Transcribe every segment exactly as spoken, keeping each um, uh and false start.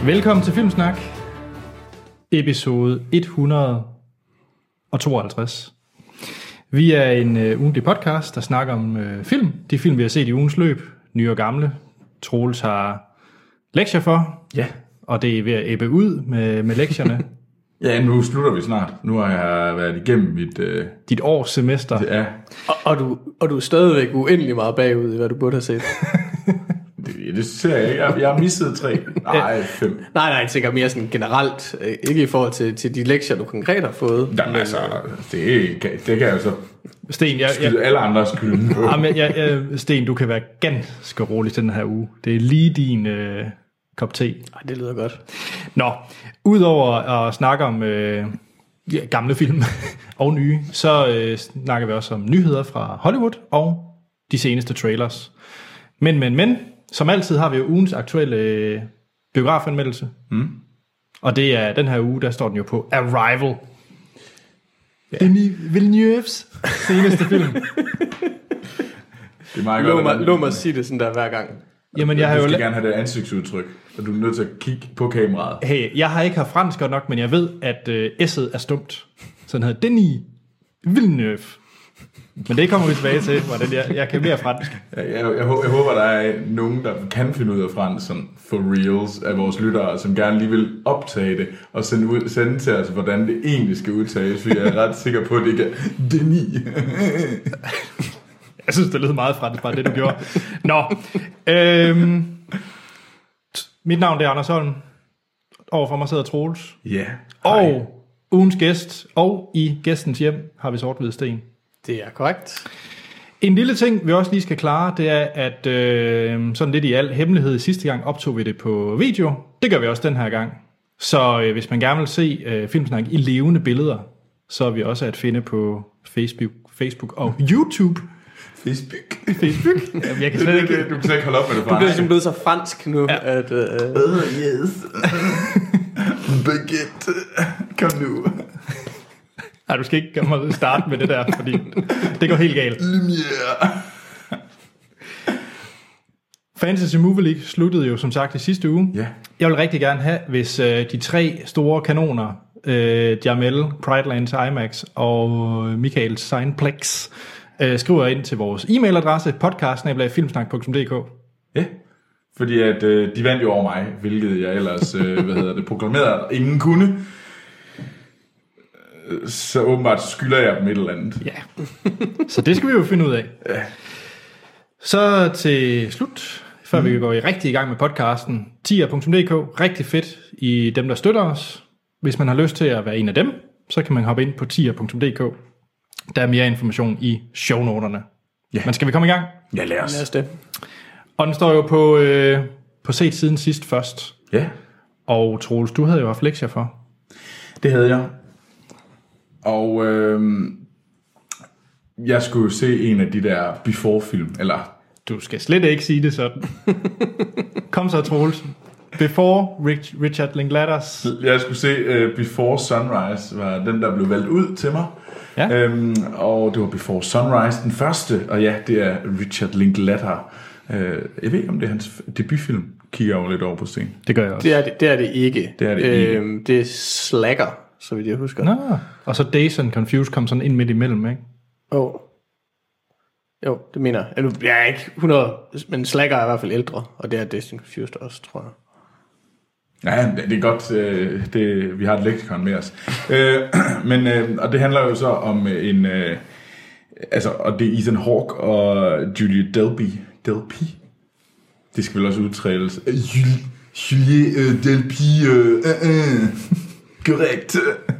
Velkommen til Filmsnak, episode et hundrede og tooghalvtreds. Vi er en uh, ugentlig podcast, der snakker om uh, film. De film, vi har set i ugens løb, nye og gamle. Troels har lektier for, ja. Og det er ved at ebbe ud med, med lektierne. Ja, nu slutter vi snart. Nu har jeg været igennem mit... Øh... Dit års semester. Ja. Og, og, du, og du er stadigvæk uendelig meget bagud i, hvad du burde have set. det, det ser jeg ikke. Jeg, jeg har misset tre. Nej, fem. Nej, nej, jeg tænker mere sådan generelt. Ikke i forhold til, til de lektier, du konkret har fået. Jamen men, altså, det, det kan jeg jo så Sten, jeg, skyde jeg, alle andre skylden på. Jamen, jeg, jeg, Sten, du kan være ganske rolig den her uge. Det er lige din øh, kop te. Ej, det lyder godt. Nå, udover at snakke om øh, ja, gamle film og nye, så øh, snakker vi også om nyheder fra Hollywood og de seneste trailers. Men, men, men, som altid har vi jo ugens aktuelle øh, biografanmeldelse. Mm. Og det er den her uge, der står den jo på Arrival. Ja. Denis Villeneuves seneste film. Det er meget godt. Lå mig, lå mig sige det sådan der hver gang. Jamen, jeg har du skal jo gerne have det ansigtsudtryk, og du er nødt til at kigge på kameraet. Hey, jeg har ikke haft fransk godt nok, men jeg ved, at øh, S'et er stumt. Så den hedder Denis Villeneuve. Men det kommer vi tilbage til, hvordan jeg, jeg kan mere fransk. Ja, jeg, jeg, jeg, jeg håber, der er nogen, der kan finde ud af fransk, sådan for reals, af vores lyttere, som gerne lige vil optage det, og sende, ud, sende til os, hvordan det egentlig skal udtages, for jeg er ret sikker på, at det ikke er Denis. Jeg synes, det lød meget fransk, bare det, du gjorde. Nå, øhm, mit navn det er Anders Holm. Overfor mig sidder Troels. Ja. Yeah. Og ugens gæst, og i gæstens hjem har vi sort-hvid sten. Det er korrekt. En lille ting, vi også lige skal klare, det er, at øh, sådan lidt i al hemmelighed sidste gang optog vi det på video. Det gør vi også den her gang. Så øh, hvis man gerne vil se øh, Filmsnak i levende billeder, så er vi også at finde på Facebook, Facebook og YouTube. Facebook. Facebook? Jamen, jeg kan slet ikke... Du kan slet ikke holde op med det. Du bliver simpelthen blevet så fransk nu, ja. at... Uh, oh, yes. Baguette. Kom nu. Nej, du skal ikke komme starte med det der, fordi det går helt galt. Lumière. Fantasy Movie League sluttede jo som sagt i sidste uge. Ja. Jeg vil rigtig gerne have, hvis øh, de tre store kanoner, øh, Jamel, Pridelands IMAX og Michael Signplex, øh, skriver ind til vores e-mailadresse podcast snabel-a filmsnak punktum d k. Ja, fordi at øh, de vandt jo over mig, hvilket jeg ellers øh, hvad hedder det, proklamerede, at ingen kunne. Så åbenbart skylder jeg dem et eller andet. Ja, så det skal vi jo finde ud af. Ja. Så til slut, før mm. vi går i rigtig i gang med podcasten, tier punktum d k, rigtig fedt i dem, der støtter os. Hvis man har lyst til at være en af dem, så kan man hoppe ind på tier punktum d k. Der er mere information i shownoterne. Ja. Men skal vi komme i gang? Ja, lad os. Lad os det. Og den står jo på, øh, på set siden sidst først. Ja. Og Troels, du havde jo haft lektier for. Det havde jeg. Og øh, jeg skulle se en af de der Before-film, eller... Du skal slet ikke sige det sådan. Kom så, Troels. Before Rich, Richard Linklaters. Jeg skulle se uh, Before Sunrise, var den, der blev valgt ud til mig. Ja. Øhm, og det var Before Sunrise, den første, og ja, det er Richard Linklater. Uh, jeg ved ikke, om det er hans debutfilm. Kigger over lidt over på Sten. Det gør jeg også. Det er det, det, er det ikke. Det er det ikke. Øhm, det er Slacker, så vidt jeg husker. Nå, og så Dazed and Confused kom sådan ind midt imellem, ikke? Åh. Oh. Jo, det mener jeg. Altså, jeg er ikke hundrede, men Slacker er i hvert fald ældre, og det er Dazed and Confused også, tror jeg. Ja, det er godt, det, vi har et leksikon med os. Men, og det handler jo så om en, altså, og det er Ethan Hawke og Julia Delpy. Delpy? Det skal vel også udtræles. Julia Delpy, øh, øh, korrekt.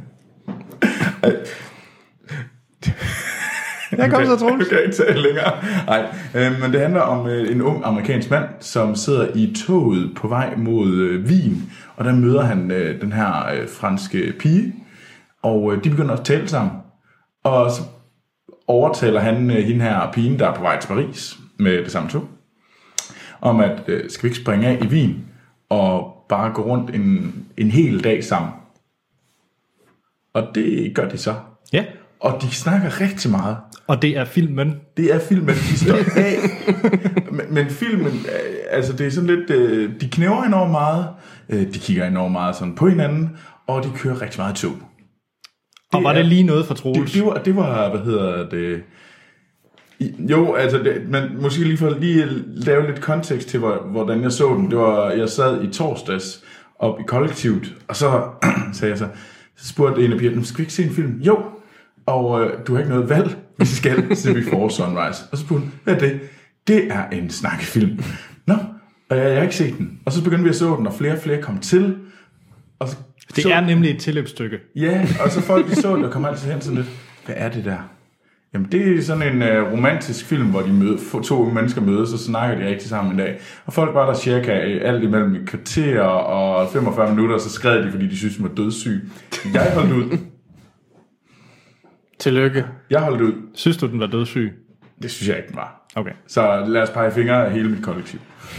Jeg kommer så, Troels. Du kan ikke tale længere. Nej, øh, men det handler om øh, en ung amerikansk mand, som sidder i toget på vej mod øh, Wien, og der møder han øh, den her øh, franske pige, og øh, de begynder at tale sammen, og så overtaler han øh, hende her pigen, der er på vej til Paris med det samme tog, om at øh, skal vi ikke springe af i Wien og bare gå rundt en, en hel dag sammen. Og det gør de så. Ja. og de snakker rigtig meget. Og det er filmen. Det er filmen, de står af. men, men filmen, altså det er sådan lidt, de knæver enormt meget, de kigger enormt meget sådan på hinanden, og de kører rigtig meget tog. Og var er, det lige noget for Troels? Det, det, var, det var, hvad hedder det... Jo, altså, det, men måske lige for lige lave lidt kontekst til, hvordan jeg så den. Det var, jeg sad i torsdags op i kollektivet, og så sagde jeg så, så spurgte en af pigerne, skal vi ikke se en film? Jo, og øh, du har ikke noget valg, vi skal se Before Sunrise. Og så spurgte hun, hvad er det? Det er en snakkefilm. Nå, og jeg, jeg har ikke set den. Og så begyndte vi at så den, og flere og flere kom til. Og så, det så, er nemlig et tilløbsstykke. Ja, og så folk de så det, og kom altid hen sådan lidt, hvad er det der? Jamen, det er sådan en uh, romantisk film, hvor de møde, to unge mennesker mødes, og så snakker de rigtig sammen en dag. Og folk var der cirka alt imellem et kvarter og femogfyrre minutter, og så skred de, fordi de synes, de var dødssyge. Jeg holdt ud. Tillykke. Jeg holdt ud. Synes du, den var dødssyg? Det synes jeg ikke, den var. Okay. Så lad os pege fingre af hele mit kollektiv.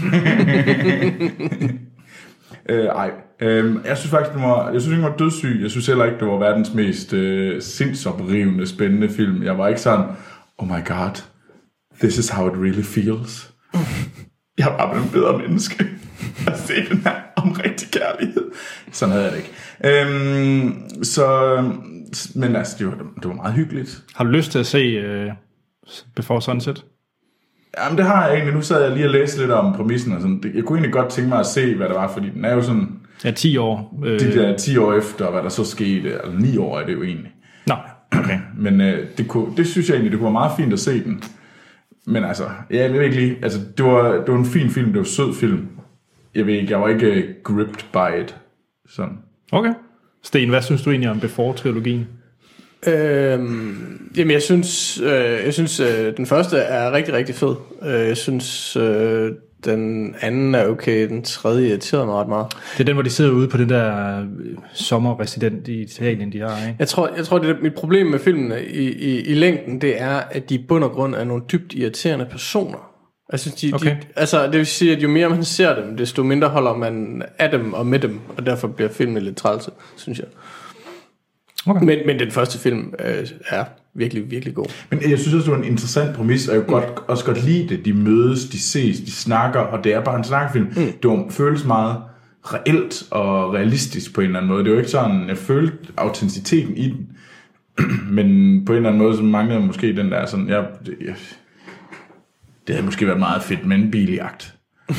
øh, ej. Øh, jeg synes faktisk, den var, jeg synes ikke, den var dødssyg. Jeg synes heller ikke, det var verdens mest øh, sindsoprivende, spændende film. Jeg var ikke sådan, oh my god, this is how it really feels. Jeg var bare en bedre menneske at se den her om rigtig kærlighed. Sådan havde jeg det ikke. Øhm, så, men altså, det var, det var meget hyggeligt. Har du lyst til at se uh, Before Sunset? Jamen, det har jeg egentlig. Nu sad jeg lige og læste lidt om præmissen og sådan. Jeg kunne egentlig godt tænke mig at se, hvad det var, fordi den er jo sådan... Ja, ti år. Øh... De der ti år efter, hvad der så skete, eller ni år er det jo egentlig. Nå, okay. Men øh, det, kunne, det synes jeg egentlig, det kunne være meget fint at se den. Men altså, ja, jeg ved ikke lige, altså, det var, det var en fin film, det var en sød film. Jeg ved ikke, jeg var ikke uh, gripped by it. Sådan. Okay. Sten, hvad synes du egentlig om Before-trilogien? Øhm, jamen, jeg synes, øh, jeg synes øh, den første er rigtig, rigtig fed. Øh, jeg synes, øh, den anden er okay, den tredje irriterede mig ret meget. Det er den, hvor de sidder ude på den der sommerresident i Italien, de har, ikke? Jeg tror, jeg tror det er mit problem med filmen i, i, i længden, det er, at de i bund og grund er nogle dybt irriterende personer. Jeg synes, de, okay. de, altså, det vil sige, at jo mere man ser dem, desto mindre holder man af dem og med dem, og derfor bliver filmen lidt trælse, synes jeg. Okay. Men, men den første film øh, er virkelig, virkelig god. Men jeg synes også, det var en interessant præmis, og jeg kunne mm. godt, også godt lide det. De mødes, de ses, de snakker, og det er bare en snakkefilm. Mm. Det var, føles meget reelt og realistisk på en eller anden måde. Det var ikke sådan, jeg følte autenticiteten i den, men på en eller anden måde, så manglede måske den der sådan, jeg, det, jeg, det havde måske været meget fedt med en biljagt.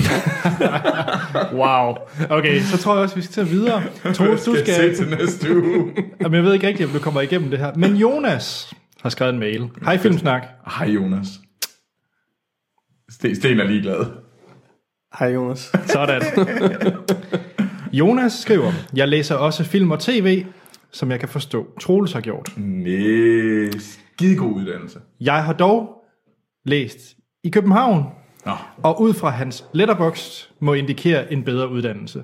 Wow. Okay, så tror jeg også, vi skal tage videre. Troels, du skal... se til næste uge. Jamen, jeg ved ikke rigtigt, om du kommer igennem det her. Men Jonas har skrevet en mail. Hej Filmsnak. Hej Jonas. Sten er ligeglad. Hej Jonas. Sådan. Jonas skriver, jeg læser også film og tv, som jeg kan forstå, Troels har gjort. Næh, skidegod uddannelse. Jeg har dog læst i København, Nå. og ud fra hans letterbox må indikere en bedre uddannelse.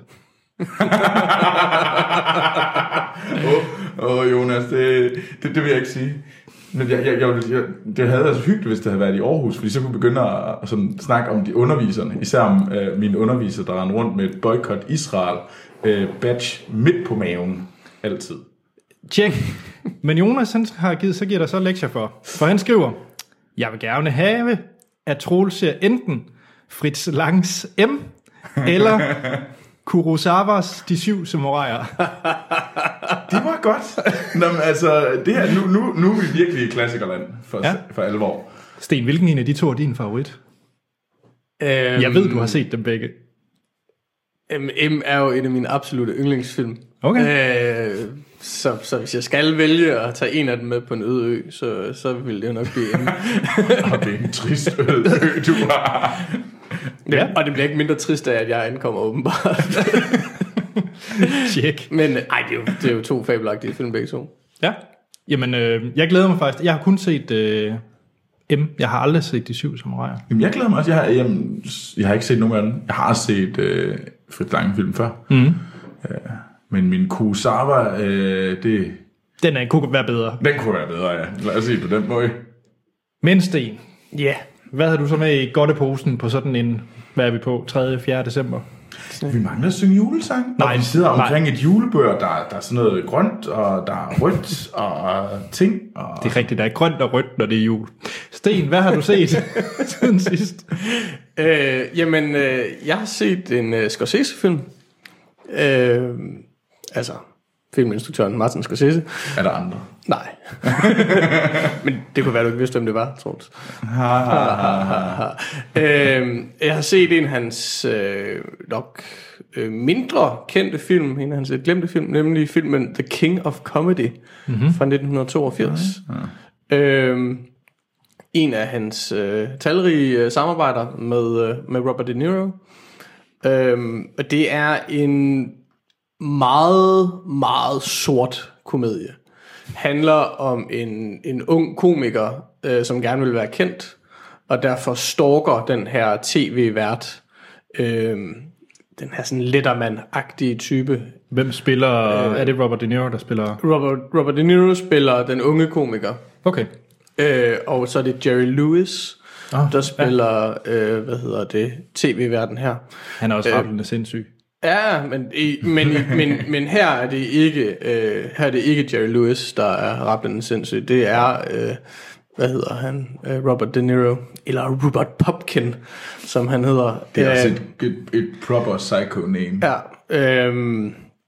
Åh, oh, Jonas, det, det, det vil jeg ikke sige. Men jeg, jeg, jeg, jeg, det havde været så hyggeligt, hvis det havde været i Aarhus, fordi så kunne vi begynde at, at sådan, snakke om de underviserne. Især om øh, mine undervisere, der rendte rundt med et boykot Israel øh, badge midt på maven. Altid. Tjek. Men Jonas han har givet, så giver der så lektier for. For han skriver, jeg vil gerne have, at Troels ser enten Fritz Langs M, eller Kurosawas De Syv Samuraier. Det var godt. Nå, men altså, det her, nu, nu, nu er vi virkelig i klassikerland for, ja. for alvor. Sten, hvilken en af de to er din favorit? Øhm, Jeg ved, du har set dem begge. M er jo en af mine absolutte yndlingsfilm. Okay. Øh, så, så hvis jeg skal vælge at tage en af dem med på en øde ø, så, så vil det nok blive M. Og det er en trist øde ø, du har. Ja. Og det bliver ikke mindre trist af, at jeg ankommer åbenbart. Tjek. Men ej, det er, jo, det er jo to fabelagtige film begge to. Ja. Jamen, øh, jeg glæder mig faktisk. Jeg har kun set øh, M. Jeg har aldrig set De Syv Samuraier. Jamen, jeg glæder mig også. Jeg har, jeg, jeg har ikke set nogen af dem. Jeg har set øh, Fritz Lang-film før. Mm. Øh, men min Kurosawa, øh, det... Den er, kunne være bedre. Den kunne være bedre, ja. Lad os se på den måde. Men Sten, ja. Yeah. Hvad havde du så med i godteposen på sådan en, hvad er vi på, tredje fjerde december? Vi mangler at synge julesang. Nej, og vi sidder nej. omkring et julebord, der, der er sådan noget grønt, og der er rødt, og ting. Og... Det er rigtigt, der er grønt og rødt, når det er jul. Sten, hvad har du set siden sidst? Øh, jamen, øh, jeg har set en øh, Scorsese-film. Øh, altså, filminstruktøren Martin Scorsese. Er der andre? Nej. Men det kunne være, du ikke vidste, hvem det var, Troels. øh, jeg har set en af hans øh, nok øh, mindre kendte film, en af hans lidt glemte film, nemlig filmen The King of Comedy mm-hmm. fra nitten toogfirs. Ja, ja. Øh, en af hans øh, talrige øh, samarbejder med, øh, med Robert De Niro. Øh, og det er en meget, meget sort komedie. Handler om en, en ung komiker, øh, som gerne vil være kendt, og derfor stalker den her tv-vært, øh, den her sådan Letterman-agtige type. Hvem spiller, øh, er det Robert De Niro, der spiller? Robert, Robert De Niro spiller den unge komiker. Okay. Øh, og så er det Jerry Lewis, oh, der spiller, ja. øh, hvad hedder det, tv-verden her. Han er også øh, rablende sindssyg. Ja, men, men, men, men her er det ikke øh, her er det ikke Jerry Lewis, der er rablende sindssyg. Det er øh, hvad hedder han? Øh, Robert De Niro eller Robert Popkin, som han hedder. Det er også et, et, et proper psycho name. Ja. Øh,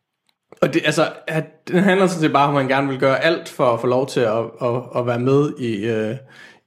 og det altså at, det handler sådan set bare om, at han gerne vil gøre alt for at få lov til at, at, at være med i øh,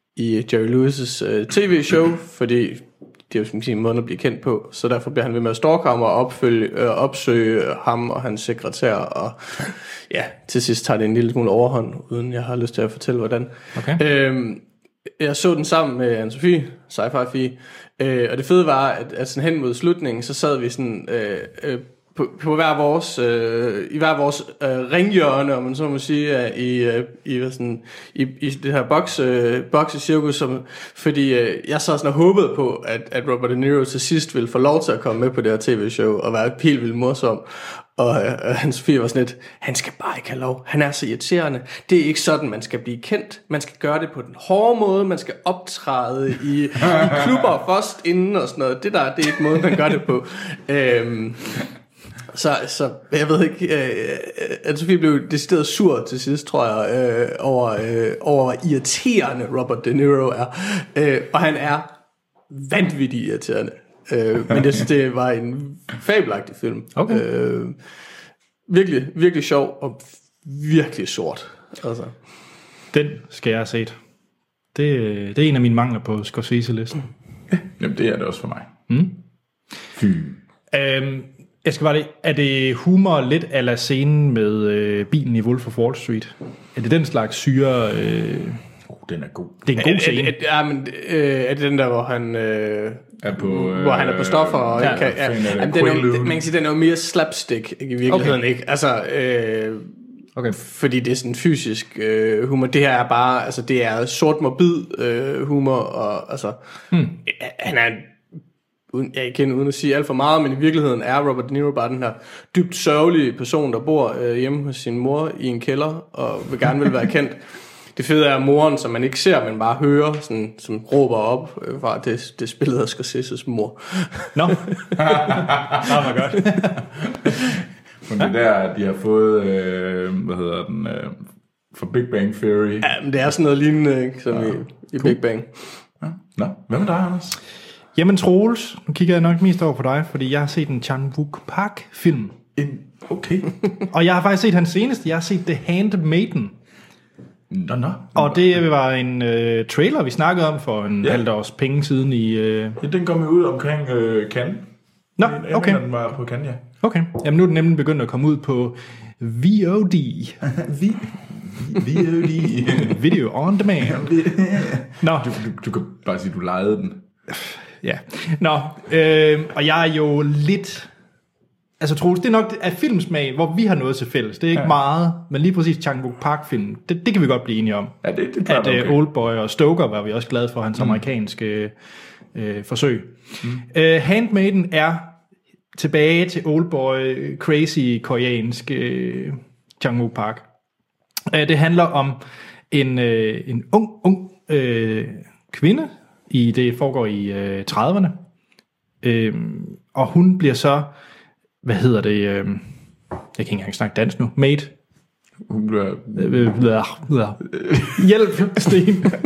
i Jerry Lewis' øh, tv-show, fordi det er jo som sige en måde at blive kendt på, så derfor bliver han ved med at stalke ham og opfølge, øh, opsøge ham og hans sekretær, og ja, til sidst tager det en lille smule overhånd, uden jeg har lyst til at fortælle, hvordan. Okay. Øhm, jeg så den sammen med Anne-Sophie, sci-fi-fie, øh, og det fede var, at, at sådan hen mod slutningen, så sad vi sådan øh, øh, på, på hver vores, øh, i hver vores øh, ringhjørne, om man så må sige, øh, i, øh, i, hvad sådan, i, i det her boks, øh, boksecirkus, som, fordi øh, jeg så sådan og håbede på, at, at Robert De Niro til sidst ville få lov til at komme med på det her tv-show, og være helt vildt morsom. Og øh, hans fire var sådan lidt, han skal bare ikke have lov, han er så irriterende, det er ikke sådan, man skal blive kendt, man skal gøre det på den hårde måde, man skal optræde i, i klubber først inden og sådan noget, det der, det er ikke måden, man gør det på. Øhm, Så, så jeg ved ikke, øh, at Sofie blev decideret sur til sidst, tror jeg, øh, over, øh, over hvor irriterende Robert De Niro er. Øh, og han er vanvittigt irriterende. Øh, men jeg synes, det var en fabelagtig film. Okay. Øh, virkelig, virkelig sjov og virkelig sort. Altså. Den skal jeg have set. Det, det er en af mine mangler på Scorsese-listen. Ja, jamen det er det også for mig. Mm. Fy. Øhm, Jeg skal bare lige, er det humor lidt a la scenen med øh, bilen i Wolf of Wall Street? Er det den slags syre? Øh... Oh, den er god. Det er en god Er, scene. er, er, er, men, øh, er det den der, hvor han, øh, er på, øh, hvor han er på stoffer? Og ja, ikke kan, ja, er jamen, den er, jo- man kan sige, den er jo mere slapstick i virkeligheden, okay. Ikke? Altså, øh, Okay. fordi det er sådan fysisk øh, humor. Det her er bare, altså det er sort morbid øh, humor, og altså, hmm. han er uden, jeg kender uden at sige alt for meget, men i virkeligheden er Robert De Niro bare den her dybt sørgelige person, der bor øh, hjemme hos sin mor i en kælder, og vil gerne vil være kendt. Det fede er moren, som man ikke ser, men bare hører, sådan, som råber op øh, fra, det, det spillede af Scorseses mor. Nå, no. Nå, hvor godt. Men det der, de har fået, øh, hvad hedder den, øh, for Big Bang Theory. Ja, men det er sådan noget lignende, ikke, som ja, i, i cool. Big Bang. Ja. Nå, hvad med dig, Anders? Jamen Troels, nu kigger jeg nok mest over på dig, fordi jeg har set en Chan-wook Park-film. En, okay. Og jeg har faktisk set hans seneste, jeg har set The Handmaiden. Nå, nå. Og det var en øh, trailer, vi snakkede om for en ja. halvt års penge siden i... Øh... Ja, den kom jo ud omkring øh, Cannes. Nå, jeg okay. mener, den var på Cannes, ja. Okay, jamen nu er den nemlig begyndt at komme ud på V O D. V O D. Video on demand. Nå. Du, du, du kan bare sige, du lejede den. Ja. Nå, øh, og jeg er jo lidt... Altså Troels, det er nok af filmsmag, hvor vi har noget til fælles. Det er ikke ja. meget, men lige præcis Chan-wook Park-film, det, det kan vi godt blive enige om. Ja, det, det er at okay. uh, Oldboy og Stoker var vi også glade for, hans mm. amerikanske øh, forsøg. Mm. Uh, Handmaiden er tilbage til Oldboy, crazy koreansk uh, Chan-wook Park. Uh, det handler om en, uh, en ung, ung uh, kvinde, i det foregår i uh, trediverne, uh, og hun bliver så, hvad hedder det, øh, jeg kan ikke engang snakke dansk nu, maid. Hun bliver... Hjælp, Sten.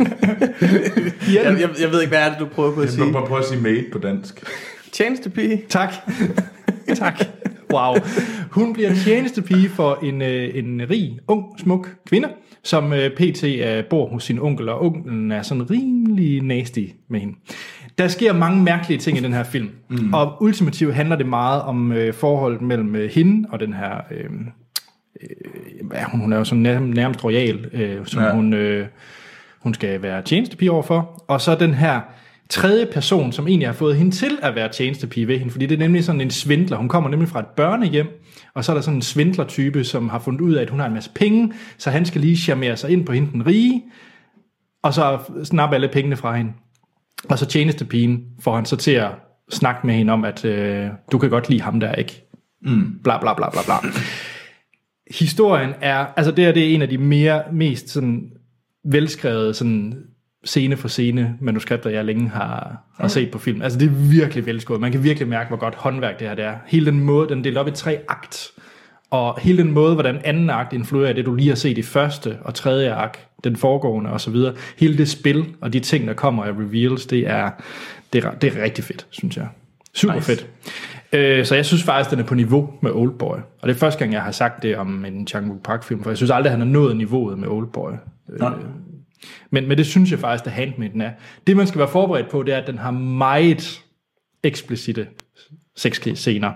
Hjælp. Jeg, jeg, jeg ved ikke, hvad er det, du prøver på at sige? Jeg prøver at sige maid på dansk. Tjenestepige. Tak. Tak. Wow. Hun bliver tjenestepige for en, en rig, ung, smuk kvinde, som pt. Bor hos sin onkel, og onkelen er sådan rimelig nasty med hende. Der sker mange mærkelige ting i den her film, mm. og ultimativt handler det meget om øh, forholdet mellem øh, hende og den her... Øh, øh, hun, hun er jo sådan nærmest, nærmest royal, øh, som ja. hun, øh, hun skal være tjenestepige overfor, og så den her tredje person, som egentlig har fået hende til at være tjenestepige ved hende, fordi det er nemlig sådan en svindler. Hun kommer nemlig fra et børnehjem, og så er der sådan en svindlertype, som har fundet ud af, at hun har en masse penge, så han skal lige charmere sig ind på hende den rige, og så snappe alle pengene fra hende. Og så tjenestepigen får han så til at snakke med hende om, at øh, du kan godt lide ham der, ikke? Mm. Bla bla bla bla bla. Historien er, altså det her, det er en af de mere, mest sådan velskrevede sådan scene for scene manuskripter, jeg længe har, har set på film. Altså det er virkelig velskåret. Man kan virkelig mærke, hvor godt håndværk det her det er. Hele den måde, den er delt op i tre akt, og hele den måde, hvordan anden akt influerer det, du lige har set i første og tredje akt, den foregående og så videre. Hele det spil og de ting, der kommer af reveals, det er, det er, det er rigtig fedt, synes jeg. Super nice. Fedt. Øh, så jeg synes faktisk, den er på niveau med Oldboy. Og det er første gang, jeg har sagt det om en Chang-wook Park-film, for jeg synes aldrig, han har nået niveauet med Oldboy. Øh, men, men det synes jeg faktisk, at Handmaiden er. Det, man skal være forberedt på, det er, at den har meget eksplicite sexscener.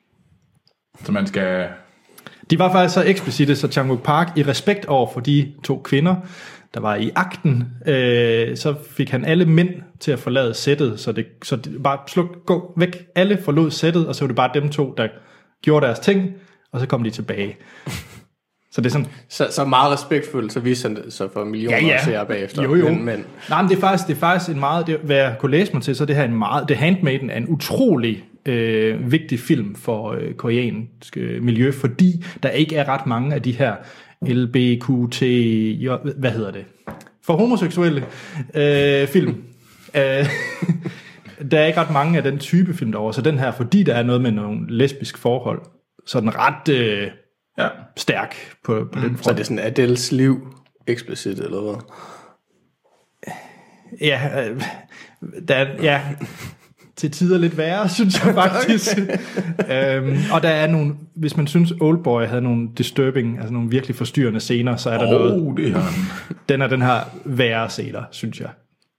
Så man skal... De var faktisk så eksplicite, så Chang-wook Park, i respekt over for de to kvinder, der var i akten, øh, så fik han alle mænd til at forlade sættet, så det, så det bare sluk, gå væk. Alle forlod sættet, og så var det bare dem to, der gjorde deres ting, og så kom de tilbage. Så det er sådan... Så, så meget respektfuldt, så viste han det så for millioner ja, ja. seere bagefter. Jo, jo. Men, men... Nej, men det er faktisk, det er faktisk en meget... Det, hvad jeg kunne læse mig til, så det her en meget... The Handmaiden er en utrolig øh, vigtig film for øh, koreansk øh, miljø, fordi der ikke er ret mange af de her L B Q T... Jo, hvad hedder det? For homoseksuelle øh, film. øh, der er ikke ret mange af den type film derovre, så den her, fordi der er noget med nogle lesbisk forhold, så er den ret... Øh, Ja, stærk på, på mm. den front. Så det er sådan Adels liv eksplicit, eller hvad? Ja, øh, der, ja til tider lidt værre, synes jeg faktisk. Okay. øhm, og der er nogle, hvis man synes Oldboy havde nogle disturbing, altså nogle virkelig forstyrrende scener, så er der oh, noget... det har den er den her værre scener, synes jeg.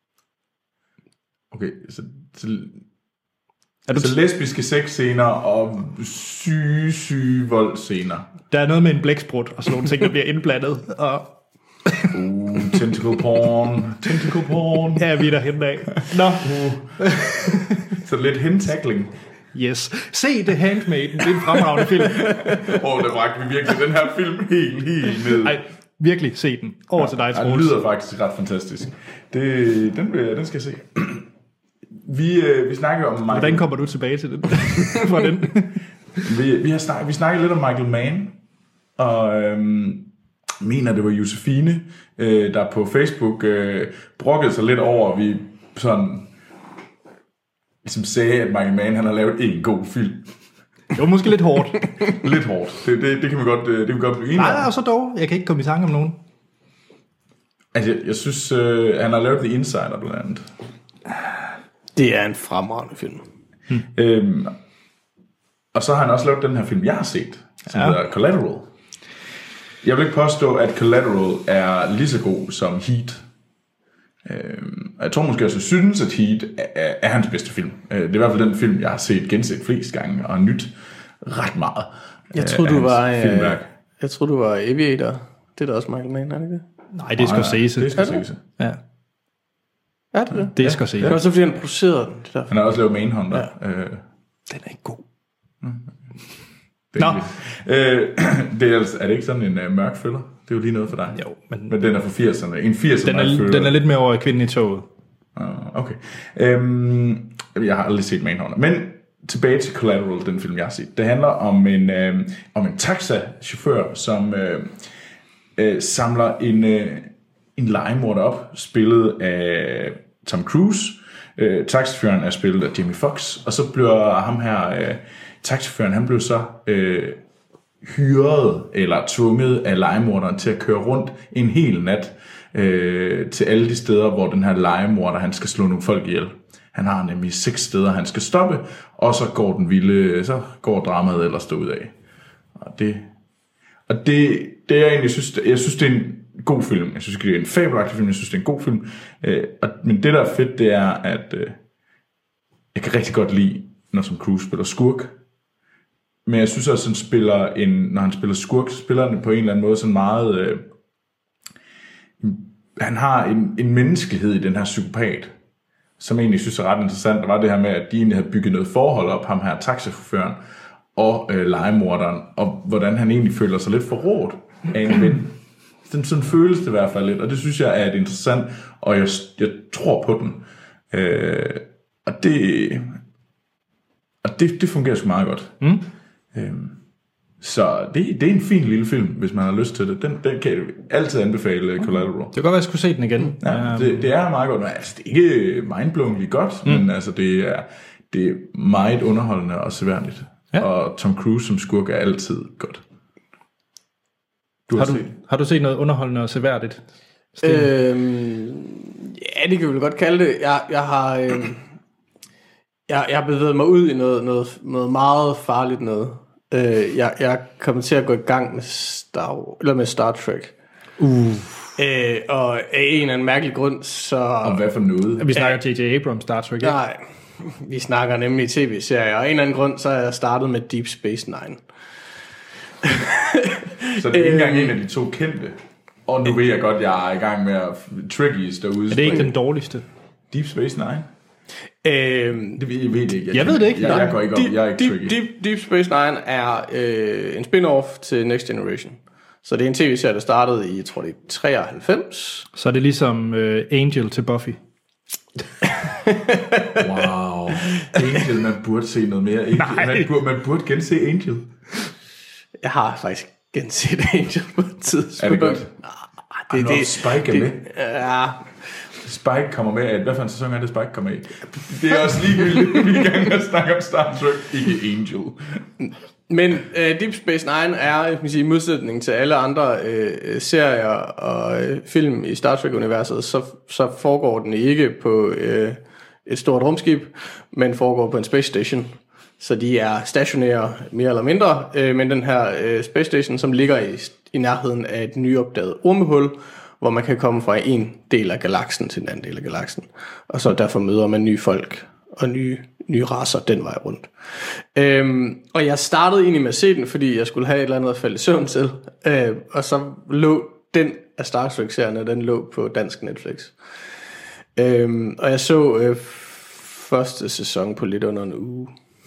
Okay, så... så er du så lesbiske sexscener og syge, syge voldscener. Der er noget med en blæksprut og sådan nogle ting, der bliver indblandet. Og uh, tentacle porn. Tentacle porn. Ja, vi er derhen af. Nå. Uh. Så lidt hentackling. Yes. Se The Handmaiden, det er en fremragende film. Åh, oh, der bragte vi virkelig den her film helt, helt ned. Ej, virkelig se den. Over ja, til dig, Troels. Det lyder faktisk ret fantastisk. Det, den, den skal jeg se. Vi, øh, vi snakker om Michael... Hvordan kommer du tilbage til den? For den? vi, vi har snakket, vi snakker lidt om Michael Mann, og øhm, mener, det var Josefine, øh, der på Facebook øh, brokkede sig lidt over, at vi sådan ligesom sagde, at Michael Mann, han har lavet en god film. Det var måske lidt hårdt. Lidt hårdt. Det, det, det kan vi godt, det kan vi godt blive enige om. Nej, og så dog. Jeg kan ikke komme i tanke om nogen. Altså, jeg, jeg synes, øh, han har lavet The Insider blandt andet. Det er en fremragende film. Hmm. Øhm, og så har han også lavet den her film, jeg har set, som ja. hedder Collateral. Jeg vil ikke påstå, at Collateral er lige så god som Heat. Øhm, jeg tror måske også, jeg synes, at Heat er, er hans bedste film. Det er i hvert fald den film, jeg har set genset flest gange, og nyt ret meget. Jeg tror du var øh, jeg tror du var Aviator. Det er da også Michael Mann, er det ikke? Nej, det er Scorsese. Det er Scorsese. Ja. Er det det? Det er Scorsese. Det er også fordi, han producerede den. Det han har også lavet Manhunter. Ja. Øh. Den er ikke god. Mm. Nå. Øh, det er, altså, er det ikke sådan en uh, mørk thriller? Det er jo lige noget for dig. Jo, men... Men den er fra firserne. En firserne den er, den er lidt mere over Kvinden i toget. Uh, okay. Øhm, jeg har aldrig set Manhunter. Men tilbage til Collateral, den film, jeg har set. Det handler om en, øh, om en taxachauffør, som øh, øh, samler en... Øh, en legemorder op, spillet af Tom Cruise, Øh, taxichaufføren er spillet af Jamie Foxx, og så bliver ham her, øh, taxichaufføren, han blev så øh, hyret eller tvunget af legemorderen til at køre rundt en hel nat øh, til alle de steder, hvor den her legemorder, han skal slå nogle folk ihjel. Han har nemlig seks steder, han skal stoppe, og så går den vilde, så går dramaet ellers derudad. Og det, og det, det jeg egentlig synes, jeg synes, det er en god film. Jeg synes, det er en fabelagtig film. Jeg synes, det er en god film. Øh, og, men det, der er fedt, det er, at øh, jeg kan rigtig godt lide, når Tom Cruise spiller skurk. Men jeg synes også, at han spiller en, når han spiller skurk, så spiller han på en eller anden måde sådan meget... Øh, han har en, en menneskelighed i den her psykopat, som jeg egentlig synes er ret interessant. Der var det her med, at de egentlig havde bygget noget forhold op, ham her taxichaufføren og øh, legemorderen, og hvordan han egentlig føler sig lidt forrådt af en ven. Sådan, sådan føles det i hvert fald lidt, og det synes jeg er et interessant, og jeg, jeg tror på den. Øh, og det, og det, det fungerer sgu meget godt. Mm. Øh, så det, det er en fin lille film, hvis man har lyst til det. Den, den kan jeg altid anbefale, mm. Collateral. Det kan godt være, jeg skulle se den igen. Ja, det, det er meget godt. Altså, det er ikke mindblowingly godt, mm. men altså, det er, det er meget underholdende og seværdigt. Ja. Og Tom Cruise som skurk er altid godt. Du har, har, du, har du set noget underholdende og seværdigt? Øhm, ja, det kan vi vel godt kalde det. Jeg, jeg har øh, jeg, jeg har bevæget mig ud i noget, noget, noget meget farligt noget. Øh, jeg, jeg kommer til at gå i gang med Star, eller med Star Trek. Uh. Øh, og af en eller anden mærkelig grund, så... Og hvad for noget? Vi snakker J J Abrams Star Trek, ikke? Nej, vi snakker nemlig tv-serier. Og af en eller anden grund, så er jeg startet med Deep Space Nine. Så det er ikke engang en af de to kendte. Og nu ved jeg godt, jeg er i gang med at trickies derude. Er det ikke den dårligste? Deep Space Nine? Øhm, det ved jeg, ved det ikke. Jeg, jeg ved det ikke. Jeg, jeg går ikke op. Deep, jeg er ikke Deep, tricky. Deep, Deep Space Nine er øh, en spin-off til Next Generation. Så det er en tv-serie, der startede i, jeg tror det er treoghalvfems. Så er det ligesom øh, Angel til Buffy. Wow. Angel, man burde se noget mere. Angel. Man, burde, man burde gense Angel. Jeg har faktisk genset Angel på et tidspunkt. Er det godt? Ah, det, det, det, Spike er det, med. Ja. Spike kommer med. Hvad for en sæson er det, Spike kommer i? Det er også ligegyldigt. Vi er i gang med at snakke om Star Trek. Ikke Angel. Men uh, Deep Space Nine er, jeg kan sige, i modsætning til alle andre uh, serier og uh, film i Star Trek-universet, så, så foregår den ikke på uh, et stort rumskib, men foregår på en space station. Så de er stationære mere eller mindre, uh, men den her uh, space station, som ligger i, i nærheden af et nyopdaget ormehul, hvor man kan komme fra en del af galaksen til en anden del af galaksen. Og så derfor møder man nye folk og nye, nye racer den vej rundt. Øhm, og jeg startede egentlig med at se den, fordi jeg skulle have et eller andet at falde i søvn til. Øh, og så lå den af Star Trek-serien, den lå på dansk Netflix. Øhm, og jeg så øh, første sæson på lidt under en uge.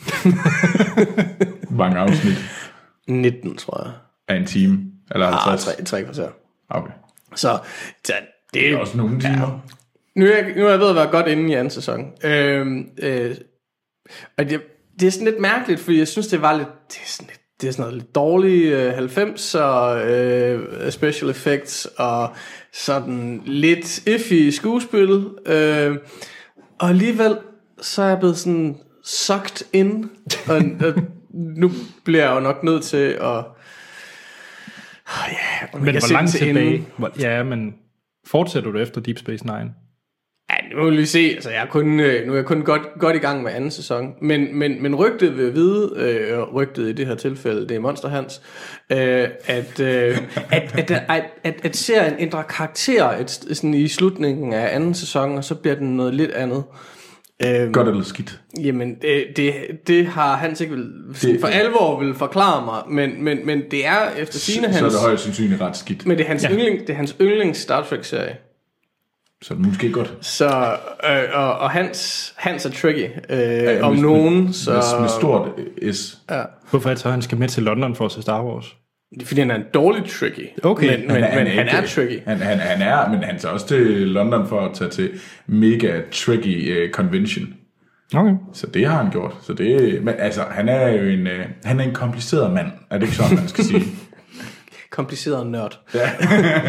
Mange afsnit? nitten, tror jeg. Af en time? Eller halvtreds? Ah, tre, tre kvarter. Okay. Så, så det, det er også nogle timer. Ja. Nu, er jeg, nu er jeg ved at være godt inde i anden sæson. Øhm, øh, og det, det er sådan lidt mærkeligt, fordi jeg synes, det var lidt... Det er sådan, lidt, det er sådan noget lidt dårlige øh, halvfemser øh, special effects, og sådan lidt iffy skuespil. Øh, og alligevel, så er jeg blevet sådan sucked in, og, og nu bliver jeg jo nok nødt til at... Oh, yeah, men hvor langt tilbage? Hvor, ja, men fortsætter du efter Deep Space Nine? Ja, nu må vi lige se. Altså, jeg er kun, nu er jeg kun godt, godt i gang med anden sæson. Men, men, men rygtet vil vide, øh, rygtet i det her tilfælde, det er Monster Hans, øh, at, øh, at, at, at, at, at serien ændrer karakter et, sådan i slutningen af anden sæson, og så bliver den noget lidt andet. Øhm, Godt eller skidt? Jamen, det, det, det har Hans ikke vil, det, for alvor vil forklare mig, men, men, men det er efter sine hans... Så er det højst sandsynligt ret skidt. Men det er hans, ja. yndling, det er hans yndlings Star Trek-serie. Så er det måske godt. Så, øh, og, og Hans, Hans er tricky, øh, ja, om med, nogen. Så, med, med stort S. Ja. Hvorfor er det så, han skal med til London for at se Star Wars? Fordi han er en dårlig tricky. Okay. Men, men, han, men han, han er tricky. Han, han, han er, men han tager også til London for at tage til mega tricky uh, convention. Okay. Så det har han gjort. Så det, men altså, han er jo en, uh, han er en kompliceret mand. Er det ikke sådan, man skal sige? Kompliceret nørd. Ja.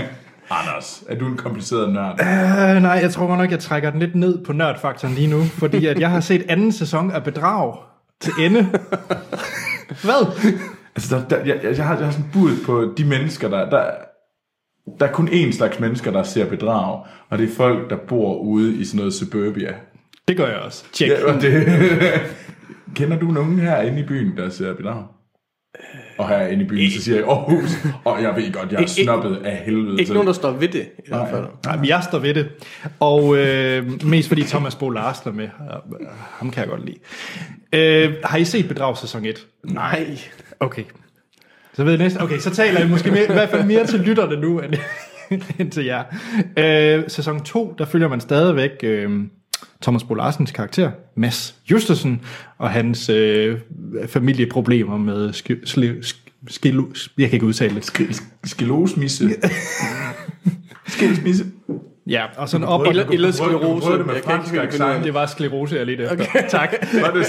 Anders, er du en kompliceret nørd? Uh, nej, jeg tror godt nok, jeg trækker den lidt ned på nørdfaktoren lige nu, fordi at jeg har set anden sæson af Bedrag til ende. Hvad? Altså, der, der, jeg, jeg, har, jeg har sådan bud på de mennesker, der, der... Der er kun én slags mennesker, der ser Bedrag, og det er folk, der bor ude i sådan noget suburbia. Det gør jeg også. Check. Ja, og det, kender du nogen herinde i byen, der ser Bedrag? Og herinde i byen, så siger jeg Aarhus, og jeg ved godt, jeg er snobbet af helvede. Ikke nogen, der står ved det, i hvert fald. Nej, men jeg står ved det. Og øh, mest fordi Thomas Bo Larsen er med. Ham kan jeg godt lide. Øh, har I set Bedrag sæson et? Nej. Okay. Så ved jeg næste. Okay, så taler jeg måske mere, i hvert fald mere til lytterne nu, end, end til jer. Øh, sæson to, der følger man stadigvæk øh, Thomas Bo Larsens karakter, Mads Justesen, og hans øh, familieproblemer med sk- sl- skilo... Jeg kan ikke udtale det. Sk- skilosmisse. Skilsmisse. Ja, og sådan op... Eller, eller sklerose. Det, jeg kan ikke det, det var sklerose, jeg lidt efter. Okay. Tak. Var det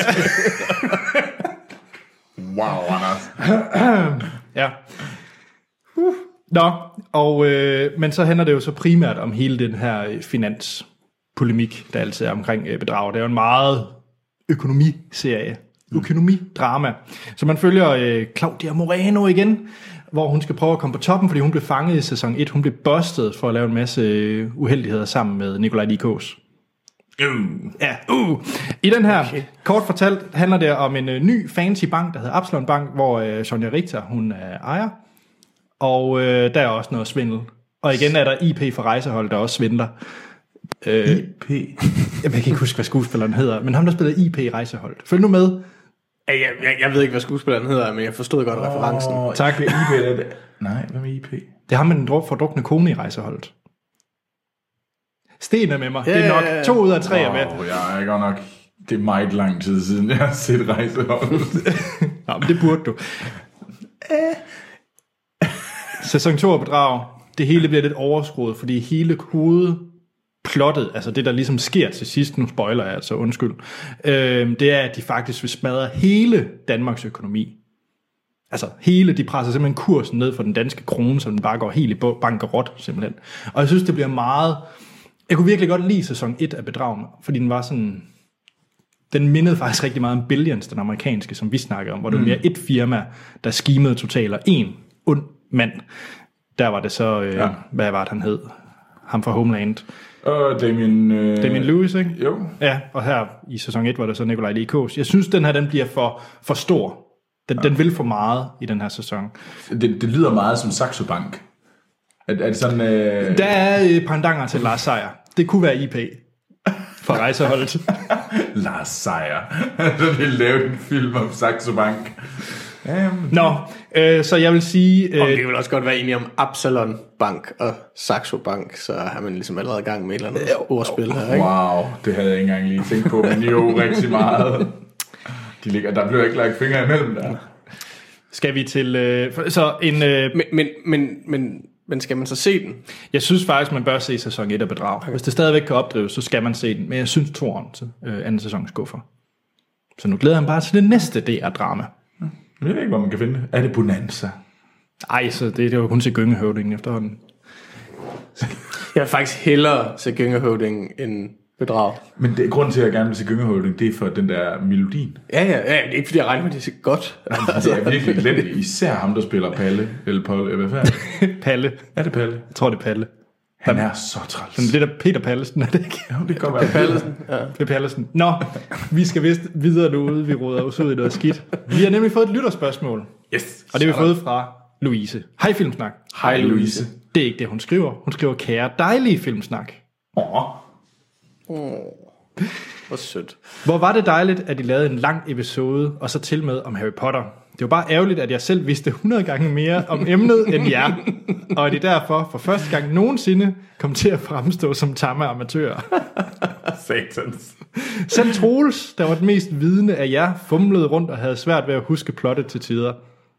wow, Anders. Ja. Uh. Nå, og, øh, men så handler det jo så primært om hele den her finanspolemik, der altid er omkring øh, bedrag. Det er jo en meget økonomiserie, økonomidrama. Så man følger øh, Claudia Moreno igen, hvor hun skal prøve at komme på toppen, fordi hun blev fanget i sæson et. Hun blev bustet for at lave en masse øh, uheldigheder sammen med Nikolaj Likås. Uh. Ja, uh. I den her, okay. Kort fortalt, handler det om en uh, ny fancy bank, der hedder Absalon Bank, hvor uh, Sonja Richter, hun er ejer. Og uh, der er også noget svindel. Og igen er der I P for rejsehold, der også svindler. Uh, I P? Jeg kan ikke huske, hvad skuespilleren hedder, men ham, der spiller I P i rejsehold. Følg nu med. Jeg, jeg, jeg ved ikke, hvad skuespilleren hedder, men jeg forstod godt oh, referencen. Tak. I P, er det. Nej, hvad med I P? Det er ham med den fordrukne kone i rejseholdet. Sten er med mig. Yeah. Det er nok to ud af tre wow, er med. Jeg er godt nok... Det er meget lang tid siden, jeg har set rejseholdet. Nå, men det burde du. Sæson to af Bedrag. Det hele bliver lidt overskruet, fordi hele hovedplottet, altså det, der ligesom sker til sidst, nu spoiler jeg altså, undskyld, øh, det er, at de faktisk vil smadre hele Danmarks økonomi. Altså hele, de presser simpelthen kursen ned for den danske krone, så den bare går helt i bankerot, simpelthen. Og jeg synes, det bliver meget... Jeg kunne virkelig godt lide sæson et af Bedrag, fordi den var sådan... Den mindede faktisk rigtig meget om Billions, den amerikanske, som vi snakkede om, hvor det var mere et firma, der skimede totalt, og en ond mand. Der var det så... Øh, ja. Hvad var det, han hed? Ham fra Homeland. Uh, Damien... Uh... Damien Lewis, ikke? Jo. Ja, og her i sæson et var det så Nikolaj Likås. Jeg synes, den her den bliver for, for stor. Den, ja. den vil for meget i den her sæson. Det, det lyder meget som Saxo Bank. Er, er det sådan... Øh... Der er øh, pandanger til Lars Seier. Det kunne være I P for rejseholdet. Lars Seier. Så vi lavede en film om Saxo Bank. Um, Nå, øh, så jeg vil sige... Øh, og det vil også godt være enige om Absalon Bank og Saxo Bank, så har man ligesom allerede gang med et eller andet øh, ordspil her, ikke? Wow, det havde jeg ikke engang lige tænkt på, men jo, rigtig meget. De ligger, der blev ikke lagt fingre imellem der. Skal vi til... Øh, så en... Øh, men, men, men, men, men skal man så se den? Jeg synes faktisk, man bør se sæson et af Bedrag. Okay. Hvis det stadigvæk kan opdrives, så skal man se den. Men jeg synes, toeren til øh, anden sæson skuffer. Så nu glæder jeg mig bare til det næste D R-drama. Jeg ved ikke, hvor man kan finde det. Er det Bonanza? Ej, så det, det er jo kun til Gyngehøvdingen efterhånden. Jeg vil faktisk hellere se Gyngehøvdingen end Bedrag. Men det, grunden til, at jeg gerne vil se Gyngehøvdingen, det er for den der melodien. Ja, ja, ja. Det er ikke, fordi jeg regner med, at det er godt. Altså, det er virkelig glemt. Især ham, der spiller Palle. Eller Paul, eller hvad fanden? Palle. Er det Palle? Jeg tror, det er Palle. Han er så træls. Sådan lidt af Peter Pallesen, er det ikke? Jo, det kan godt være. Peter Pallesen. Ja. Peter Pallesen. Nå, vi skal vist videre nu ude. Vi råder os ud i noget skidt. Vi har nemlig fået et lytterspørgsmål. Yes. Og det har vi fået fra Louise. Hej Filmsnak. Hej Louise. Det er ikke det, hun skriver. Hun skriver, kære dejlige Filmsnak. Åh. Åh. Hvor sødt. Hvor var det dejligt, at I lavede en lang episode, og så til med om Harry Potter. Det var bare ærgerligt, at jeg selv vidste hundrede gange mere om emnet end jer, og at I derfor for første gang nogensinde kom til at fremstå som tamme amatører. Satans. Selv Troels, der var den mest vidende af jer, fumlede rundt og havde svært ved at huske plottet til tider.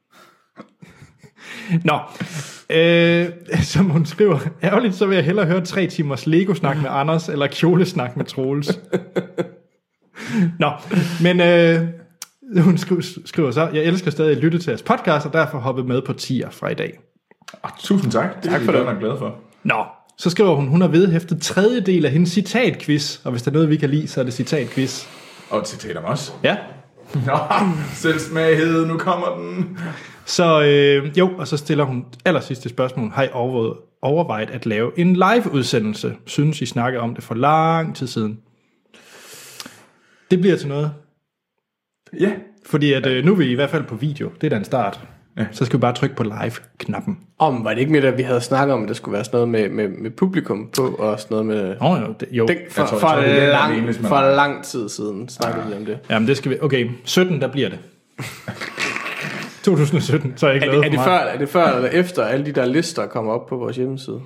Nå, øh, som hun skriver, ærgerligt, så vil jeg hellere høre tre timers Lego-snak med Anders, eller kjolesnak med Troels. Nå, men øh, hun skriver, skriver så, jeg elsker stadig at lytte til jeres podcast, og derfor hoppe med på tier fra i dag. Oh, tusind tak, det tak er for vi det. godt glad for. Nå, så skriver hun, hun har vedhæftet tredjedel af hendes citatquiz, og hvis der er noget, vi kan lide, så er det citatquiz. Og et citat om os. Ja. Nå, selvsmaghed, nu kommer den. Så øh, jo, og så stiller hun allersidste spørgsmål. Har I overvejet, overvejet at lave en live-udsendelse? Synes I snakkede om det for lang tid siden? Det bliver til noget. Ja. Fordi at, øh, nu er vi i hvert fald på video. Det er da en start. Ja. Så skal vi bare trykke på live-knappen. Om, var det ikke mere, at vi havde snakket om, at der skulle være sådan noget med, med, med publikum på, og sådan noget med... Oh, jo, det, jo. Det, for, Jeg tror- for, jeg tror, det er den, der er lang, menes med for mig. lang tid siden snakkede vi om det. Jamen det skal vi... Okay, sytten, der bliver det. to tusind sytten, så er jeg ikke Er lavet det, er, for det mig. før, er det før eller efter alle de der lister kommer op på vores hjemmeside?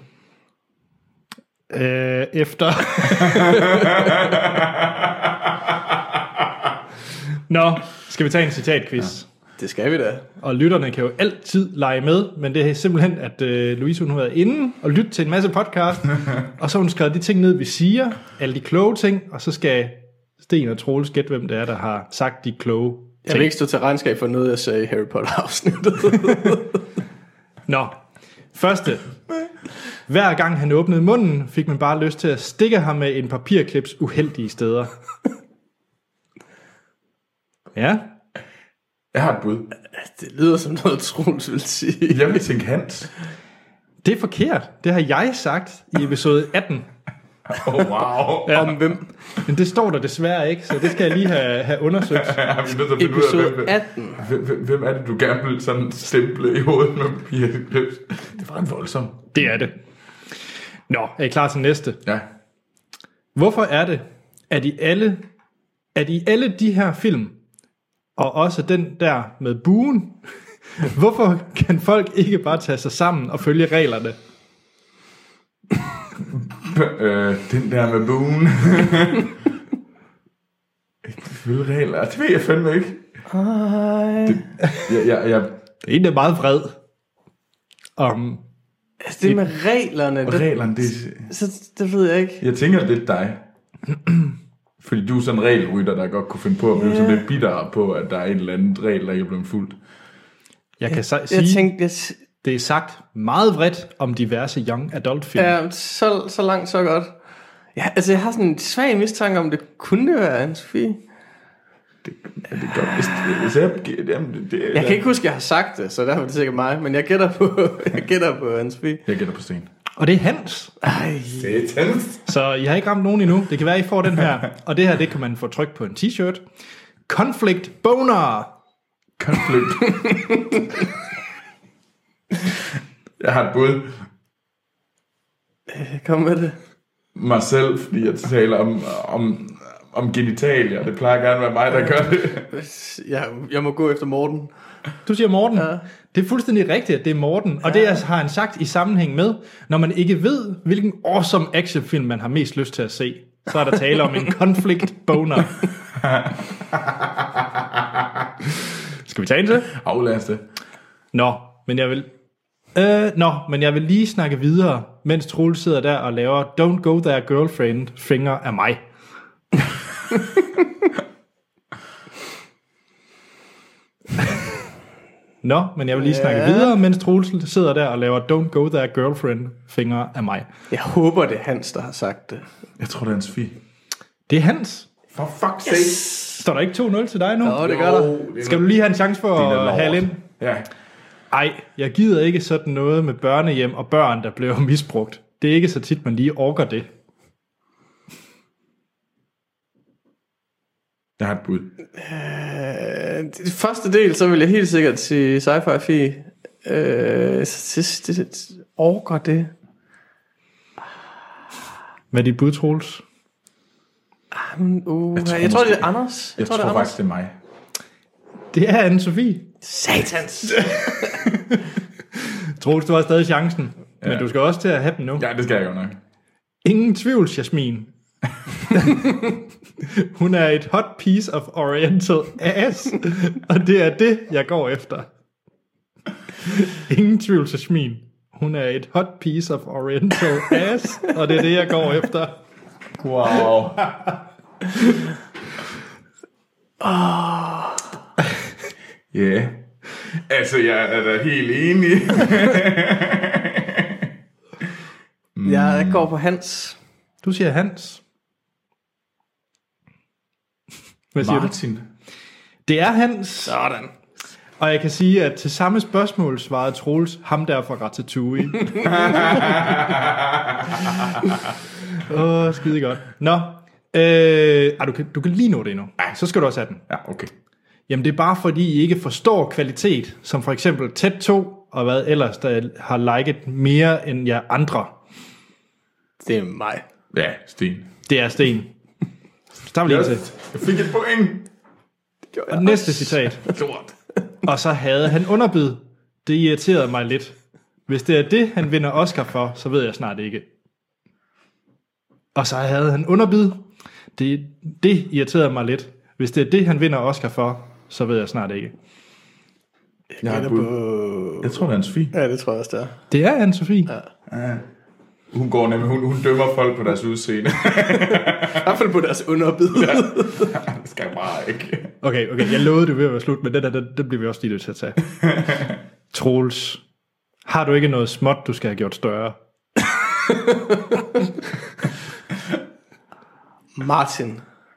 Øh, efter. Nå, skal vi tage en citatquiz? Ja. Det skal vi da. Og lytterne kan jo altid lege med, men det er simpelthen, at øh, Louise hun har været inde og lyttet til en masse podcast, og så har hun skrevet de ting ned, vi siger, alle de kloge ting, og så skal Sten og Troels gætte, hvem det er, der har sagt de kloge Jeg ting. vil ikke stå til regnskab for noget, jeg sagde i Harry Potter-afsnittet. Nå, første. Hver gang han åbnede munden, fik man bare lyst til at stikke ham med en papirklips uheldige steder. Ja. Jeg har et bud. Det lyder som noget, Troels vil sige. Jeg vil tænke Hans. Det er forkert. Det har jeg sagt i episode atten. Oh, wow. Ja. Om hvem? Men det står der desværre ikke, så det skal jeg lige have, have undersøgt. Ja, vi er nødt til at finde ud af, Episode hvem, atten. hvem, hvem, hvem er det, du gerne vil sådan stemple i hovedet med papirklips? Det var en voldsom. Det er det. Nå, er I klar til næste? Ja. Hvorfor er det, at i alle, at i alle de her film, og også den der med buen, hvorfor kan folk ikke bare tage sig sammen og følge reglerne? Øh, den der med buen. Ikke følge regler. Det ved jeg fandme ikke. Det, jeg, jeg, jeg, Det er en, der er meget vred om... Altså det med reglerne, det, reglerne, det, så, det ved jeg ikke. jeg tænker, det er lidt dig. Fordi du er sådan en regelrytter, der godt kunne finde på at blive Ja. sådan lidt bitter på, at der er en eller anden regel, der ikke er blevet fulgt. Jeg kan så Jeg sige, tænkte, jeg, det er sagt meget vredt om diverse young adult film. ja, så, så langt, så godt. Ja, altså jeg har sådan en svag mistanke om, det kunne det være Anne-Sophie. Det, er det godt? Hvis, hvis jeg, jamen, det, det, Jeg kan ikke huske, at jeg har sagt det, så derfor er det sikkert mig. Men jeg gætter på, jeg gætter på Anne-Sophie. Jeg gætter på Sten. Og det er Hans. Ej. Satans. Så I har ikke ramt nogen endnu. Det kan være, I får den her. Og det her, det kan man få trykt på en t-shirt. Conflict Boner. Konflikt. Jeg har et bud. Kom med det. Mig selv, fordi jeg taler om, om, om genitalier. Det plejer gerne at være mig, der gør det. Jeg, jeg må gå efter Morten. Du siger Morten. Ja. Det er fuldstændig rigtigt, at det er Morten. Og det har han sagt i sammenhæng med, når man ikke ved, hvilken awesome actionfilm man har mest lyst til at se, så er der tale om en conflict boner. Skal vi tage en til? Aflast det. Nå, men jeg vil... Øh, nå, men jeg vil lige snakke videre, mens Troels sidder der og laver Don't Go There Girlfriend, finger af mig. Nå, men jeg vil lige snakke Ja. videre, mens Troels sidder der og laver Don't Go There Girlfriend, finger af mig. Jeg håber, det er Hans, der har sagt det. Jeg tror, det er en Sofie. Det er Hans. For fuck's sake. Står der ikke to nul til dig nu? Nå, det gør der. Skal du lige have en chance for Det er at lort. have ind? Ja. Ej, jeg gider ikke sådan noget med børnehjem og børn, der bliver misbrugt. Det er ikke så tit, man lige orker det. Jeg har et bud. Øh, det første del, så vil jeg helt sikkert sige Sci-Fi Fi. Øh, så- det, det, orker det. Hvad er dit bud, Troels? Uh, Jeg jeg, tror jeg tror, det måske- er Anders. Jeg tror, det er tror Anders. faktisk, det er mig. Det er Anne-Sophie. Satans. Troels, du har stadig chancen. Ja. Men Ja. du skal også til at have den nu. Ja, det skal jeg jo nok. Ingen tvivl, Jasmin. Hun er et hot piece of oriental ass. Og det er det, jeg går efter. Ingen tvivl, Jasmin. Hun er et hot piece of oriental ass. Og det er det, jeg går efter. Wow. Ja. Yeah. Altså, jeg er da helt enig. Jeg går på Hans. Du siger Hans. Hvad siger Martin. du? Det er Hans. Sådan. Og jeg kan sige, at til samme spørgsmål svarede Troels, ham der fra Ratatouille. Åh, oh, skide godt. Nå, øh, ah, du, kan, du kan lige nå det endnu. Ej, så skal du også have den. Ja, okay. Jamen, det er bare fordi, I ikke forstår kvalitet, som for eksempel Tæt to, og hvad ellers, der har liket mere end jer andre. Det er mig. Ja, Sten. Det er Sten. Så tager vi lige til. Jeg fik et point. Og næste citat. Lort. Og så havde han underbid. Det irriterede mig lidt. Hvis det er det, han vinder Oscar for, så ved jeg snart ikke. Og så havde han underbid. Det, det irriterede mig lidt. Hvis det er det, han vinder Oscar for, så ved jeg snart ikke. Jeg, har på... jeg tror, det er Anne-Sophie. Ja, det tror jeg også, det er. Det er Anne-Sophie. Ja. Ja. Hun går nemlig, hun, hun dømmer folk på deres udseende. I hvert fald på deres underbid. Ja. Det skal jeg bare ikke. Okay, okay, jeg lovede, det ved at være slut, men den, der, den, den bliver vi også lige nødt til at tage. Troels, har du ikke noget småt, du skal have gjort større? Martin.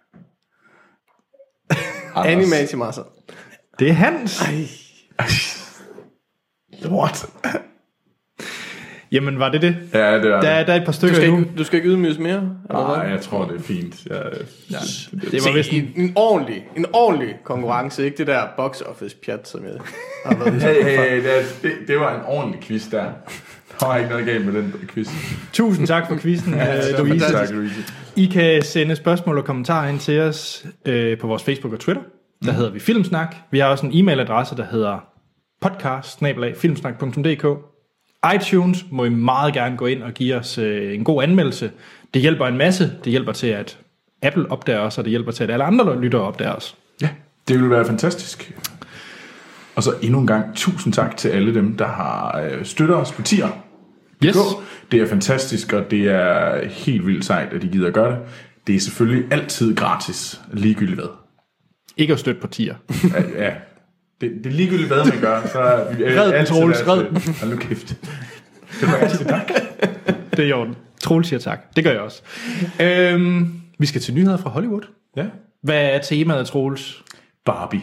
Animatimaster. Det er Hans. Ej. What? Jamen, var det det? Ja, det er der, der er et par Du stykker skal, endnu. ikke, du skal ikke ydmyges mere? Nej, jeg tror, det er fint. Jeg, Ja, det, det var vist en, en, ordentlig, en ordentlig konkurrence, ikke det der box office pjat, som jeg har været hey, hey, det, det, det var en ordentlig quiz der. Der var ikke noget galt med den quiz. Tusind tak for quizzen, Ja, Louise. tak, Louise. I kan sende spørgsmål og kommentarer ind til os øh, på vores Facebook og Twitter. Der mm. hedder vi Filmsnak. Vi har også en e-mailadresse, der hedder podcast bindestreg filmsnak punktum d k. iTunes må I meget gerne gå ind og give os øh, en god anmeldelse. Det hjælper en masse. Det hjælper til, at Apple opdager os, og det hjælper til, at alle andre lyttere opdager os. Ja, det vil være fantastisk. Og så endnu en gang tusind tak til alle dem, der har øh, støttet os på tier. Yes. Det er fantastisk, og det er helt vildt sejt, at de gider at gøre det. Det er selvfølgelig altid gratis, ligegyldigt hvad. Ikke at støtte på tier. Ja, ja. Det, det er ligegyldigt hvad man gør, så er vi Red den, Troels, red den. Hold nu kæft. Det var altid tak. Det er i orden. Troels siger tak. Det gør jeg også. Øhm, vi skal til nyheder fra Hollywood. Ja. Hvad er temaet, Troels? Barbie.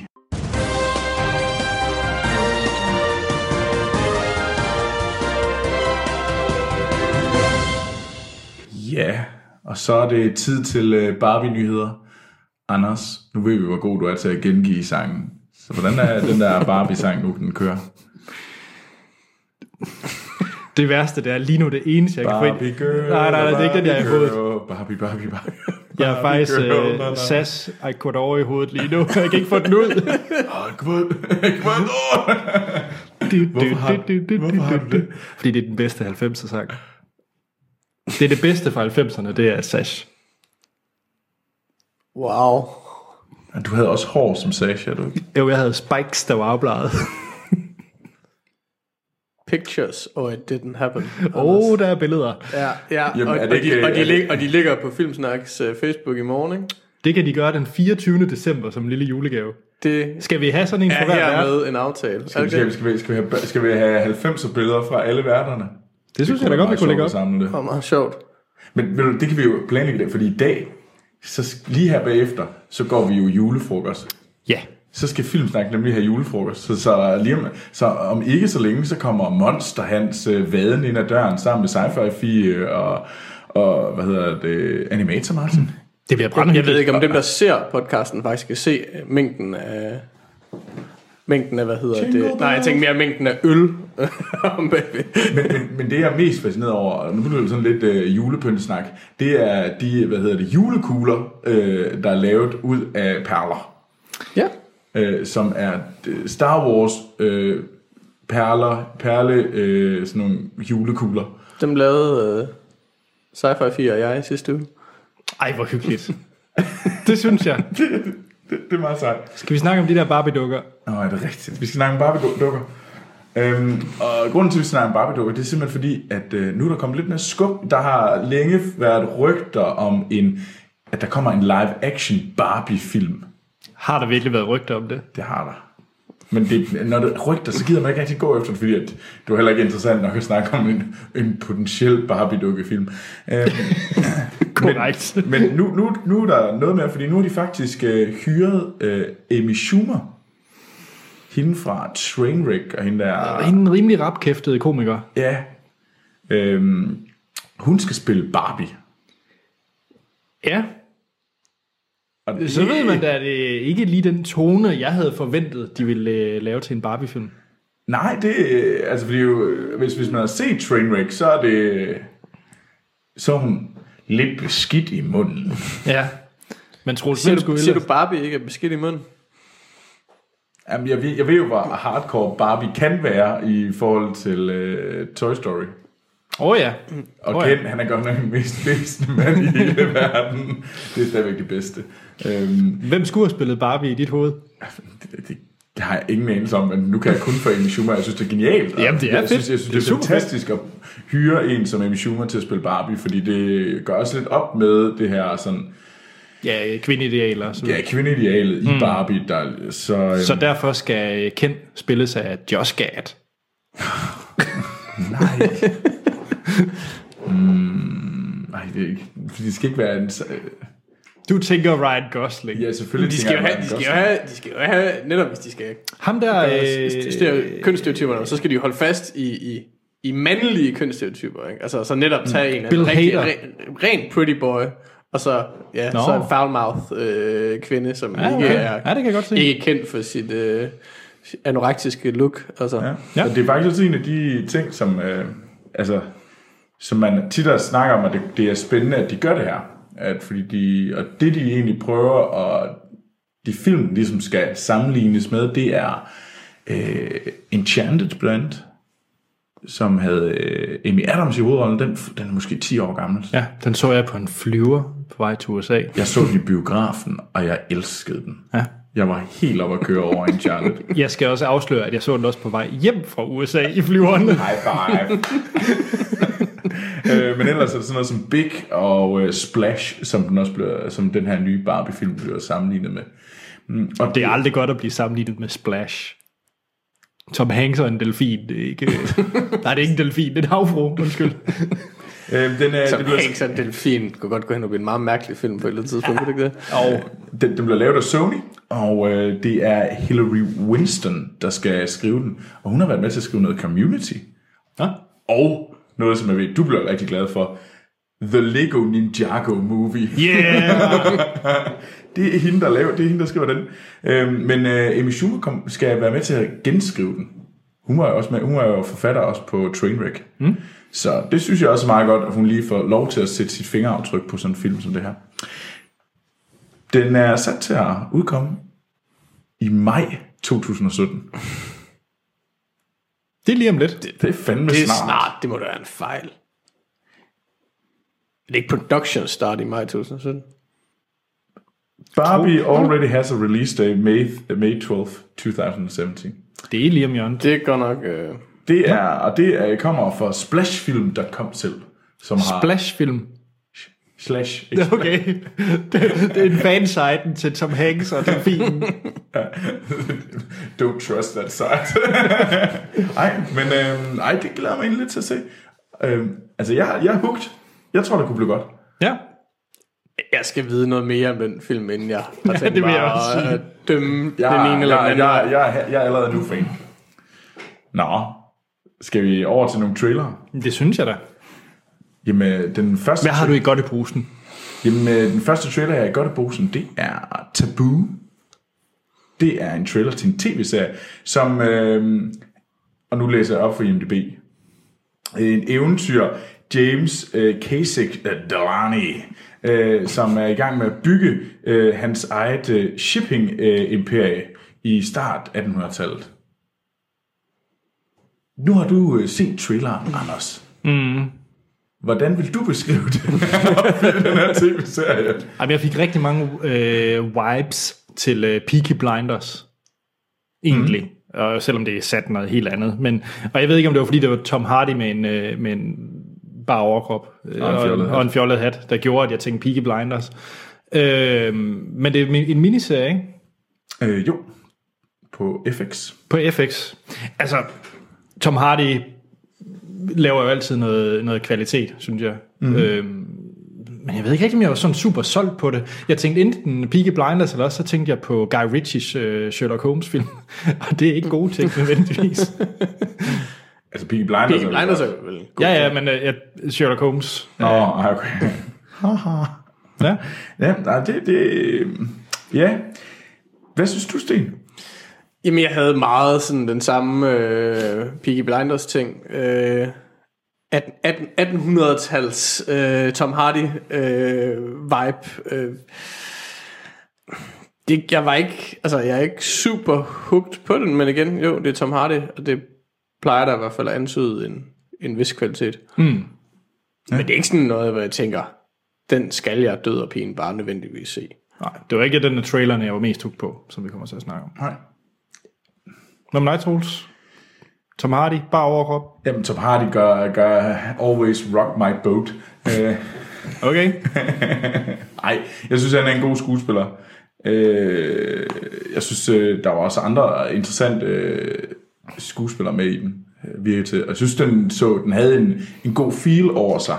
Ja, og så er det tid til Barbie-nyheder. Anders, nu ved vi, hvor god du er til at gengive sangen. Så hvordan er den der Barbie-sang nu, den kører? Det værste, det er lige nu det eneste, jeg kan få ind. Barbie girl, Nej, nej, nej, det er ikke den, jeg har i hovedet. Barbie, Barbie, Barbie. Jeg er faktisk uh, sas I could over i hovedet lige nu. Jeg kan ikke få den ud. Hvorfor har, hvorfor har du det? Fordi det er den bedste halvfemser sang. Det er det bedste fra halvfemserne, det er Sash. Wow. Du havde også hår som Sasha, du ikke? Jo, jeg havde spikes, der var afbladet. Pictures, or it didn't happen. Åh, oh, der er billeder. Ja, ja. Jamen, og, er og, det ikke- de, og, er de det- lig, og de ligger på Filmsnaks uh, Facebook i morgen, ikke? Det kan de gøre den fireogtyvende december som en lille julegave. Det Skal vi have sådan en for er hver vært? hermed en aftale. Skal vi, skal, vi, skal, vi, skal, vi have, skal vi have halvfems billeder fra alle værterne? Det synes jeg da godt, vi kunne lægge op. Samle det. Det var meget sjovt. Men ved du, det kan vi jo planlægge det, fordi i dag, så sk- lige her bagefter, så går vi jo julefrokost. Ja. Så skal Filmsnak nemlig have julefrokost. Så, så, lige om, så om ikke så længe, så kommer Monster Hans øh, vaden ind ad døren sammen med Sci-Fi Fie og, og hvad hedder det, Animator Martin. Det bliver Jeg brændende. ved ikke, om dem, der ser podcasten, faktisk kan se mængden af... Mængden af, hvad hedder Jingle det? Nej, jeg tænker mere mængden af øl om bagved. Men, men, men det, jeg er mest fascineret over, og nu bliver det sådan lidt øh, julepyntesnak, det er de, hvad hedder det, julekugler, øh, der er lavet ud af perler. Ja. Øh, som er øh, Star Wars øh, perler, perle, øh, sådan nogle julekugler. Dem lavede uh, Sci-Fi fire og jeg i sidste uge. Ej, hvor hyggeligt. Det synes jeg. det, det, det er meget sejt. Skal vi snakke om de der Barbie-dukker? Nå, er det rigtigt? Vi skal snakke om Barbie-dukker. Øhm, og grunden til, at vi snakker om Barbie-dukker, det er simpelthen fordi, at øh, nu er der kommet lidt mere skub. Der har længe været rygter om, en, at der kommer en live-action Barbie-film. Har der virkelig været rygter om det? Det har der. Men det, når det rygter, så gider man ikke rigtig gå efter det, fordi at du er heller ikke interessant nok at snakke om en, en potentiel Barbie-dukkefilm. Øhm, Korrekt. Men, men nu, nu, nu er der noget mere, fordi nu har de faktisk øh, hyret øh, Amy Schumer, hende fra Trainwreck, og hende der... Ja, en rimelig rapkæftet komiker. Ja. Øhm, hun skal spille Barbie. Ja. Og det, Så ved man da, at det ikke lige den tone, jeg havde forventet, de ville øh, lave til en Barbie-film. Nej, det altså fordi jo, hvis, hvis man har set Trainwreck, så er det så er hun lidt beskidt i munden. Ja. Men Troels, Siger hvem du, skulle siger du ellers- Barbie ikke er beskidt i munden? Jamen, jeg ved, jeg ved jo, hvor hardcore Barbie kan være i forhold til uh, Toy Story. Åh oh, ja. Og Oh, Ken, ja. han er godt nok den mest bedste mand i hele verden. Det er stadigvæk det bedste. Øhm, Hvem skulle have spillet Barbie i dit hoved? det, det, det har jeg ingen anelse om, men nu kan jeg kun få Amy Schumer. Jeg synes, det er genialt. Jamen, det er jeg synes, fedt. Jeg synes, Det er det er, super fantastisk at hyre en som Amy Schumer til at spille Barbie, fordi det gør også lidt op med det her sådan, Ja, kvindeidealer og så videre. ja, kvindeidealet mm. i Barbie. Der, så, øhm, Så derfor skal Ken spilles af Josh Gad. nej. mm, nej, det er ikke. Fordi det skal ikke være en... øh, Du tænker Ryan Gosling. Ja, selvfølgelig. De skal, jo tænker jeg, have, de, man skal jo godt- have, de skal jo have, netop hvis de skal Ham der... øh, kønsstereotyperne, så skal de jo holde fast i, i, i mandlige kønsstereotyper, ikke? Altså så netop tage en af Bill en rigtig, Hader. ren, ren pretty boy, og så, ja, Nå. så en foul-mouth øh, kvinde, som Ja, ikke okay. er Ja, det kan jeg godt se. ikke er kendt for sit øh, anorektiske look. Altså. Ja. Ja. Ja. Og det er faktisk også en af de ting, som, øh, altså, som man tit har snakker om, at det, det er spændende, at de gør det her. At fordi de, og det de egentlig prøver, og de film ligesom skal sammenlignes med, det er øh, Enchanted blandt, som havde øh, Amy Adams i hovedrollen. Den, den er måske ti år gammel. Ja, den så jeg på en flyver på vej til U S A. Jeg så den i biografen, og jeg elskede den. Ja. Jeg var helt oppe at køre over Enchanted. Jeg skal også afsløre, at jeg så den også på vej hjem fra U S A i flyveren. High five. øh, men ellers er det sådan noget som Big og øh, Splash, som den også bliver, som den her nye Barbie-film bliver sammenlignet med. Mm, og Det er aldrig godt at blive sammenlignet med Splash. Tom Hanks og en delfin, det er ikke... Nej, det er ikke en delfin, det er en havfru, undskyld. øh, den, er, Så det bliver, Hanks og en delfin kunne godt gå hen og blive en meget mærkelig film på et eller andet tidspunkt, kunne det ikke det? og den, den bliver lavet af Sony, og øh, det er Hillary Winston, der skal skrive den. Og hun har været med til at skrive noget Community. Ja? Og noget, som jeg ved, du bliver rigtig glad for. The Lego Ninjago Movie. Yeah! Det er hende, der laver, det er hende, der skriver den. Øhm, men øh, Amy Schumer kom, skal være med til at genskrive den. Hun var jo også med, hun var jo forfatter også på Trainwreck. Mm. Så det synes jeg også er meget godt, at hun lige får lov til at sætte sit fingeraftryk på sådan en film som det her. Den er sat til at udkomme i maj to tusind og sytten. Det er lige om lidt. Det er fandme Det er snart. snart, det må da være en fejl. Det er ikke production start i maj to tusind og sytten. Barbie already has a release day, May, May twelfth, two thousand seventeen. Det er lige om hjørnet. Det er godt nok... Øh... Det er, og det er, kommer fra splashfilm punktum com selv, som har... Splash-film. Slash. Okay. Det, det er en fansite til Tom Hanks og delfinen. Don't trust that site. Ej, men øhm, ej, det glæder mig egentlig lidt til at se. Øhm, altså, jeg, jeg er hooked. Jeg tror, det kunne blive godt. Ja. Jeg skal vide noget mere om den film, inden jeg har Ja, tænkt det vil mig jeg også at sige. øh, dømme Jeg, den ene eller den jeg, anden. jeg, jeg, jeg, jeg er allerede nu fan. Nå, skal vi over til nogle trailere? Det synes jeg da. Jamen, den første... Hvad har du i godt i posen? Jamen, den første trailer, jeg har godt i posen, det er Taboo. Det er en trailer til en tv-serie, som, øh, og nu læser jeg op for I M D B, en eventyr, James øh, Kasich øh, Delaney, øh, som er i gang med at bygge øh, hans eget øh, shipping-imperie i start attenhundredetallet. Nu har du øh, set traileren, Anders. Mm. Hvordan vil du beskrive det? Den her tv-serie. Jamen, jeg fik rigtig mange øh, vibes til øh, Peaky Blinders. Egentlig. Mm. Og selvom det er sat noget helt andet. Men, og jeg ved ikke, om det var, fordi det var Tom Hardy med en, øh, med en bare overkrop. Øh, Og en fjollet hat. og en fjollet hat, der gjorde, at jeg tænkte Peaky Blinders. Øh, men det er en miniserie, ikke? Øh, jo. på F X. På F X. Altså, Tom Hardy laver jo altid noget, noget kvalitet, synes jeg. Mm-hmm. Øhm, men jeg ved ikke rigtig, om jeg var sådan super solgt på det. Jeg tænkte enten Peaky Blinders, eller også så tænkte jeg på Guy Ritchies uh, Sherlock Holmes-film. Og det er ikke gode ting, nødvendigvis. Altså Peaky Blinders, Peaky Blinders er vel god. Ja, ja, men uh, Sherlock Holmes. Nå, oh, okay. Ja, ja, nej, det, det... Ja. Hvad synes du, Sten? Jamen, jeg havde meget sådan den samme øh, Peaky Blinders ting. Øh, atten hundrede-tals øh, Tom Hardy øh, vibe. Øh. Det, jeg var ikke, altså jeg er ikke super hooked på den, men igen, jo, det er Tom Hardy, og det plejer der i hvert fald at antyde en, en vis kvalitet. Mm. Ja. Men det er ikke sådan noget, hvor jeg tænker, den skal jeg død og pine bare nødvendigvis se. Nej, det var ikke den af trailerne, jeg var mest hooked på, som vi kommer til at snakke om. Nej. Hvad med dig, Troels? Tom Hardy, bare overkrop? Jamen, Tom Hardy gør, gør always rock my boat. Okay. Nej, jeg synes, han er en god skuespiller. Jeg synes, der var også andre interessante skuespillere med i den. Virkelig til. Jeg synes, den, så, den havde en, en god feel over sig.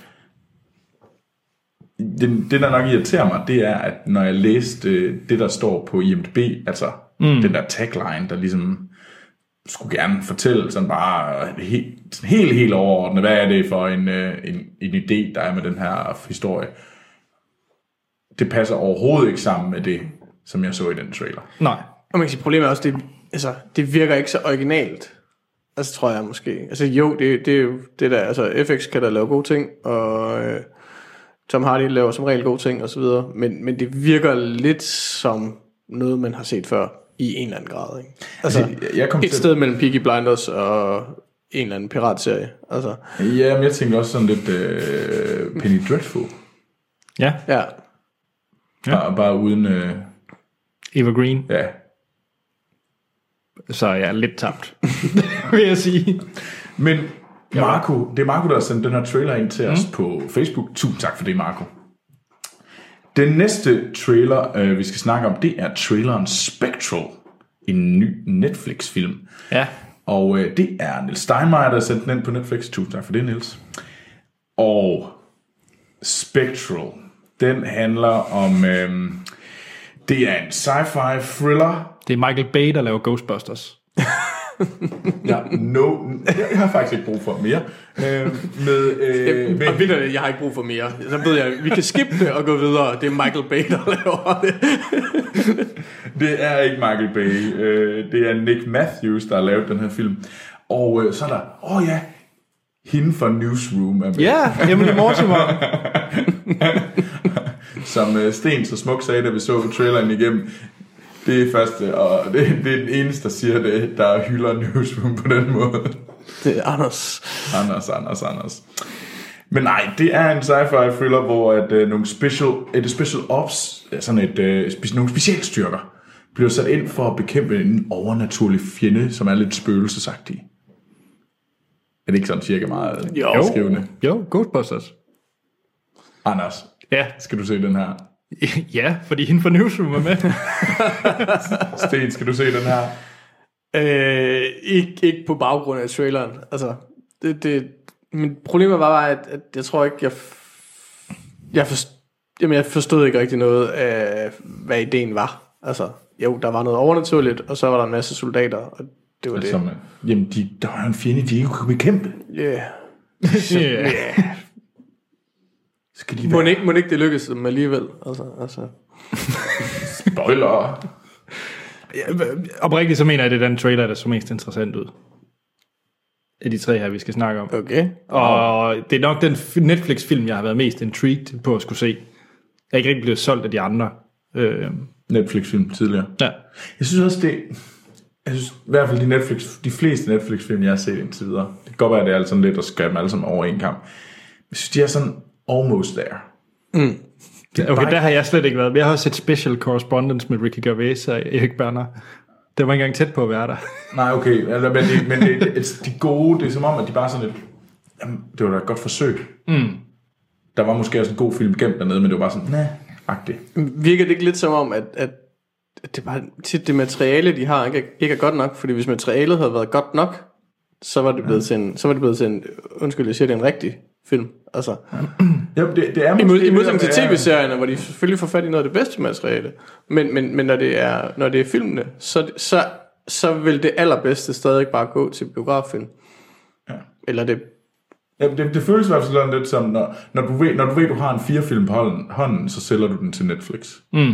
Det, det, der nok irriterer mig, det er, at når jeg læste det, der står på I M D B, altså mm. den der tagline, der ligesom skulle gerne fortælle sådan bare helt, sådan helt, helt overordnet, hvad er det for en, en, en idé, der er med den her historie. Det passer overhovedet ikke sammen med det, som jeg så i den trailer. Nej. Og man kan sige, problemet er også, det, altså, det virker ikke så originalt. Altså, tror jeg måske. Altså, jo, det, det er jo det der, altså, F X kan da lave gode ting, og øh, Tom Hardy laver som regel gode ting, og så videre. Men, men det virker lidt som noget, man har set før, i en eller anden grad, ikke? Altså, jeg, jeg kom et til sted mellem Peaky Blinders og en eller anden piratserie. Altså. Ja, men jeg tænkte også sådan lidt øh, Penny Dreadful. Ja. Ja. Bare, bare uden... Øh, Eva Green. Ja. Så jeg er lidt tabt, vil jeg sige. Men Marco, det er Marco, der har sendt den her trailer ind til mm. os på Facebook. Tusind tak for det, Marco. Den næste trailer, øh, vi skal snakke om, det er traileren Spectral. En ny Netflix-film. Ja. Og øh, det er Niels Steinmeier, der har sendt den ind på Netflix. Tusind tak for det, Niels. Og Spectral, den handler om... Øh, det er en sci-fi thriller. Det er Michael Bay, der laver Ghostbusters. Ja, no, jeg har faktisk ikke brug for mere. Øh, med, øh, med, og ved du, jeg har ikke brug for mere. Så ved jeg, vi kan skippe det og gå videre. Det er Michael Bay, der laver det. Det er ikke Michael Bay. Øh, det er Nick Matthews, der har lavet den her film. Og øh, så er der, åh oh ja, hende fra Newsroom. Ja, Emily Mortimer. Som øh, Sten så smukt sagde, da vi så traileren igennem. Det er første, og det, det er den eneste, der siger det, der hylder Newsroom på den måde. Det er Anders. Anders, Anders, Anders. Men nej, det er en sci-fi thriller, hvor at, uh, nogle special, et special ops, sådan et, uh, spe, nogle specialstyrker, bliver sat ind for at bekæmpe en overnaturlig fjende, som er lidt spøgelsesagtig. Er det ikke sådan cirka meget jo. Skrivende? Jo, Ghostbusters. Anders, ja. Skal du se den her? Ja, fordi hende fra Newsroom er med. Sten, skal du se den her? Øh, ikke, ikke på baggrund af traileren. Altså, det, det, min problemet var bare, at, at jeg tror ikke, jeg, jeg, forstod, jamen, jeg forstod ikke rigtig noget af, hvad ideen var. Altså, jo, der var noget overnaturligt, og så var der en masse soldater, og det var altså, det. Man, jamen, de, der var en fjende, de ikke kunne bekæmpe. Ja. Yeah. Yeah. Skal de må, ikke, må ikke det lykkes dem alligevel? Altså, altså. Spoiler. Ja, oprigtigt så mener jeg, at det er den trailer, der så mest interessant ud. Af de tre her, vi skal snakke om. Okay. Og det er nok den Netflix-film, jeg har været mest intrigued på at skulle se. Jeg er ikke rigtig blevet solgt af de andre. Øh. Netflix-film tidligere. Ja. Jeg synes også, det... Jeg synes i hvert fald de, Netflix, de fleste Netflix-film, jeg har set indtil videre. Det kan godt være, at det er sådan lidt at skære dem alle sammen over en kamp. Jeg synes, de er sådan almost there. Mm. Okay, der har jeg slet ikke været. Jeg har også set Special Correspondence med Ricky Gervais og Erik Berner. Det var ikke engang tæt på at være der. Nej, okay. Men, det, men det, det, de gode, det er som om, at de bare sådan lidt... Jamen, det var da et godt forsøg. Mm. Der var måske også en god film gemt dernede, men det var bare sådan, næh, agtigt. Virker det ikke lidt som om, at, at det er bare tit det materiale, de har, ikke, ikke er godt nok. Fordi hvis materialet havde været godt nok, så var det blevet, ja. til, en, så var det blevet til en, undskyld, jeg siger, det er en rigtig film. Altså, ja, det, det er I, mod, i modsætning til tv-serierne, hvor de selvfølgelig får fat i noget af det bedste materiale. Men, men, men når, det er, når det er filmene, så, så, så vil det allerbedste stadig bare gå til biograffilm. Ja. Eller det... Ja, det, det føles i hvert fald lidt som, når, når, du ved, når du ved, du har en fire film på hånden, hånden, så sælger du den til Netflix. Mm.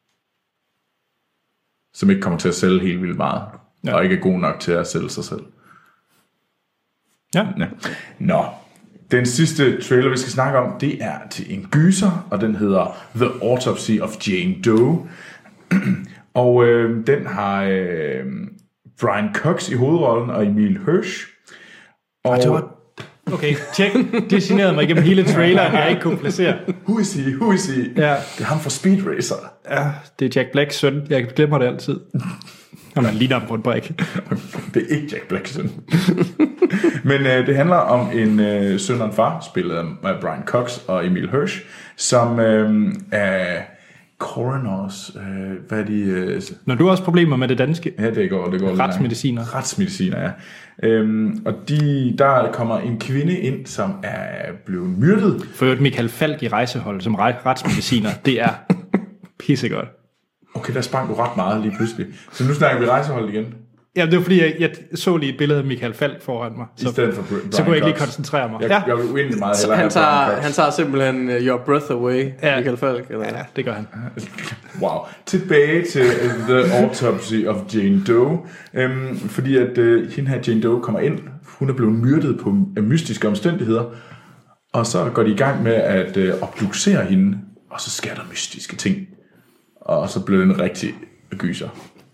Som ikke kommer til at sælge helt vildt meget. Ja. Og ikke er god nok til at sælge sig selv. Ja. ja. Nå, den sidste trailer, vi skal snakke om, det er til en gyser, og den hedder The Autopsy of Jane Doe. og øh, den har øh, Brian Cox i hovedrollen, og Emil Hirsch. Og... og det var... Okay, tjek. Det generede mig igennem hele traileren, jeg ikke kunne placere. Who is he? Who is he? Ja. Det er ham fra Speed Racer. Ja, det er Jack Blacks søn. Jeg glemmer det altid. Han er lige på en brik. Det er ikke Jack Blacks søn. Men øh, det handler om en øh, søn og en far, spillet af Brian Cox og Emil Hirsch, som øh, er coroners, øh, hvad er de... Øh, Når du har også problemer med det danske. Ja, det går, det går. Retsmediciner. Retsmediciner, ja. Øhm, og de, der kommer en kvinde ind, som er blevet myrdet. For øvrigt Michael Falk i Rejsehold som retsmediciner, det er pissegodt. Okay, der sprang du ret meget lige pludselig. Så nu snakker vi Rejsehold igen. Ja, det var fordi, jeg, jeg så lige et billede af Michael Falk foran mig. Så, I stedet for Brian så kunne jeg ikke lige koncentrere mig. Jeg, ja. jeg vil uendelig meget hellere han tager, han tager simpelthen uh, Your Breath Away, ja. Michael Falk. Eller? Ja, det gør han. Wow. Tilbage til uh, The Autopsy of Jane Doe. Um, fordi at uh, hende her Jane Doe kommer ind. Hun er blevet myrdet på uh, mystiske omstændigheder. Og så går de i gang med at uh, obducere hende. Og så sker der mystiske ting. Og så blev det en rigtig gyser.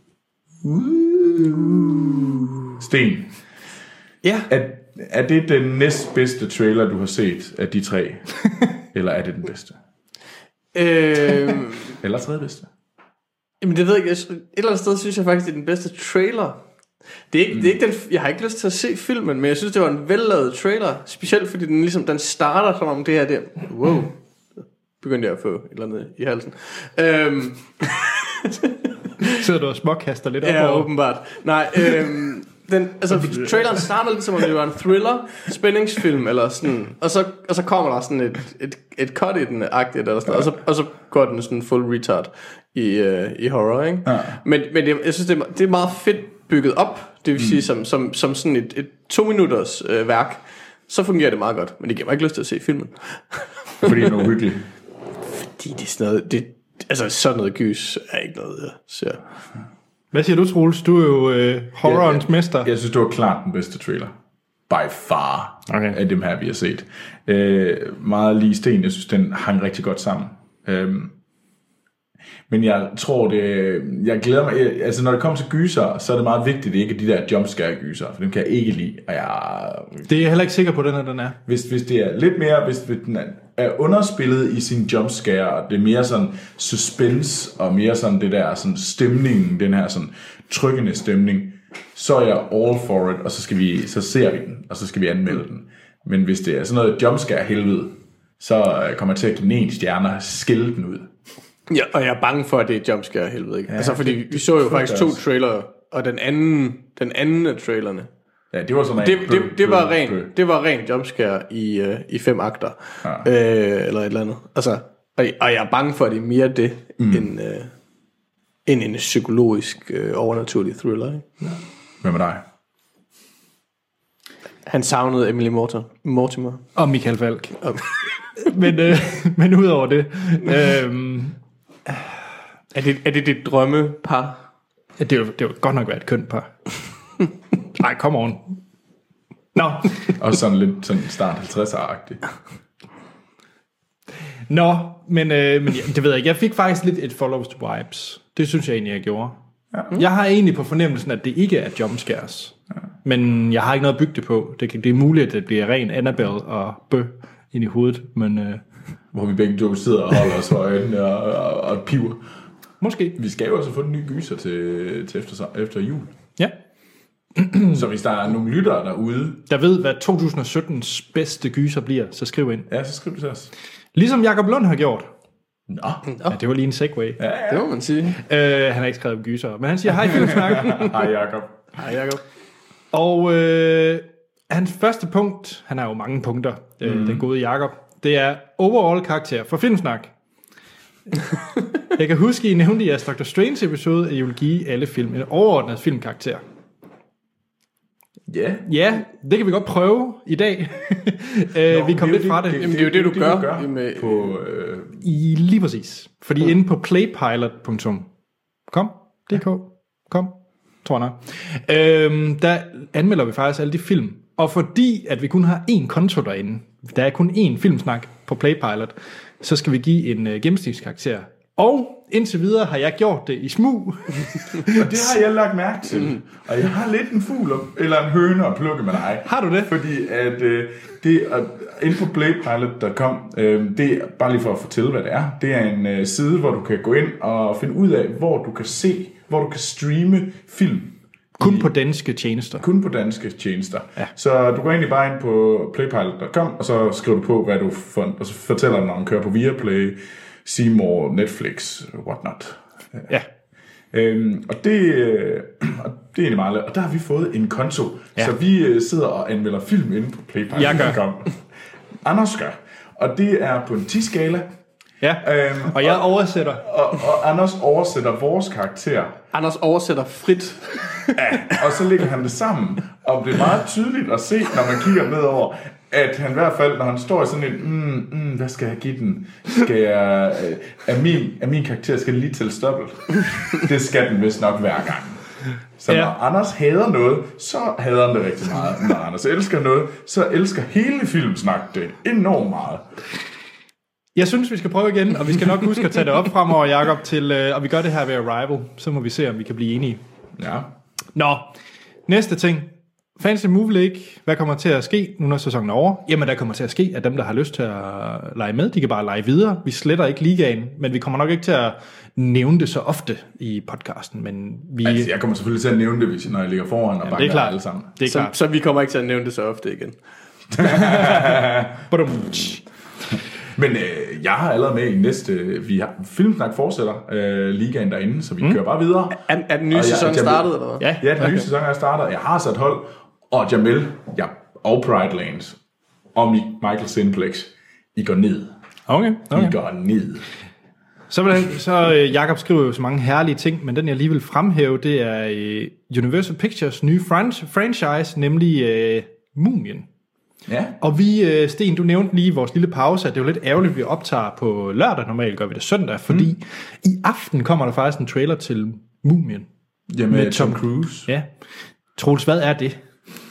Sten. Ja. Er, er det den næstbedste trailer, du har set af de tre? Eller er det den bedste? Øhm, eller tredje bedste? Jamen det ved jeg ikke. Et eller andet sted synes jeg faktisk, det er den bedste trailer. Det er ikke, mm. det er ikke den, jeg har ikke lyst til at se filmen, men jeg synes, det var en vellavet trailer. Specielt fordi den, ligesom, den starter som om det her der. Wow. Begyndte jeg at få et eller andet i halsen. Øhm. Sidder du og småkaster lidt op ja, over? Åbenbart. Nej, øhm, den, altså traileren starter lidt som om det var en thriller, spændingsfilm eller sådan, og så, og så kommer der sådan et, et, et cut i den agtigt eller sådan, og, så, og så går den sådan full retard i, uh, i horror, ikke? Ja. Men, men det, jeg synes, det er, det er meget fedt bygget op, det vil sige, mm. som, som, som sådan et, et to minutters øh, værk, så fungerer det meget godt, men det giver mig ikke lyst til at se filmen. Fordi det er noget hyggeligt. Fordi det er sådan noget, det, altså sådan noget gys er ikke noget, jeg ser. Hvad siger du, Troels? Du er jo øh, horrorens jeg, mester. Jeg, jeg synes, det var klart den bedste trailer. By far. Okay. Af dem her, vi har set. Øh, meget lige Sten. Jeg synes, den hang rigtig godt sammen. Øh, men jeg tror det... Jeg glæder mig... Jeg, altså, når det kommer til gyser, så er det meget vigtigt, det ikke er de der jumpscare-gyser. For dem kan jeg ikke lide. Og jeg, det er jeg heller ikke sikker på, den her den er. Hvis, hvis det er lidt mere... Hvis den er, er underspillet i sin jumpscare, og det er mere sådan suspense, og mere sådan det der sådan stemningen, den her sådan trykkende stemning, så er jeg all for it, og så, skal vi, så ser vi den, og så skal vi anmelde den. Men hvis det er sådan noget jumpscare helvede, så kommer jeg til at give den en stjerne og skille den ud. Ja, og jeg er bange for, at det er jumpscare helvede, ikke? Ja, altså, fordi vi, vi så jo faktisk to trailere, og den anden, den anden af trailerne, ja, det var sådan det, det, det, det var ren, det var ren jumpscare i uh, i fem akter, ja. øh, eller et eller andet. Altså, og, og jeg er bange for, at det er mere det mm. end uh, end en psykologisk uh, overnaturlig thriller, ikke? Ja. Hvad med dig? Han savnede Emily Mortimer, Mortimer. Og Michael Falk. men øh, men udover det, øh, er det er det dit drømmepar? Ja, det er jo det er jo godt nok været et kønt par. Nej, come on. Nå. Og sådan lidt sådan start halvtredser-agtigt. Nå, men, øh, men ja, det ved jeg ikke. Jeg fik faktisk lidt et follows to vibes. Det synes jeg egentlig, jeg gjorde. Ja. Jeg har egentlig på fornemmelsen, at det ikke er jumpscares. Ja. Men jeg har ikke noget at bygge det på. Det, kan, det er muligt, at det bliver ren Annabelle og Bø ind i hovedet. Men, øh, hvor vi begge to sidder og holder os for øjnene og, og, og piver. Måske. Vi skal jo også få en ny gyser til, til efter, efter jul. Ja. Så hvis der er nogle lyttere derude, der ved, hvad to tusind og syttens bedste gyser bliver, så skriv ind. Ja, så skriv det til os. Ligesom Jakob Lund har gjort. Nå. Ja, det var lige en segway. Ja, ja. Det må man sige. Øh, han har ikke skrevet om gyser, men han siger hej Filmsnak. Hej Jacob. Hej, Jacob. Og øh, hans første punkt, han har jo mange punkter, øh, mm. den gode Jacob, det er overall karakter for Filmsnak. Jeg kan huske, I nævnte i jeres Doctor Strange episode, at I vil give alle film en overordnet filmkarakter. Ja. Ja, det kan vi godt prøve i dag. øh, Nå, vi kom det er lidt jo fra det- det. Jamen, det er jo det, du, det, gør, du gør med, på... Øh, I lige præcis. Fordi mm. inde på playpilot punktum com, D K, kom, tror jeg nok, øhm, der anmelder vi faktisk alle de film. Og fordi at vi kun har én konto derinde, der er kun én filmsnak på Playpilot, så skal vi give en øh, gennemsnitskarakter. Og indtil videre har jeg gjort det i smug. og det har jeg lagt mærke til. Mm. Og jeg har lidt en fugl og- eller en høne at plukke med dig. Har du det? Fordi at øh, det er inde på playpilot punktum com, øh, det er bare lige for at fortælle, hvad det er. Det er en øh, side, hvor du kan gå ind og finde ud af, hvor du kan se, hvor du kan streame film. Kun på danske tjenester. Kun på danske tjenester. Ja. Så du går egentlig bare ind på playpilot punktum com, og så skriver du på, hvad du får, og så fortæller den, når den kører på Viaplay, C More, Netflix, whatnot. Ja. Øhm, og, det, øh, og det er egentlig meget let. Og der har vi fået en konto, Ja. så vi øh, sidder og anmelder film inde på playpilot punktum com. Jeg gør. Anders gør. Og det er på en ti-skala. Ja, Øhm, og jeg oversætter. og, og Anders oversætter vores karakter. Anders oversætter frit. Og så lægger han det sammen. Og det er meget tydeligt at se, når man kigger nedover, at han i hvert fald, når han står i sådan en, mm, mm, hvad skal jeg give den? Skal jeg, øh, er, min, er min karakter, skal den lige tælle dobbelt? Det skal den vist nok hver gang. Så når Ja. Anders hader noget, så hader han det rigtig meget. Når Anders elsker noget, så elsker hele Filmsnak det enormt meget. Jeg synes, vi skal prøve igen, og vi skal nok huske at tage det op fremover, Jacob, til, øh, og vi gør det her ved Arrival. Så må vi se, om vi kan blive enige. Ja. Nå, næste ting. Fantasy Movie League, hvad kommer til at ske, nu når sæsonen er over? Jamen, der kommer til at ske, at dem, der har lyst til at lege med, de kan bare lege videre. Vi sletter ikke ligaen, men vi kommer nok ikke til at nævne det så ofte i podcasten, men vi... Altså, jeg kommer selvfølgelig til at nævne det, hvis, når jeg ligger foran og Jamen, det banker er klart. alle sammen. Det er Så, klart. så vi kommer ikke til at nævne det så ofte igen. Badum. Men øh, jeg har allerede med i næste... Vi har, Filmsnak fortsætter øh, ligaen derinde, så vi mm. kører bare videre. Er, er den nye Og jeg- sæson jeg- startet, eller hvad? Ja, Ja, den nye sæson er startet. Jeg har sat hold, og Jamel ja, og Pride Lands og Mi- Michael Cineplex, I går ned. Okay, I okay. går ned. Så, vil jeg, så øh, Jacob skriver jo så mange herlige ting, men den jeg lige vil fremhæve, det er øh, Universal Pictures nye fran- franchise, nemlig øh, Mumien. Ja. Og vi, øh, Sten, du nævnte lige i vores lille pause, at det er jo lidt ærgerligt, at vi optager på lørdag. Normalt gør vi det søndag, fordi mm. i aften kommer der faktisk en trailer til Mumien. Jamen, Med med Tom, Tom- Tom Cruise. Ja. Troels, hvad er det?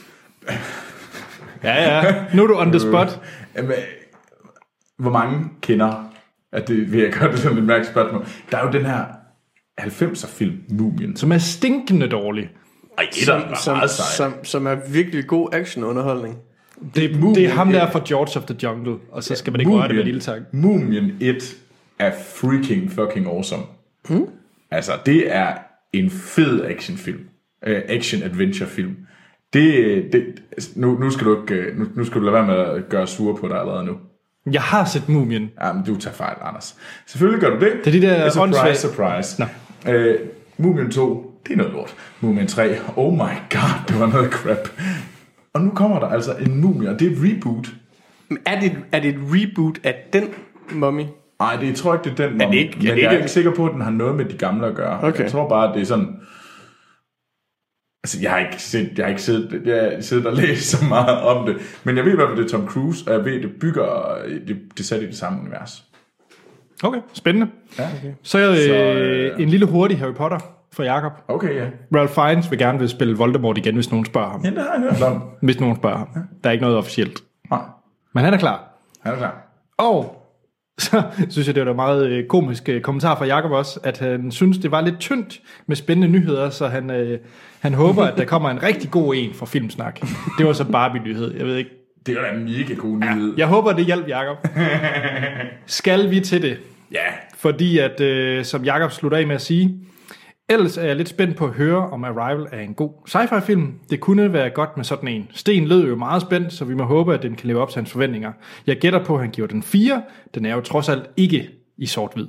Ja, ja. Nu er du on the spot. Jamen, hvor mange kender, at det vil jeg godt det sådan lidt mærke spørgsmål. Der er jo den her halvfemser film, Mumien. Som er stinkende dårlig. Ej, Som, var som, meget sej. som, som er virkelig god actionunderholdning. Det, Mumien det er ham der et. fra George of the Jungle, og så skal man ikke røre det med lille tak. Mumien et er freaking fucking awesome. Hmm? Altså, det er en fed actionfilm. Uh, action-adventure-film. Det, det, nu, nu, skal du ikke, nu, nu skal du lade være med at gøre sur på dig allerede nu. Jeg har set Mumien. Jamen, du tager fejl, Anders. Selvfølgelig gør du det. Det er de der surprise, åndssvage- surprise. Uh, Mumien to, det er noget lort. Mumien tre, oh my god, det var noget crap. Og nu kommer der altså en Mumie, og det er et reboot. Men er det, er det et reboot af den Mummy? Nej, det jeg tror ikke, det er den. Er det ikke- men er det jeg er ikke- ikke sikker på, at den har noget med de gamle at gøre. Okay. Jeg tror bare, at det er sådan... Altså, jeg har ikke set, jeg har ikke siddet, jeg har siddet og læst så meget om det. Men jeg ved i hvert fald, det er Tom Cruise, og jeg ved, det bygger... Det, det er sat i det samme univers. Okay, spændende. Ja, okay. Så, øh, Så, så øh, øh, en lille hurtig Harry Potter for Jacob. Okay, ja. Ralph Fiennes vil gerne vil spille Voldemort igen, hvis nogen spørger ham. Ja, det har jeg hørt om. Hvis nogen spørger ham. Der er ikke noget officielt. Nej, Men han er klar. han er klar. Og så synes jeg, det var en meget øh, komisk øh, kommentar fra Jacob også, at han synes, det var lidt tyndt med spændende nyheder, så han, øh, han håber, at der kommer en rigtig god en fra Filmsnak. Det var så Barbie-nyhed, jeg ved ikke. Det er jo da en mega god nyhed. Jeg håber, det hjælper Jacob. Skal vi til det? Ja. Fordi at, øh, som Jacob slutter af med at sige, ellers er jeg lidt spændt på at høre, om Arrival er en god sci-fi film. Det kunne være godt med sådan en. Sten lød jo meget spændt, så vi må håbe, at den kan leve op til hans forventninger. Jeg gætter på, at han giver den fire. Den er jo trods alt ikke i sort-hvid.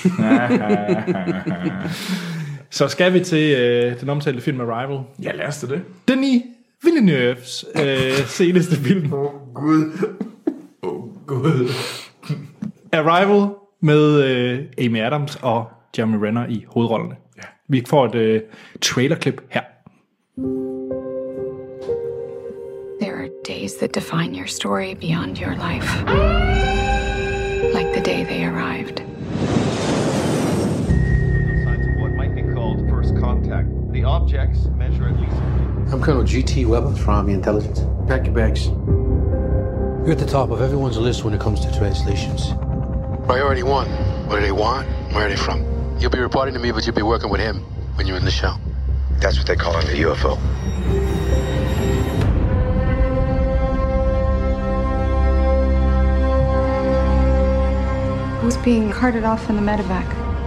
Så skal vi til øh, den omtalte film Arrival. Ja, lad os det. Denis Villeneuves øh, seneste film. Åh, oh, Gud. Åh, oh, Gud. Arrival med øh, Amy Adams og Jeremy Renner i hovedrollerne. Ja. Vi får et øh, trailerklip her. There are days that define your story beyond your life. Like the day they arrived. Signs of what might be called first contact. The objects measure at least... I'm Colonel G T Weber from Army Intelligence. Pack your bags. You're at the top of everyone's list when it comes to translations. Priority one. What do they want? Where are they from? You'll be reporting to me, but you'll be working with him when you're in the show. That's what they call him, the U F O. Who's being carted off in the medevac?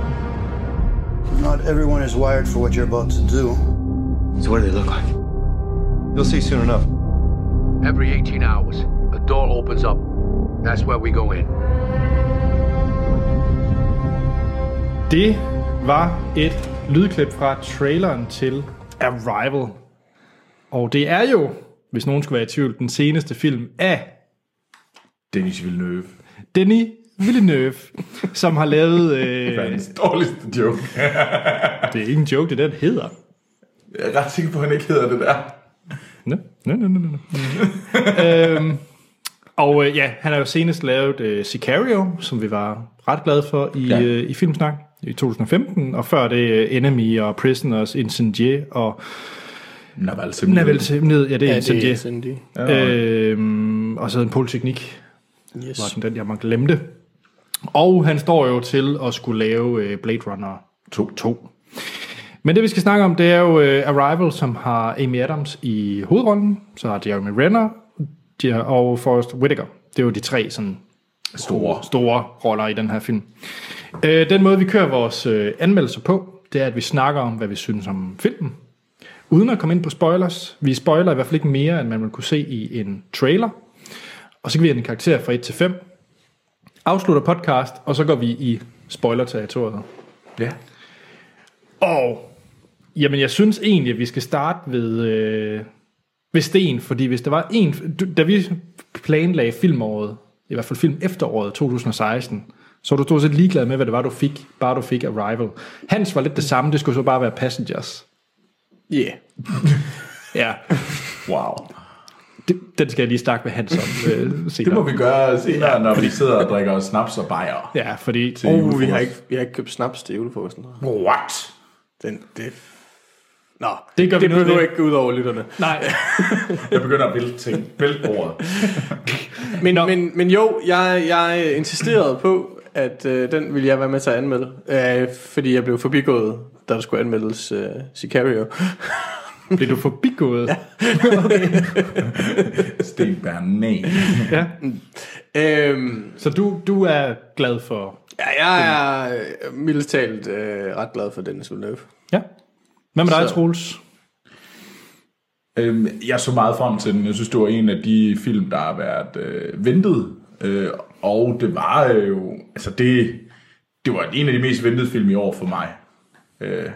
Not everyone is wired for what you're about to do. So what do they look like? You'll see soon enough. Every eighteen hours, a door opens up. That's where we go in. Det var et lydklip fra traileren til Arrival. Og det er jo, hvis nogen skulle være i tvivl, den seneste film af Denis Villeneuve. Denis Villeneuve, som har lavet... Øh, Verdens dårligste joke. det er ikke en joke, det er den hedder. Jeg er ret sikker på, at han ikke hedder det der. Nå, nå, nå, nå, nå. øhm, og øh, ja, han har jo senest lavet øh, Sicario, som vi var ret glade for i, ja. øh, i Filmsnak i to tusind og femten, og før det øh, Enemy og Prisoners, Incendier og Navals Hemmelighed. Ja, det er Ja, Incendier. det er Incendier. Øhm, og så en Polyteknik, Yes. var den, den jeg måtte glemte. Og han står jo til at skulle lave øh, Blade Runner to. to. Men det vi skal snakke om, det er jo øh, Arrival, som har Amy Adams i hovedrollen, så har Jeremy Renner og Forrest Whitaker. Det er jo de tre sådan store, store roller i den her film. Øh, den måde vi kører vores øh, anmeldelser på, det er at vi snakker om hvad vi synes om filmen, uden at komme ind på spoilers. Vi spoiler i hvert fald ikke mere end man vil kunne se i en trailer. Og så kan vi have en karakter fra et til fem. Afslutter podcast, og så går vi i spoiler-territoriet. Ja. Og jamen, jeg synes egentlig, at vi skal starte ved, øh, ved Sten, fordi hvis der var en... Da vi planlagde filmåret, i hvert fald film efteråret to tusind og seksten, så var du stort set ligeglad med, hvad det var, du fik, bare du fik Arrival. Hans var lidt det samme, det skulle så bare være Passengers. Yeah. Ja. Wow. Det, den skal jeg lige snakke med Hans om øh, senere. Det må vi gøre senere, når vi sidder og drikker snaps og bajer. Ja, fordi... Oh, vi har ikke, vi har ikke købt snaps til julefrokosten. What? Den, det... Nå, det gør vi det noget behøver ved. ikke gå ud over lytterne. Nej. Jeg begynder at vælte ting. Vælte ordet. Men, men, men jo, jeg, jeg insisterede på, at øh, den ville jeg være med til at anmelde. Øh, fordi jeg blev forbigået, da der skulle anmeldes øh, Sicario. Blev du forbigået? Ja. Okay. Stenbær, nej. Ja. Øhm, Så du, du er glad for... ja, jeg er øh, mildest talt øh, ret glad for Denis Villeneuve. Ja. Hvad med dig, Så- Troels? Øhm, jeg så meget frem til den. Jeg synes, det var en af de film, der har været øh, ventet. Øh, og det var øh, jo... Altså, det, det var en af de mest ventede film i år for mig. Øh,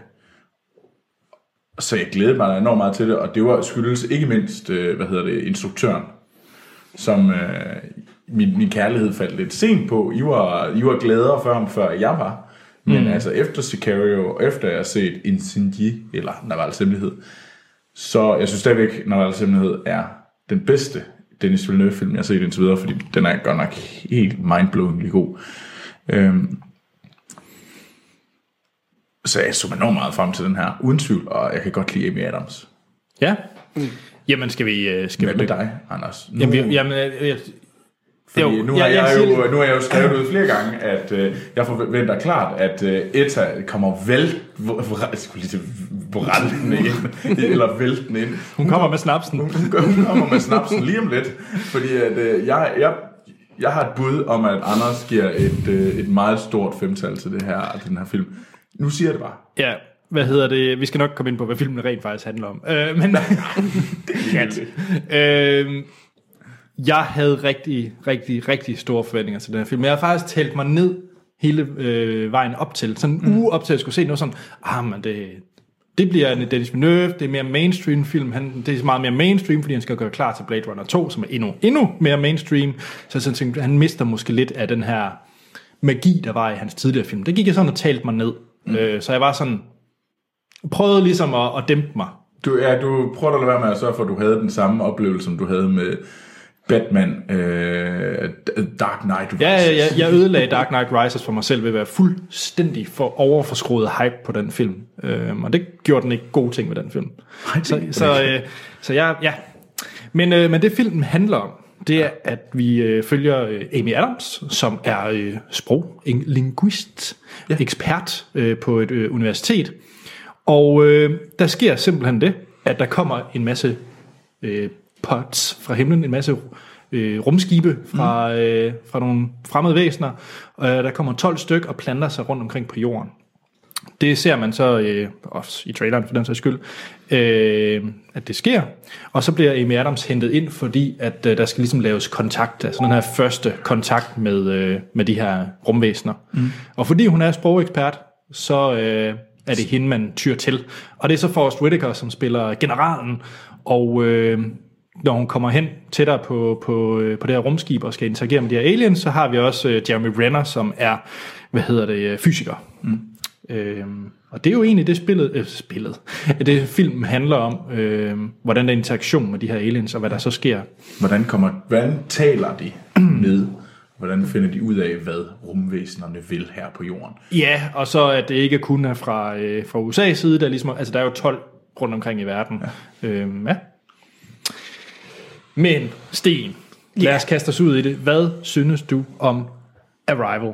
så jeg glædede mig enormt meget til det. Og det var skyldes ikke mindst, øh, hvad hedder det, instruktøren. Som øh, min, min kærlighed faldt lidt sent på. I var, I var gladere for ham, før jeg var. Men mm. altså efter Sicario, efter jeg har set Incendier, eller Navals Hemmelighed, så jeg synes stadigvæk, Navals Hemmelighed er den bedste Denis Villeneuve-film, jeg har set indtil videre, fordi den er godt nok helt mindblowingly god. Øhm, så jeg så enormt meget frem til den her, uden tvivl, og jeg kan godt lide Amy Adams. Ja. Mm. Jamen, skal vi... øh, Skal Hvad vi med dig, Anders? Nu, Jamen, vi, jamen jeg, jeg, fordi jo, nu, har jeg- jeg, jeg jo, siger- nu har jeg jo skrevet ud flere gange, at øh, jeg forventer klart, at øh, Etta kommer vel, jeg skulle lige til vræltende ind, eller væltende ind. hun kommer med snapsen. Hun, hun kommer med snapsen lige om lidt, fordi at, øh, jeg, jeg, jeg har et bud om, at Anders giver et, øh, et meget stort femtal til, det her, til den her film. Nu siger jeg det bare. Ja, hvad hedder det? Vi skal nok komme ind på, hvad filmen rent faktisk handler om. Øh, men... øh, jeg havde rigtig, rigtig, rigtig store forventninger til den her film. Men jeg har faktisk talt mig ned hele øh, vejen op til. Sådan en uge op til, at jeg skulle se noget sådan, ah, men det, det bliver en Denis Villeneuve, det er mere mainstream film, han, det er meget mere mainstream, fordi han skal gøre klar til Blade Runner to, som er endnu, endnu mere mainstream, så jeg tænkte, han mister måske lidt af den her magi, der var i hans tidligere film. Det gik jeg sådan og talte mig ned, mm. øh, så jeg var sådan, prøvede ligesom at, at dæmpe mig. Du, ja, du prøvede at lade være med at sørge for, at du havde den samme oplevelse, som du havde med Batman, øh, Dark Knight Rises. Ja, ja, ja, jeg ødelagde Dark Knight Rises for mig selv ved at være fuldstændig for overforskruet hype på den film. Øh, og det gjorde den ikke gode ting med den film. Ej, så, så, øh, så ja, ja. Men, øh, men det filmen handler om, det er, at vi øh, følger øh, Amy Adams, som er øh, sproglinguist, ja. ekspert øh, på et øh, universitet. Og øh, der sker simpelthen det, at der kommer en masse øh, pods fra himlen, en masse øh, rumskibe fra, mm. øh, fra nogle fremmede væsener. Øh, der kommer tolv styk og planter sig rundt omkring på jorden. Det ser man så øh, også i traileren for den sags skyld, øh, at det sker. Og så bliver Amy Adams hentet ind, fordi at øh, der skal ligesom laves kontakt, altså den her første kontakt med, øh, med de her rumvæsener. Mm. Og fordi hun er sprogekspert, så øh, er det hende, man tyr til. Og det er så Forrest Whitaker, som spiller generalen, og øh, når hun kommer hen tættere på, på, på det her rumskib og skal interagere med de her aliens, så har vi også øh, Jeremy Renner, som er, hvad hedder det, fysiker. Mm. Øhm, og det er jo egentlig det spillet, øh, spillet. det filmen handler om, øh, hvordan der er interaktion med de her aliens, og hvad der så sker. Hvordan, kommer, hvordan taler de med? Hvordan finder de ud af, hvad rumvæsenerne vil her på jorden? Ja, og så at det ikke kun er fra, øh, fra U S A's side, der er, ligesom, altså, der er jo tolv rundt omkring i verden. Ja. Øhm, ja. Men, Sten, lad yeah. os kaste os ud i det. Hvad synes du om Arrival?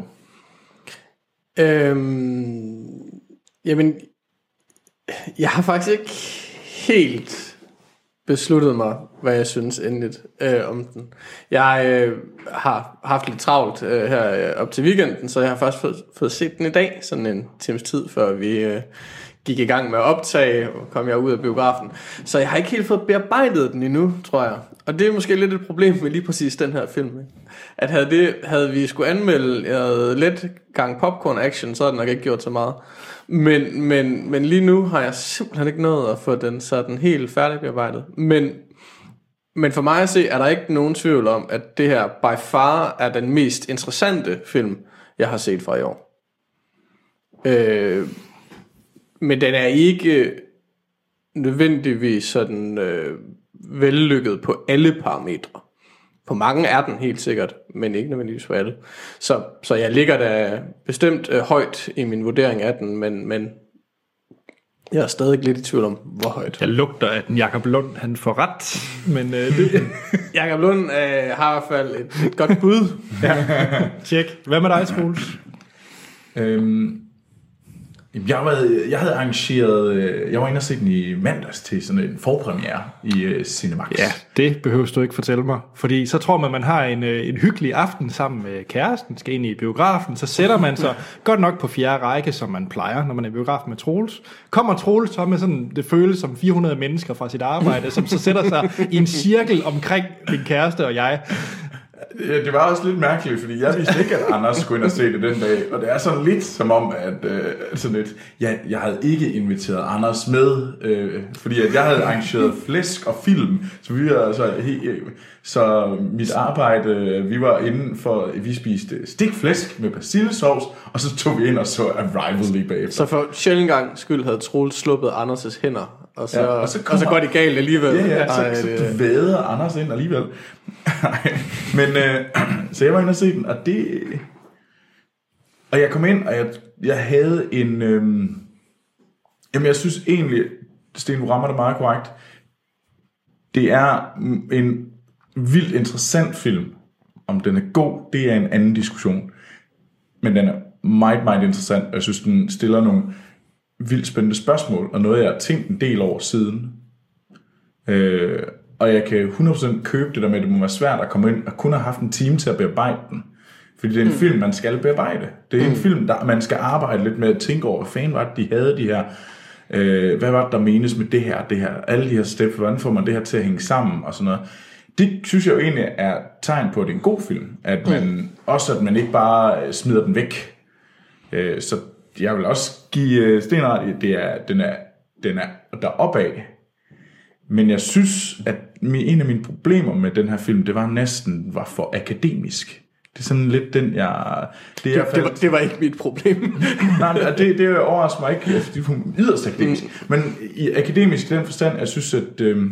Øhm, jamen, jeg har faktisk ikke helt besluttet mig, hvad jeg synes endeligt øh, om den. Jeg øh, har haft lidt travlt øh, her øh, op til weekenden, så jeg har først fået, fået set den i dag, sådan en times tid, før vi øh, gik i gang med at optage, og kom jeg ud af biografen. Så jeg har ikke helt fået bearbejdet den endnu, tror jeg. Og det er måske lidt et problem med lige præcis den her film, ikke? At havde, det, havde vi skulle anmelde øh, let gang popcorn action, så havde den nok ikke gjort så meget. Men, men, men lige nu har jeg simpelthen ikke nået at få den sådan helt færdig bearbejdet. Men, men for mig at se, er der ikke nogen tvivl om, at det her by far er den mest interessante film, jeg har set fra i år. Øh, men den er ikke nødvendigvis sådan øh, vellykket på alle parametre. På mange er den helt sikkert, men ikke nødvendigvis for alle. Så, så jeg ligger da bestemt øh, højt i min vurdering af den, men, men jeg er stadig lidt i tvivl om, hvor højt. Jeg lugter, at Jakob Lund han får ret, men øh, det... Jakob Lund øh, har i hvert fald et, et godt bud. Ja. Tjek. Hvad med dig, Troels? Øhm, jeg, var, jeg havde arrangeret, jeg var inde og set den i mandags til sådan en forpremiere i uh, Cinemax. Ja, det behøver du ikke fortælle mig, fordi så tror man, at man har en, en hyggelig aften sammen med kæresten, skal ind i biografen, så sætter man sig godt nok på fjerde række, som man plejer, når man er i biografen med Troels. Kommer Troels så med sådan, det føles som fire hundrede mennesker fra sit arbejde, som så sætter sig i en cirkel omkring min kæreste og jeg. Ja, det var også lidt mærkeligt, fordi jeg vidste ikke, at Anders skulle ind og se det den dag, og det er sådan lidt som om, at øh, sådan lidt, ja, jeg havde ikke inviteret Anders med, øh, fordi at jeg havde arrangeret flæsk og film, så vi var så, he, så mit arbejde, vi var inde for, vi spiste stikflæsk med persillesovs, og så tog vi ind og så Arrival lige bagefter. Så for sjældent gang skyld havde Troels sluppet Anders' hænder, og så, ja, og så, kommer, og så går det galt alligevel. Ja, ja, så, Ej, så, så væder Anders ind alligevel. Men øh, så jeg var inde og se den, og det, og jeg kom ind, og jeg, jeg havde en, øh, jamen jeg synes egentlig, Sten, du rammer det meget korrekt. Det er en vildt interessant film. Om den er god, det er en anden diskussion. Men den er meget, meget interessant, og jeg synes, den stiller nogle vildt spændende spørgsmål, og noget, jeg har tænkt en del over siden. Øh, og jeg kan hundrede procent købe det der med, at det må være svært at komme ind, og kun have haft en time til at bearbejde den. Fordi det er en mm. film, man skal bearbejde. Det er mm. en film, der man skal arbejde lidt med at tænke over, hvad fanden var det, de havde de her... Øh, hvad var det, der menes med det her, det her, alle de her steps, hvordan får man det her til at hænge sammen, og sådan noget. Det synes jeg jo egentlig er tegn på, at det er en god film. At man, mm. også at man ikke bare smider den væk. Øh, så jeg vil også give stenret, det er, den er, den er deroppe af. Men jeg synes, at en af mine problemer med den her film, det var næsten var for akademisk. Det er sådan lidt den, jeg... Det, jeg det, det, var, det var ikke mit problem. Nej, det, det overrasker mig ikke, fordi det er yderst akademisk. Mm. Men i akademisk i den forstand, jeg synes, at, øh,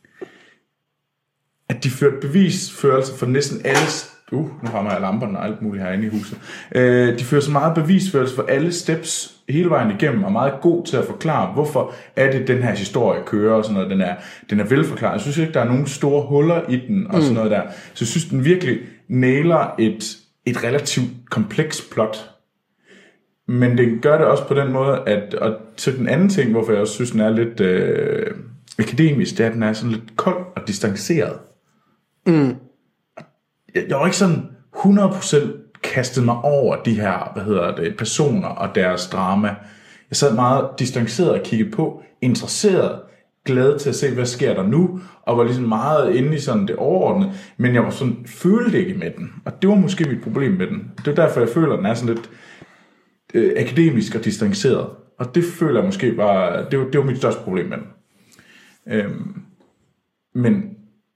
at de førte bevisførelse for næsten alle... Uh, nu har jeg lamperne og alt muligt herinde i huset. Øh, de fører så meget bevisførelse for alle steps hele vejen igennem, og er meget god til at forklare, hvorfor er det, den her historie kører, og sådan noget. Den er, den er velforklaret. Jeg synes ikke, der er nogen store huller i den, og sådan noget der. Så jeg synes, den virkelig nailer et, et relativt komplekst plot. Men den gør det også på den måde, at, og til den anden ting, hvorfor jeg også synes, den er lidt øh, akademisk, det er, at den er sådan lidt kold og distanceret. Mm. Jeg, jeg var ikke sådan hundrede procent kastet mig over de her, hvad hedder det, personer og deres drama. Jeg sad meget distanceret og kiggede på, interesseret, glad til at se, hvad sker der nu, og var ligesom meget inde i sådan det overordnede, men jeg var sådan, følte ikke med den, og det var måske mit problem med den. Det er derfor, jeg føler, at den er sådan lidt øh, akademisk og distanceret, og det føler jeg måske var, det var, det var mit største problem med den. Øhm, men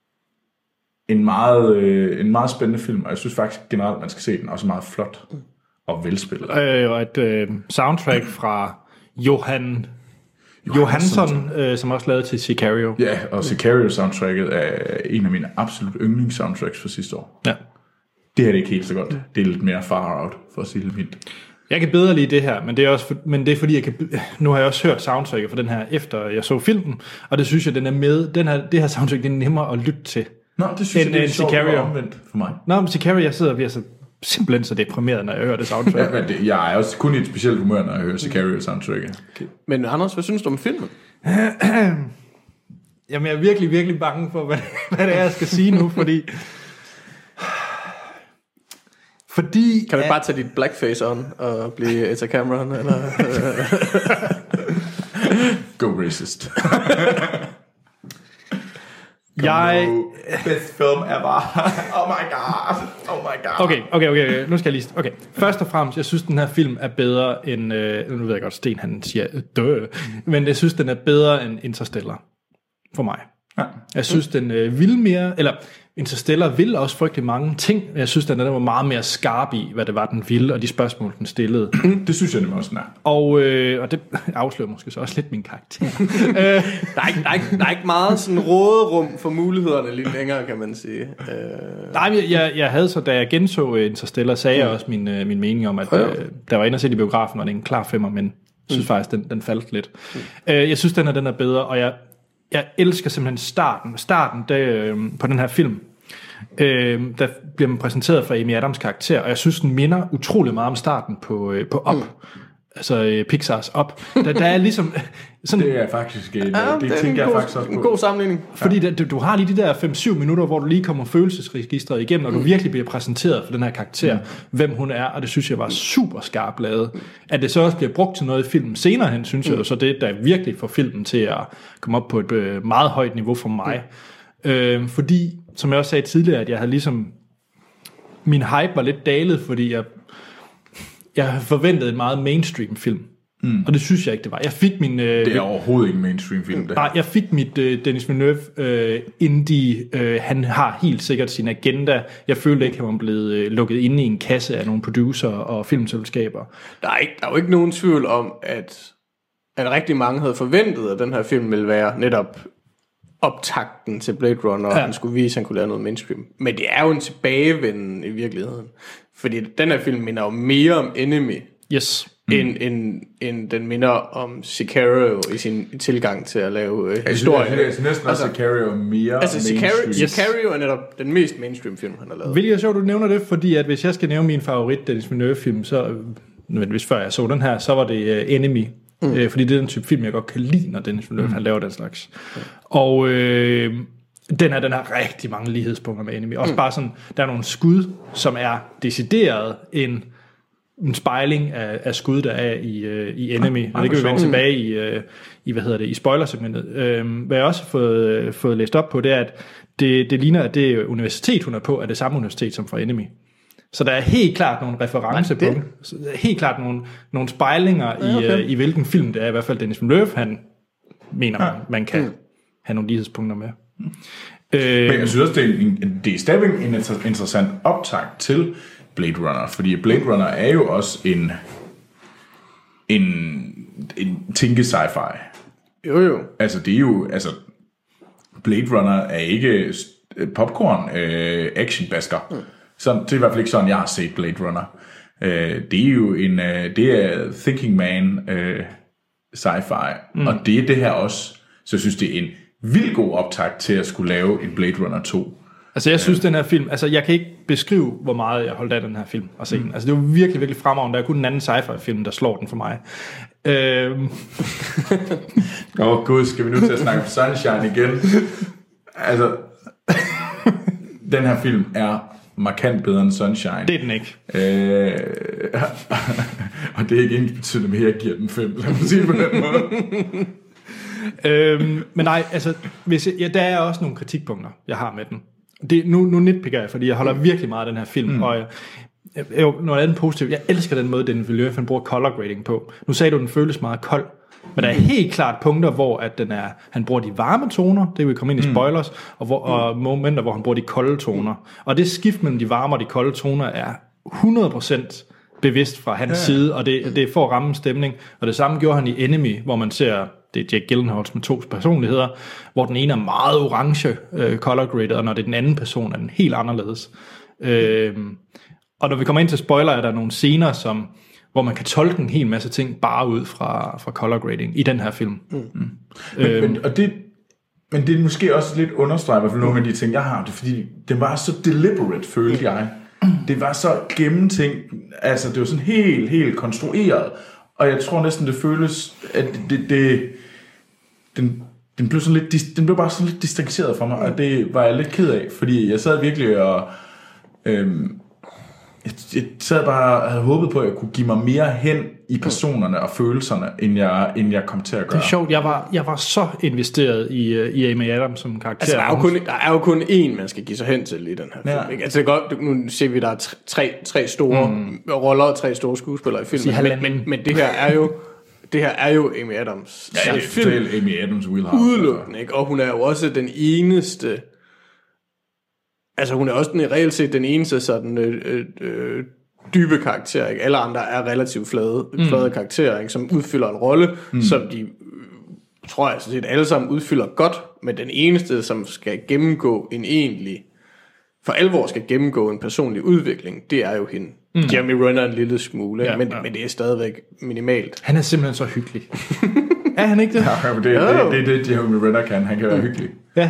en meget, øh, en meget spændende film, og jeg synes faktisk generelt, man skal se den, også meget flot og velspillet. Øh, og et øh, soundtrack fra Johan Johansson, øh, som også lavede til Sicario. Ja, og Sicario-soundtracket er en af mine absolut yndlings-soundtracks for sidste år. Ja. Det her er ikke helt så godt. Det er lidt mere far out, for at sige det mildt. Jeg kan bedre lide det her, men det er også for, men det er fordi jeg kan, nu har jeg også hørt soundtracket for den her efter jeg så filmen, og det synes jeg den er med. Den her det her soundtrack det er nemmere at lytte til. Nå, det synes en, jeg det er sjovt Sicario. Omvendt for mig. Nå, men Sicario, jeg sidder og bliver så simpelthen så deprimeret, når jeg hører det soundtrack. Ja, men det, jeg er også kun i et specielt humør, når jeg hører Sicario-soundtracket. Okay. Men Anders, hvad synes du om filmen? Jamen, jeg er virkelig, virkelig bange for, hvad, hvad det er, jeg skal sige nu, fordi... Fordi... Kan du ikke bare tage dit blackface on og blive Etta Cameron, eller... Go racist. Jeg... Best film ever. Oh my god. Oh my god. Okay, okay, okay, okay. Nu skal jeg lige... Okay. Først og fremmest, jeg synes, den her film er bedre end... Øh, nu ved jeg godt, Sten han siger dø. Men jeg synes, den er bedre end Interstellar. For mig. Ja. Jeg synes, den øh, vil mere... Eller Interstellar vil også frygtelig mange ting. Jeg synes, den var meget mere skarp i, hvad det var, den ville, og de spørgsmål, den stillede. Det synes jeg nemlig også, den er. Og, øh, og det afslører måske så også lidt min karakter. øh, der, er ikke, der, er ikke, der er ikke meget sådan råderum for mulighederne lidt længere, kan man sige. Øh. Nej, jeg, jeg, jeg havde så, da jeg genså Interstellar, sagde jeg også min, øh, min mening om, at øh, der var inde at se i biografen, og det er en klar femmer, men jeg synes mm. faktisk, den, den faldt lidt. Mm. Øh, jeg synes, den er, den er bedre, og jeg, jeg elsker simpelthen starten. Starten der, øh, på den her film. Øh, der bliver man præsenteret for Amy Adams karakter, og jeg synes, den minder utrolig meget om starten på, øh, på Up. Mm. Altså øh, Pixars Up. Der, der er ligesom... Sådan, det er faktisk... En, ja, det, det tænker jeg god, faktisk også på. En god sammenligning. Fordi der, du, du har lige de der fem syv minutter, hvor du lige kommer følelsesregistret igennem, og du virkelig bliver præsenteret for den her karakter, mm. hvem hun er, og det synes jeg var super skarpt lavet. At det så også bliver brugt til noget i filmen senere hen, synes mm. jeg, så det der virkelig får filmen til at komme op på et øh, meget højt niveau for mig. Mm. Øh, fordi, som jeg også sagde tidligere, at jeg havde ligesom... Min hype var lidt dalet, fordi jeg... Jeg havde forventet en meget mainstream film. Mm. Og det synes jeg ikke, det var. Jeg fik min... Øh, det er overhovedet ikke en mainstream film, det Nej, jeg fik mit øh, Denis Villeneuve øh, indie. Øh, han har helt sikkert sin agenda. Jeg følte ikke, at han var blevet øh, lukket inde i en kasse af nogle producer og filmselskaber. Der er, ikke, der er jo ikke nogen tvivl om, at, at rigtig mange havde forventet, at den her film ville være netop optakten til Blade Runner, og ja. Han skulle vise, at han kunne lave noget mainstream. Men det er jo en tilbagevenden i virkeligheden. Fordi den her film minder jo mere om Enemy, yes. end, mm. end, end den minder om Sicario i sin tilgang til at lave øh, historie. Jeg synes næsten også, altså, Sicario mere altså, mainstream. Sicario, yes. Sicario er netop den mest mainstream film, han har lavet. Hvilket er sjovt, du nævner det, fordi at hvis jeg skal nævne min favorit Denis Villeneuve-film, så, hvis før jeg så den her, så var det uh, Enemy. Mm. Øh, fordi det er den type film, jeg godt kan lide, når Denis Villeneuve, mm. han laver den slags. Mm. Og... Øh, Den er, den har rigtig mange lighedspunkter med Enemy. Også mm. bare sådan, der er nogle skud, som er decideret en, en spejling af, af skud, der er i, uh, i Enemy. Ah, og det kan vi vende tilbage i, uh, i, hvad hedder det, i spoilersegmentet. Uh, hvad jeg også har fået, fået læst op på, det er, at det, det ligner, at det universitet, hun er på, er det samme universitet som fra Enemy. Så der er helt klart nogle referencepunkter, helt klart nogle, nogle spejlinger ja, okay. i, uh, i hvilken film det er. I hvert fald Denis Villeneuve, han mener, ja. man, man kan mm. have nogle lighedspunkter med. Mm. Øh, Men jeg synes også, det er, en, det er stadigvæk en interessant optakt til Blade Runner, fordi Blade Runner er jo også en, en, en tænke sci-fi. Jo, jo. Altså, det er jo... Altså, Blade Runner er ikke popcorn øh, actionbasker. Mm. Så det er i hvert fald ikke sådan, jeg har set Blade Runner. Øh, det er jo en... Øh, det er thinking man øh, sci-fi. Mm. Og det er det her også. Så jeg synes, det er en vildt god optakt til at skulle lave en Blade Runner to. Altså jeg synes, den her film... Altså jeg kan ikke beskrive, hvor meget jeg holdt af den her film og se den. Altså det var virkelig, virkelig fremragende. Der er kun en anden sci-fi-film, der slår den for mig. Øhm. Åh oh, gud, skal vi nu til at snakke om Sunshine igen? Altså... den her film er markant bedre end Sunshine. Det er den ikke. Øh, og det er ikke ens betydende med, at jeg giver den fem. Lad mig sige på den måde. øhm, men nej, altså, hvis jeg, ja, der er også nogle kritikpunkter, jeg har med den. Det, nu, nu nitpicker jeg, fordi jeg holder virkelig meget af den her film, mm. og jeg, jo, noget andet positivt, jeg elsker den måde, den Villeneuve, han bruger color grading på. Nu sagde du, den føles meget kold, men der er helt klart punkter, hvor at den er, han bruger de varme toner, det vil komme ind i spoilers, mm. og, hvor, og momenter, hvor han bruger de kolde toner. Og det skift mellem de varme og de kolde toner er hundrede procent bevidst fra hans ja. side, og det, det er for at ramme stemning. Og det samme gjorde han i Enemy, hvor man ser, det er Jake Gyllenhaal med to personligheder, hvor den ene er meget orange øh, color graded, og når det er den anden person, er den helt anderledes. Øh, og når vi kommer ind til spoiler, er der nogle scener, som hvor man kan tolke en hel masse ting bare ud fra, fra color grading i den her film. Mm. Mm. Men, men, og det, men det er måske også lidt understreget, i hvert fald nogle af de ting, jeg har, det er, fordi den var så deliberate, følte jeg. Det var så gennemtænkt, altså det var sådan helt, helt konstrueret, og jeg tror næsten, det føles, at det, det den, den blev sådan lidt, den blev bare sådan lidt distanceret for mig, og det var jeg lidt ked af, fordi jeg sad virkelig og øhm, Jeg, jeg sad bare og havde håbet på, at jeg kunne give mig mere hen i personerne og følelserne, end jeg, end jeg kom til at gøre. Det er sjovt, jeg var, jeg var så investeret i, i Amy Adams som karakter. Altså, der er jo kun, der er jo kun én, man skal give sig hen til i den her ja. film. Ikke? Altså, det er godt, nu ser vi, der er tre, tre store mm. roller og tre store skuespillere i filmen, men, men, men det her er jo det her er jo Amy Adams. Ja, det er film, Amy Adams wheelhouse. Udelukkende, ikke? Og hun er jo også den eneste... Altså hun er også den, reelt set den eneste sådan øh, øh, dybe karakter, ikke? Alle andre er relativt flade, mm. flade karakterer, ikke? Som udfylder en rolle, mm. som de, øh, tror jeg, så set, alle sammen udfylder godt, men den eneste, som skal gennemgå en egentlig, for alvor skal gennemgå en personlig udvikling, det er jo hende. Mm. Jeremy Renner en lille smule, ja, men, ja. men det er stadigvæk minimalt. Han er simpelthen så hyggelig. Er han ikke det? Ja, men det, det, det, det, det Jeremy Renner kan. Han kan være hyggelig. Ja.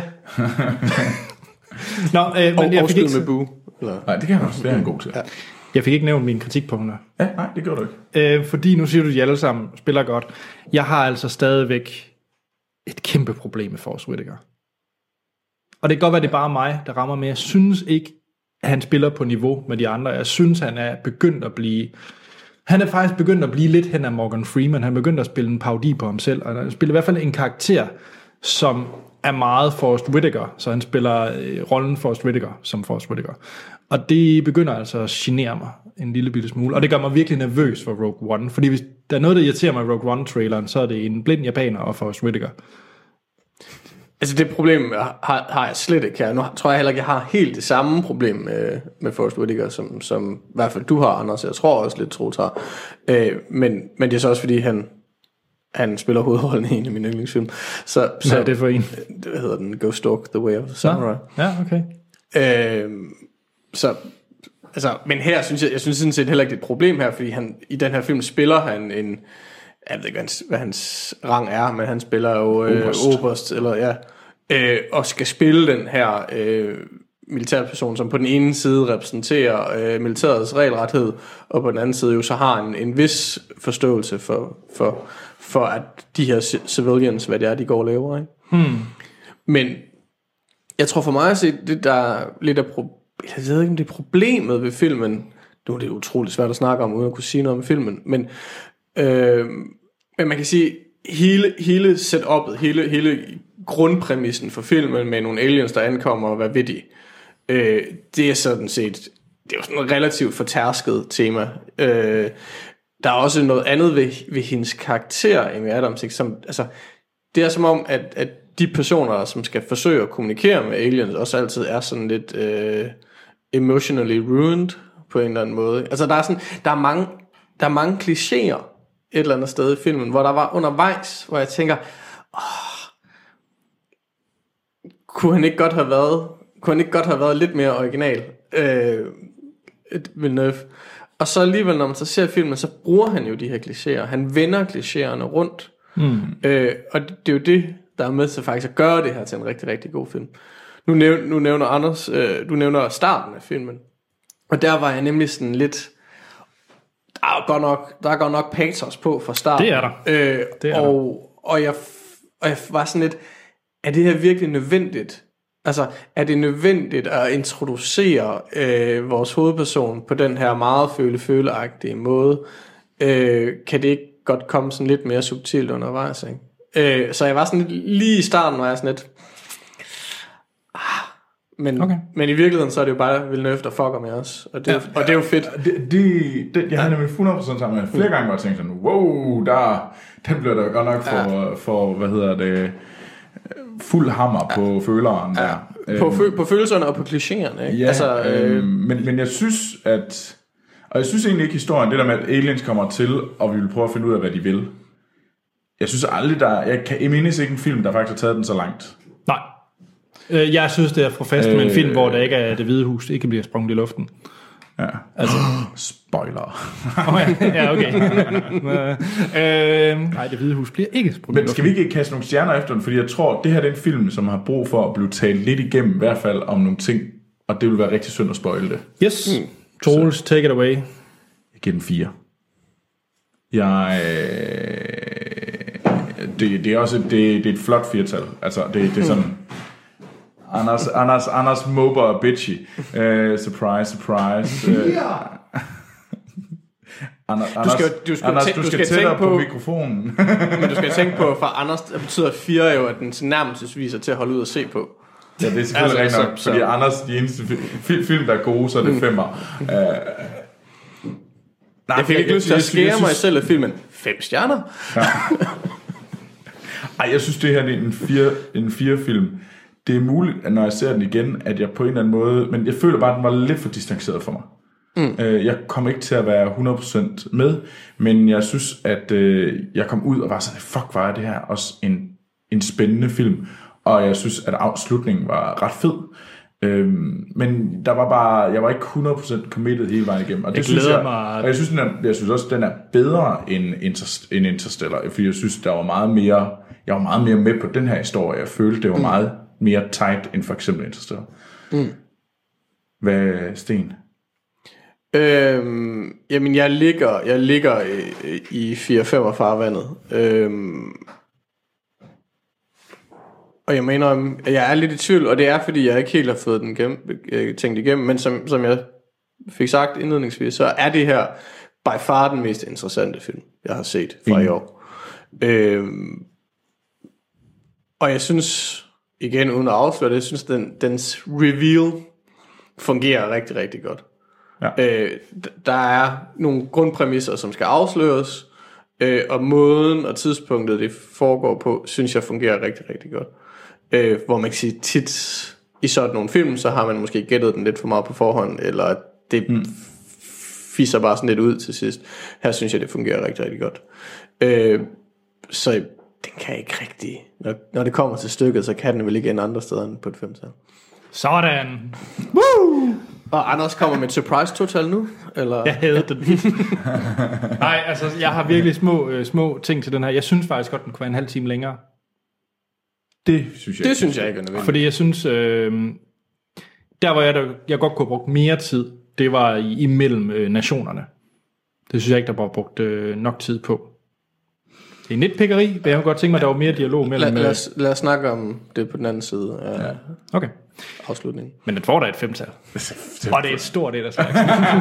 Nå, øh, men og, jeg og fik ikke... med Boo. Eller? Nej, det kan han også. Det er han god til. Ja. Jeg fik ikke nævnt mine kritikpunkter. Ja, nej, det gjorde du ikke. Øh, fordi nu siger du, at de alle sammen spiller godt. Jeg har altså stadigvæk et kæmpe problem med Forrest Whitaker. Og det kan godt være, det er bare mig, der rammer, men jeg synes ikke, at han spiller på niveau med de andre. Jeg synes, han er begyndt at blive... Han er faktisk begyndt at blive lidt hen af Morgan Freeman. Han er begyndt at spille en parodi på ham selv. Og han spiller i hvert fald en karakter, som er meget Forrest Whitaker. Så han spiller øh, rollen Forrest Whitaker som Forrest Whitaker. Og det begynder altså at genere mig en lille bitte smule. Og det gør mig virkelig nervøs for Rogue One. Fordi hvis der er noget, der irriterer mig i Rogue One-traileren, så er det en blind japaner og Forrest Whitaker. Altså det problem har, har jeg slet ikke her. Nu tror jeg heller ikke, jeg har helt det samme problem med, med Forrest Whitaker, som, som i hvert fald du har, Anders. Jeg tror også lidt, Troels har. Øh, men, men det er så også, fordi han, han spiller hovedrollen i en af mine yndlingsfilm. Så, så hvad er det for en? Hvad hedder den? Go Stalk the Way of the Samurai. Ja, okay. Øh, så, altså, men her synes jeg, jeg synes sådan set heller ikke, det er et problem her, fordi han, i den her film spiller han en... Jeg ved ikke, hvad hans, hvad hans rang er, men han spiller jo øh, oberst. oberst, eller ja, øh, og skal spille den her øh, militærperson, som på den ene side repræsenterer øh, militærets regelrethed, og på den anden side jo så har en, en vis forståelse for, for, for at de her civilians, hvad det er, de går og laver, ikke? Hmm. Men jeg tror for mig at se, det der er lidt af pro- jeg ved ikke, om det er problemet ved filmen. Nu er det utroligt svært at snakke om, uden at kunne sige noget om filmen, men Øh, men man kan sige, hele, hele setup'et, hele, hele grundpræmissen for filmen med nogle aliens, der ankommer og hvad ved de, øh, det er sådan set det er jo sådan et relativt fortærsket tema. Øh, der er også noget andet ved, ved hendes karakter, Amy Adams, ikke? Som, altså, det er som om, at, at de personer, som skal forsøge at kommunikere med aliens, også altid er sådan lidt øh, emotionally ruined på en eller anden måde. Altså, der er, sådan, der er mange, der er mange klichéer et eller andet sted i filmen, hvor der var undervejs, hvor jeg tænker, åh, kunne han ikke godt have været, kunne han ikke godt have været lidt mere original, øh, Villeneuve. Og så alligevel, når man så ser filmen, så bruger han jo de her klichéer. Han vender klichéerne rundt. Mm. Øh, og det er jo det, der er med til faktisk at gøre det her til en rigtig, rigtig god film. Nu nævner, nu nævner Anders, øh, du nævner starten af filmen. Og der var jeg nemlig sådan lidt, der er godt nok, der er godt nok pathos på fra starten. Det er der. Øh, det er og, der. Og, jeg, og jeg var sådan lidt, er det her virkelig nødvendigt? Altså, er det nødvendigt at introducere øh, vores hovedperson på den her meget føle-føleagtige måde? Øh, kan det ikke godt komme sådan lidt mere subtilt undervejs, ikke? Øh, så jeg var sådan lidt, lige i starten var jeg sådan lidt, ah, men, okay. men i virkeligheden så er det jo bare Villeneuve, der fucker med os, og det, ja, og det er jo fedt. Det, det, det, jeg havde nemlig hundrede procent sammen med flere gange, hvor jeg tænkte sådan, wow, der, den bliver der godt nok for, ja. for hvad hedder det, fuld hammer på ja. føleren der. Ja. På, fø- på følelserne og på klichéerne, ikke? Ja, altså, øh, øh, men, men jeg synes, at... Og jeg synes egentlig ikke historien, det der med, at aliens kommer til, og vi vil prøve at finde ud af, hvad de vil. Jeg synes aldrig, der... Jeg, kan, jeg mindes ikke en film, der faktisk har taget den så langt. Nej. Øh, jeg synes, det er for fast øh, med en film, hvor der ikke er det hvide hus, ikke bliver sprunget i luften. Ja. Altså, spoiler. oh, ja. ja, okay. øh, nej, det hvide hus bliver ikke sprunget. Men skal vi ikke kaste nogle stjerner efter den? Fordi jeg tror, det her er en film, som har brug for at blive talt lidt igennem, i hvert fald om nogle ting, og det vil være rigtig synd at spoile det. Yes. Mm. Troels, take it away. Jeg giver den fire. Jeg... Det, det er også et, det, det er et flot firtal. Altså, det, det er sådan... Anders, Anders, Anders Mober og bitchy. Uh, surprise, surprise. Uh, Anders, du skal, du skal, Anders, tæ- du du skal, skal tættere tænke på, på mikrofonen. Men du skal tænke på, for Anders betyder fire jo, at den tilnærmelsesvis er til at holde ud og se på. Ja, det er selvfølgelig altså, rigtig nok, så, fordi så. Anders, de eneste film, film, der er gode, så er det mm. femmer. Uh, nej, jeg fik ikke lyst til at skære mig selv af filmen. Fem stjerner? Ja. Ej, jeg synes, det her er en fire, en fire film. Det er muligt, at når jeg ser den igen, at jeg på en eller anden måde... Men jeg føler bare, at den var lidt for distanceret for mig. Mm. Uh, jeg kom ikke til at være hundrede procent med, men jeg synes, at uh, jeg kom ud og var sådan, fuck, var det her også en, en spændende film. Og jeg synes, at afslutningen var ret fed. Øhm, men der var bare, jeg var ikke hundrede procent committed hele vejen igennem. Og det jeg synes jeg, mig. Og jeg synes, den er, jeg synes også, den er bedre end, Interst- end Interstellar. Fordi jeg synes, der var meget mere, jeg var meget mere med på den her historie. Jeg følte, det var mm. meget mere tight end for eksempel Interstellar. Mm. Hvad, Sten? Øhm, jamen, jeg ligger, jeg ligger i, i fire fem farvandet. Øhm, Og jeg mener, at jeg er lidt i tvivl, og det er, fordi jeg ikke helt har fået den gennem, tænkt igennem, men som, som jeg fik sagt indledningsvis, så er det her by far den mest interessante film, jeg har set fra mm. i år. Øhm, og jeg synes, igen uden at afsløre det, jeg synes, den, dens reveal fungerer rigtig, rigtig godt. Ja. Øh, der er nogle grundpræmisser, som skal afsløres, øh, og måden og tidspunktet, det foregår på, synes jeg fungerer rigtig, rigtig godt. Øh, hvor man kan sige tit i sådan nogle film, så har man måske gættet den lidt for meget på forhånd, eller det mm. fisser bare sådan lidt ud til sidst. Her synes jeg det fungerer rigtig, rigtig godt. Øh, så den kan ikke rigtig, når, når det kommer til stykket, så kan den vel ikke ende andre steder end på et femtal. Sådan. Woo! Og Anders kommer med et surprise total nu, eller? Jeg havde den. Nej, altså jeg har virkelig små øh, små ting til den her. Jeg synes faktisk godt den kunne være en halv time længere. Det synes jeg. Det synes jeg ikke er nødvendigt. Fordi jeg synes, øh, der hvor jeg, der, jeg godt kunne have brugt mere tid, det var i, imellem øh, nationerne. Det synes jeg ikke, der var brugt øh, nok tid på. Det er nitpikkeri, men jeg kunne godt tænke mig, at der var mere dialog mellem... Lad, lad, os, lad os snakke om det på den anden side af ja. Okay. afslutningen. Men den får da et femtal. Og det er et stort et af slags.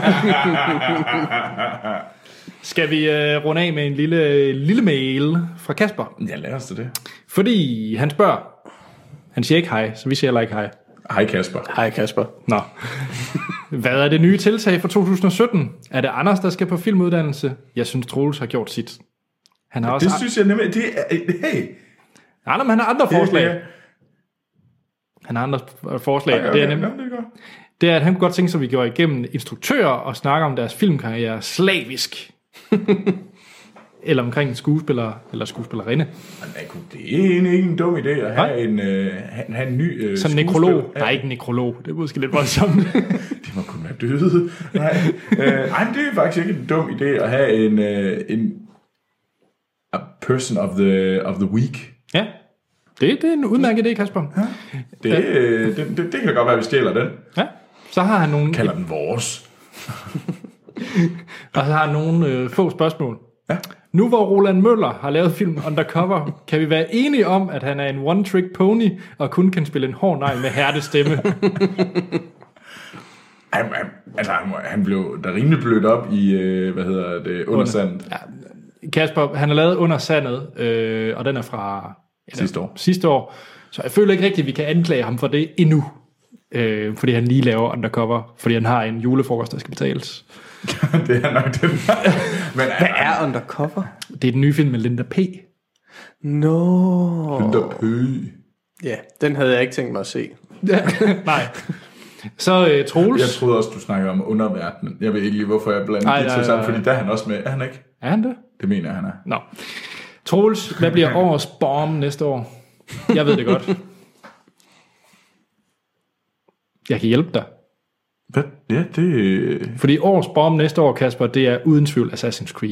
Skal vi øh, runde af med en lille, lille mail fra Kasper? Ja, lad os det. Fordi han spørger, han siger ikke hej, så vi siger heller ikke hej. Hej Kasper. Hej Kasper. Nå. Hvad er det nye tiltag for to tusind og sytten? Er det Anders, der skal på filmuddannelse? Jeg synes, Troels har gjort sit. Han har Det også... synes jeg nemlig, det er, hey. Nej, men han har andre forslag. Ja, ja. Han har andre forslag, Okay, og det er okay, nemlig... jamen, det er godt. Det er, at han kunne godt tænke sig, at vi går igennem instruktører og snakker om deres filmkarriere slavisk. Eller omkring skuespillere eller skuespillerinde. Det er egentlig ikke en dum idé at have en, øh, have, have en ny øh, Sådan en nekrolog. Nej, ikke en nekrolog. Det er måske lidt voldsomt. De må kun være døde. Nej, øh, nej, det er faktisk ikke en dum idé at have en, øh, en a person of the, of the week. Ja, det, det er en udmærket idé, Kasper. Ja. Det, øh, det, det, det kan da godt være, at vi stjæler den. Ja, så har han nogle... Kalder den vores. Og så har han nogle øh, få spørgsmål. Ja. Nu hvor Roland Møller har lavet film Undercover, kan vi være enige om, at han er en one-trick pony, og kun kan spille en hård negl med hærtestemme? Han, han, altså, han, han blev der rimelig blødt op i, øh, hvad hedder det, under sandet. Ja, Kasper, han har lavet Under sandet, øh, og den er fra ja, sidste år. sidste år. Så jeg føler ikke rigtigt, at vi kan anklage ham for det endnu. Øh, fordi han lige laver Undercover, fordi han har en julefrokost, der skal betales. Det er nok det. Men, Hvad er Undercover? Det er den nye film med Linda P. No. Linda P. Ja, den havde jeg ikke tænkt mig at se. Nej. Så øh, Troels. Jeg troede også, du snakkede om underverdenen. Jeg ved ikke lige, hvorfor jeg blandede Ej, de to sammen, fordi der er han også med. Er han ikke? Er han det? Det mener jeg, han er. Nå. Troels, hvad bliver årets bomb næste år? Jeg ved det godt. Jeg kan hjælpe dig. Hvad? Ja, det... Fordi årets bomb næste år, Kasper, det er uden tvivl Assassin's Creed.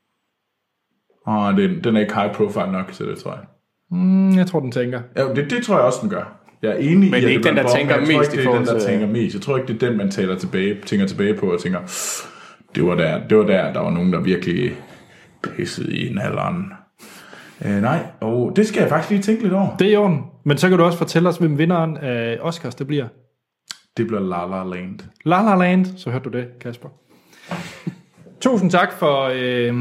Åh, oh, den, den er ikke high profile nok, så det tror jeg. Mm, jeg tror, den tænker. Ja, det, det tror jeg også, den gør. Jeg er enig Men i, det er ikke den, der bomb, tænker jeg tror mest ikke, i det er den, forhold der til- tænker mest. Jeg tror ikke, det er den, man taler tilbage, tænker tilbage på og tænker, det var der, det var der, der var nogen, der virkelig pissede i en alderen. Øh, nej, og det skal jeg faktisk lige tænke lidt over. Det er i orden. Men så kan du også fortælle os, hvem vinderen af Oscars det bliver. Det bliver La La Land. La La Land. Så hørte du det, Kasper. Tusind tak for, øh,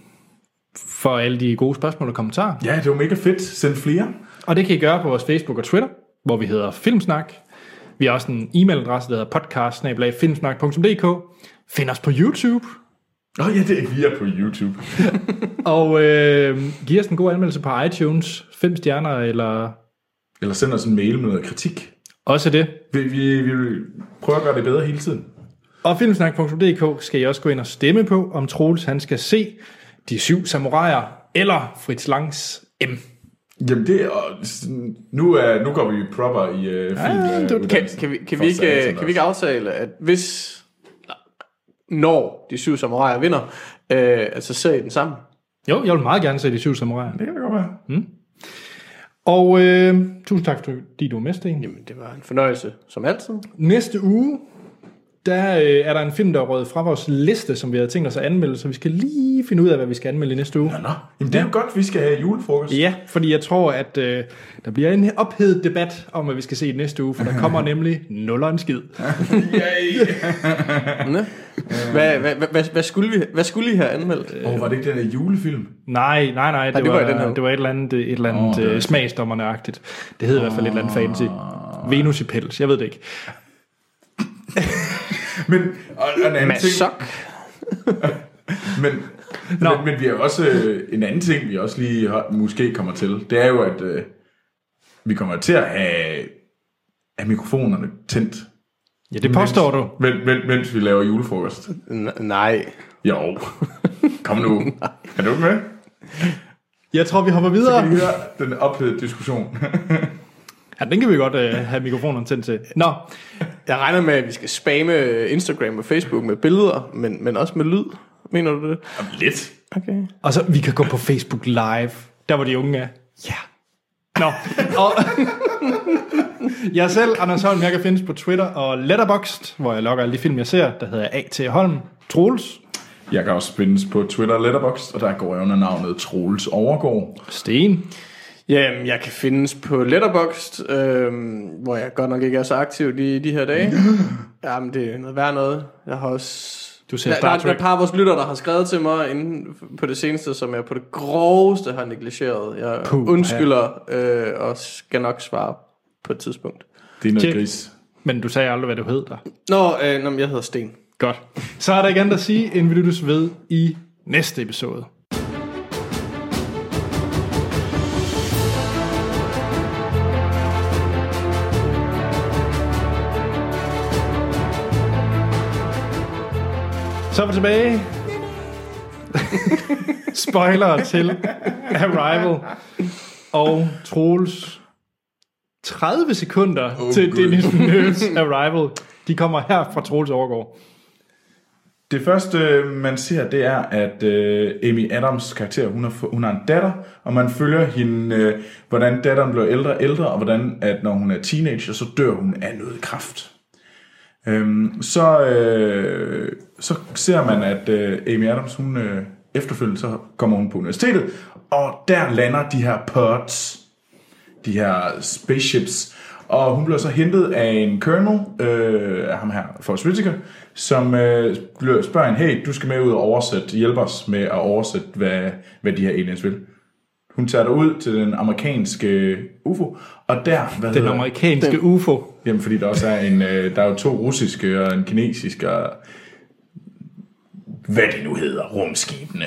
for alle de gode spørgsmål og kommentarer. Ja, det var mega fedt. Send flere. Og det kan I gøre på vores Facebook og Twitter, hvor vi hedder Filmsnak. Vi har også en e-mailadresse, der hedder podcast bindestreg filmsnak punktum d k. Find os på YouTube. Åh oh, ja, det er vi er på YouTube. Og øh, giv os en god anmeldelse på iTunes. Fem stjerner, eller Eller send os en mail med noget kritik. også det. Vi, vi, vi vil prøve at gøre det bedre hele tiden. Og filmsnak punktum d k skal I også gå ind og stemme på, om Troels han skal se De Syv Samuraier eller Fritz Langs M. Jamen det er, nu, er, nu går vi proper i uh, film. Ja, Uh, det- Kan, kan, vi, kan, vi ikke, kan vi ikke aftale, at hvis, når de syv samuraier vinder, øh, altså ser I den sammen? Jo, jeg vil meget gerne se De Syv Samuraier. Det kan det godt være. Og øh, tusind tak, fordi du var med, Sten. Jamen, det var en fornøjelse, som altid. Næste uge, der øh, er der en film, der er røget fra vores liste, som vi havde tænkt os at anmelde, så vi skal lige finde ud af, hvad vi skal anmelde i næste uge. Nå, nå. Jamen, det er jo godt, vi skal have julefrokost. Ja, fordi jeg tror, at øh, der bliver en ophedet debat om, hvad vi skal se i næste uge, for der kommer nemlig nul og en skid. Yay. Hvad, hvad, hvad, hvad, skulle vi, hvad skulle I have anmeldt? Åh, oh, var det ikke den der julefilm? Nej, nej, nej, det, det var, var i den her. det var et eller andet, et eller andet Åh, oh, det er- smagsdommerne-agtigt. Det hed i hvert fald et eller andet fancy. Venus i pels, jeg ved det ikke. Men, og, og en anden Mads ting, Sok. men, Nå. men, men vi har også øh, en anden ting, vi også lige har, måske kommer til. Det er jo, at øh, vi kommer til at have, have mikrofonerne tændt. Ja, det påstår du. Men, men, mens vi laver julefrokost. N- nej. Jo. Kom nu. Er du med? Jeg tror, vi hopper Så videre. kan I høre den ophedede diskussion. Ja, den kan vi godt øh, have mikrofonerne tændt til. Nå, Jeg regner med, at vi skal spamme Instagram og Facebook med billeder, men, men også med lyd. Mener du det? Jamen, lidt. Okay. og så vi kan gå på Facebook Live, der hvor de unge er. Ja. Nå, og jeg selv, Anders Holm, jeg kan findes på Twitter og Letterboxd, hvor jeg logger alle de film, jeg ser, der hedder A T Holm. Troels, Jeg kan også findes på Twitter og Letterboxd, og der går jeg under navnet Troels Overgaard. Sten, Jamen, jeg kan findes på Letterboxd, øhm, hvor jeg godt nok ikke er så aktiv de, de her dage. Jamen, det er noget værd noget. Jeg har også... Du ser der, Star der, der er Trek. et par af vores lytter, der har skrevet til mig inden på det seneste, som jeg på det groveste har negligeret. Jeg Puh, undskylder øh, og skal nok svare på et tidspunkt. Det er noget Tjek. gris. Men du sagde aldrig, hvad du hed der. Nå, øh, nå jeg hedder Sten. Godt. Så er der ikke andet at sige, end vi lyttes ved i næste episode. Så er vi tilbage. Spoiler til Arrival. Og Troels tredive sekunder oh, til God. Dennis Villeneuve's Arrival. De kommer her fra Troels Overgaard. Det første, man ser, det er, at øh, Amy Adams karakter, hun har, hun har en datter, og man følger hende, øh, hvordan datteren bliver ældre og ældre, og hvordan, at når hun er teenager, så dør hun af noget kræft. Øhm, så, øh, så ser man, at øh, Amy Adams, hun øh, efterfølgende, så kommer hun på universitetet, og der lander de her pods, de her spaceships, og hun bliver så hentet af en colonel, øh, ham her, Forrest Whitaker, som øh, spørger hende, hey, du skal med ud og oversætte, hjælpe os med at oversætte, hvad, hvad de her aliens vil. Hun tager ud til den amerikanske U F O, og der... Hvad den amerikanske den, U F O? Jamen, fordi der også er en... Øh, der er jo to russiske og en kinesisk og... Hvad det nu hedder, rumskibene.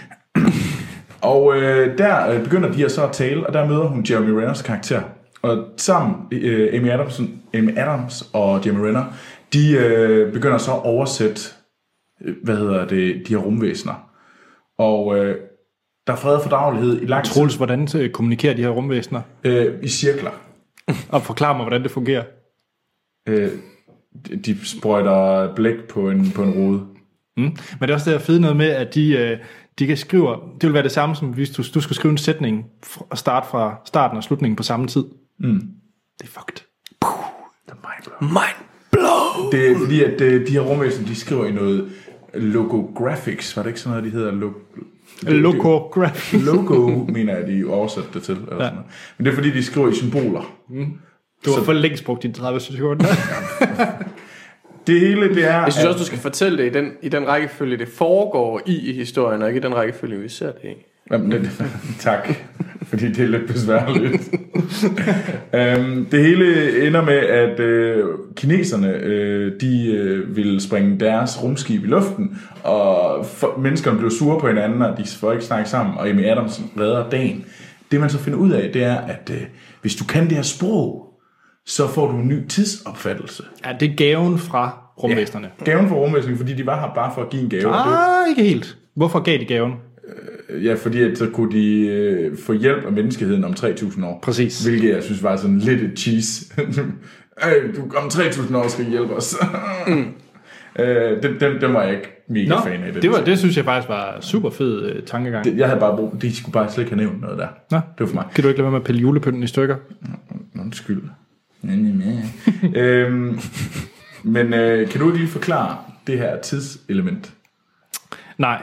Og øh, der øh, begynder de her så at tale, og der møder hun Jeremy Renners karakter. Og sammen, øh, Amy, Adams, Amy Adams og Jeremy Renner, de øh, begynder så at oversætte, øh, hvad hedder det, de her rumvæsener. Og øh, der er fred og fordragelighed i lang tid. Troels, hvordan kommunikerer de her rumvæsener? Øh, I cirkler. Og forklar mig, hvordan det fungerer. Øh, de sprøjter blæk på en, på en rode. Mm. Men det er også det der fede noget med, at de, øh, de kan skrive, det vil være det samme som hvis du, du skal skrive en sætning og starte fra starten og slutningen på samme tid. Mm. Det er fucked. Puh, the mind blow. Mind blow! Det er fordi, at de her rumvæsener, de skriver i noget logographics. Var det ikke sådan noget, de hedder? Lo- Logographics. Logo, mener jeg, de oversætter det til. Eller ja. Sådan noget. Men det er fordi, de skriver i symboler. Mm. Du har så... for længst brugt dine tredive sekunder. Det hele, det er... Jeg synes også, du skal fortælle det i den, i den rækkefølge, det foregår i, i historien, og ikke i den rækkefølge, vi ser det i. Jamen, det, tak, fordi det er lidt besværligt. um, det hele ender med, at øh, kineserne, øh, de øh, vil springe deres rumskib i luften, og for, menneskerne bliver sure på hinanden, og de får ikke snakke sammen, og Amy Adams redder dagen. Det man så finder ud af, det er, at øh, hvis du kan det her sprog, så får du en ny tidsopfattelse. Ja, det er gaven fra rumvæsenerne. Ja, gaven fra rumvæsenerne, fordi de var her bare for at give en gave. Ah, ikke helt. Hvorfor gav de gaven? Ja, fordi at så kunne de øh, få hjælp af menneskeheden om tre tusind år. Præcis. Hvilket jeg synes var sådan lidt et cheese. Ej, du om tre tusind år skal hjælpe os. mm. øh, den, den, den var jeg ikke mega Nå, fan af. Det, det, var, det synes jeg faktisk var super fed uh, tankegang. Det, jeg havde bare brugt, de skulle bare slet ikke have nævnt noget der. Nå, det var for mig. Kan du ikke lade være med at pille julepynten i stykker? Undskyld. øhm, men øh, kan du ikke lige forklare det her tidselement? Nej.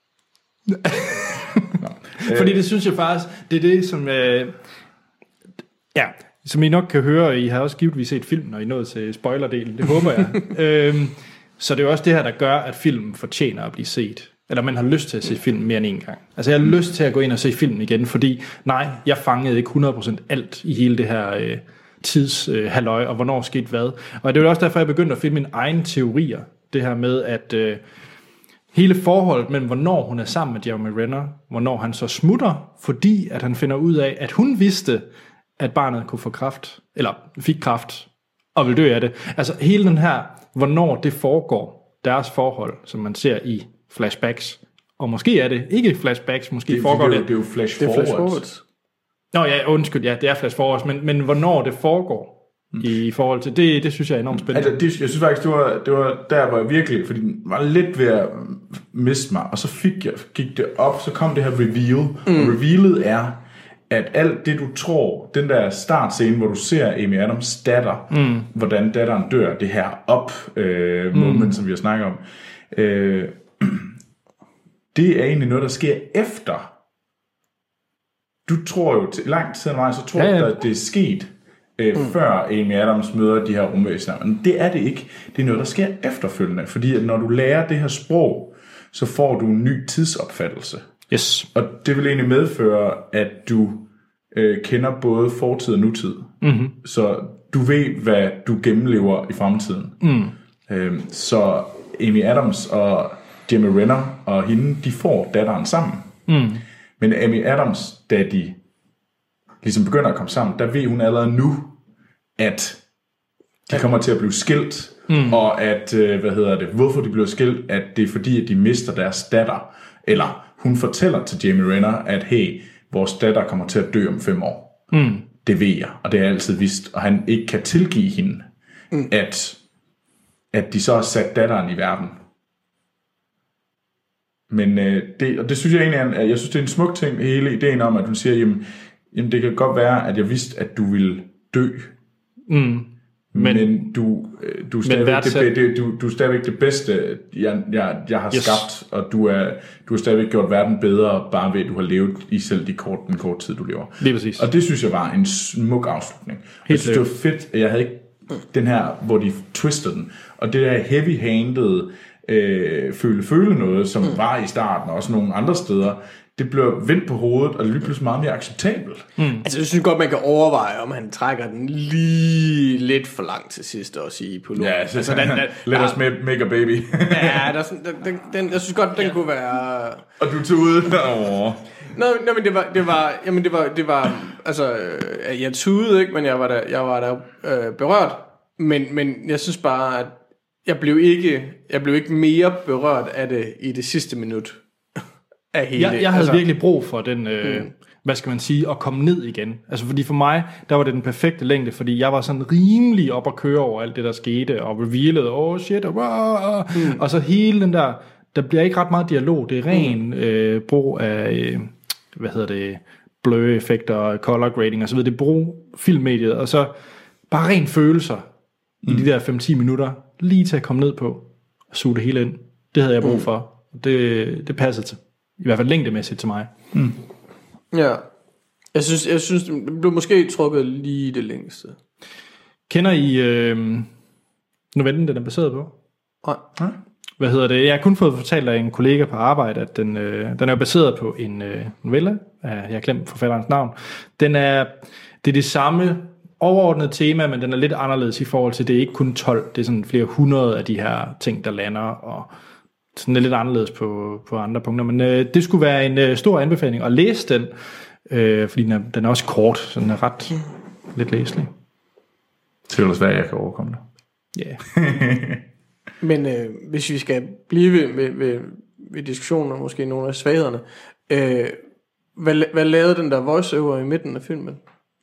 Fordi det synes jeg faktisk, det er det, som... Øh, ja, som I nok kan høre, I har også givetvis set filmen, og I nåede til spoilerdelen, det håber jeg. øhm, så det er jo også det her, der gør, at filmen fortjener at blive set. Eller man har lyst til at se filmen mere end en gang. Altså jeg har lyst til at gå ind og se filmen igen, fordi nej, jeg fangede ikke hundrede procent alt i hele det her... Øh, tidshalløj, øh, og hvornår skete hvad. Og det er jo også derfor, jeg begyndte at finde mine egne teorier. Det her med, at øh, hele forholdet mellem, hvornår hun er sammen med Jeremy Renner, hvornår han så smutter, fordi at han finder ud af, at hun vidste, at barnet kunne få kræft, eller fik kræft, og vil dø af det. Altså hele den her, hvornår det foregår, deres forhold, som man ser i flashbacks. Og måske er det ikke flashbacks, måske det, foregår det. Det, det er jo flash forwards. forwards. Nå ja, undskyld, ja, det er flash forwards, men, men hvornår det foregår mm. i forhold til, det, det synes jeg er enormt spændende. Altså, det, jeg synes faktisk, det var, det var der, hvor jeg virkelig, fordi den var lidt ved at miste mig, og så fik jeg, gik det op, så kom det her reveal, mm. og revealet er, at alt det, du tror, den der startscene, hvor du ser Amy Adams datter, mm. hvordan datteren dør, det her op-moment, øh, som vi har snakket om, øh, det er egentlig noget, der sker efter. Du tror jo, til lang tid af mig, så tror du, ja, ja. at det er sket, øh, mm. før Amy Adams møder de her rumvæsener. Men det er det ikke. Det er noget, der sker efterfølgende. Fordi at når du lærer det her sprog, så får du en ny tidsopfattelse. Yes. Og det vil egentlig medføre, at du øh, kender både fortid og nutid. Mm-hmm. Så du ved, hvad du gennemlever i fremtiden. Mm. Øhm, så Amy Adams og Jeremy Renner og hende, de får datteren sammen. Mm. Men Amy Adams, da de ligesom begynder at komme sammen, der ved hun allerede nu, at de kommer til at blive skilt, mm. og at, øh, hvad hedder det, hvorfor de bliver skilt, at det er fordi, at de mister deres datter. Eller hun fortæller til Jeremy Renner, at hey, vores datter kommer til at dø om fem år. Mm. Det ved jeg, og det har jeg altid vidst, og han ikke kan tilgive hende, mm. at, at de så har sat datteren i verden. Men øh, det, og det synes jeg egentlig er en, jeg synes det er en smuk ting, hele ideen om, at hun siger, jamen, jamen det kan godt være, at jeg vidste, at du ville dø. Mm. Men, men du, du, er stadigvæk det, det, du, du er stadigvæk det bedste, jeg, jeg, jeg har yes. skabt, og du, er, du har stadigvæk gjort verden bedre, bare ved, at du har levet i selv de kort, den korte tid, du lever. Lige præcis. Og det synes jeg var en smuk afslutning. Helt jeg synes, det var fedt, at jeg havde ikke den her, hvor de twistede den. Og det der heavy-handed øh, føle-føle noget, som mm. var i starten, og også nogle andre steder, det bliver vendt på hovedet, og det bliver pludselig meget mere acceptabelt. Mm. Altså, jeg synes godt, man kan overveje, om han trækker den lige lidt for langt til sidst også i piloten. Ja, så, altså, den, den, let us make, make a baby. Ja, der, den, den, den, jeg synes godt, den ja. kunne være... Og du tog ud? Åh. Nå, nå, men det var, det var, jamen det var, det var, altså, jeg tudede ikke, men jeg var der, jeg var der øh, berørt. Men, men jeg synes bare, at jeg blev ikke, jeg blev ikke mere berørt af det i det sidste minut. Af hele, jeg, jeg havde altså, virkelig brug for den, øh, mm. hvad skal man sige, at komme ned igen. Altså fordi for mig, der var det den perfekte længde, fordi jeg var sådan rimelig op at køre over alt det, der skete, og revealede, oh shit, og, mm. og så hele den der, der bliver ikke ret meget dialog, det er ren mm. øh, brug af, øh, hvad hedder det, blø-effekter, color grading og så videre, det brug filmmediet, og så bare ren følelser mm. i de der fem til ti minutter, lige til at komme ned på, og suge det hele ind. Det havde jeg brug for. Det, det passede til. I hvert fald længdemæssigt til mig. Mm. Ja. Jeg synes, jeg synes, det blev måske trukket lige det længste. Kender I øh, novellen, den er baseret på? Nej. Ja. Hvad hedder det? Jeg har kun fået fortalt af en kollega på arbejde, at den, øh, den er baseret på en øh, novelle. Jeg har glemt forfatterens navn. Den er, det er det samme overordnede tema, men den er lidt anderledes i forhold til, det er ikke kun tolv, det er sådan flere hundrede af de her ting, der lander, og sådan er lidt anderledes på, på andre punkter, men øh, det skulle være en øh, stor anbefaling at læse den, øh, fordi den er, den er også kort, så den er ret lidt læselig. Det vil også være, at jeg kan overkomme det. Ja. Yeah. Men øh, hvis vi skal blive ved, ved, ved, ved diskussionen, og måske nogle af svaghederne, øh, hvad, hvad lavede den der voiceover i midten af filmen?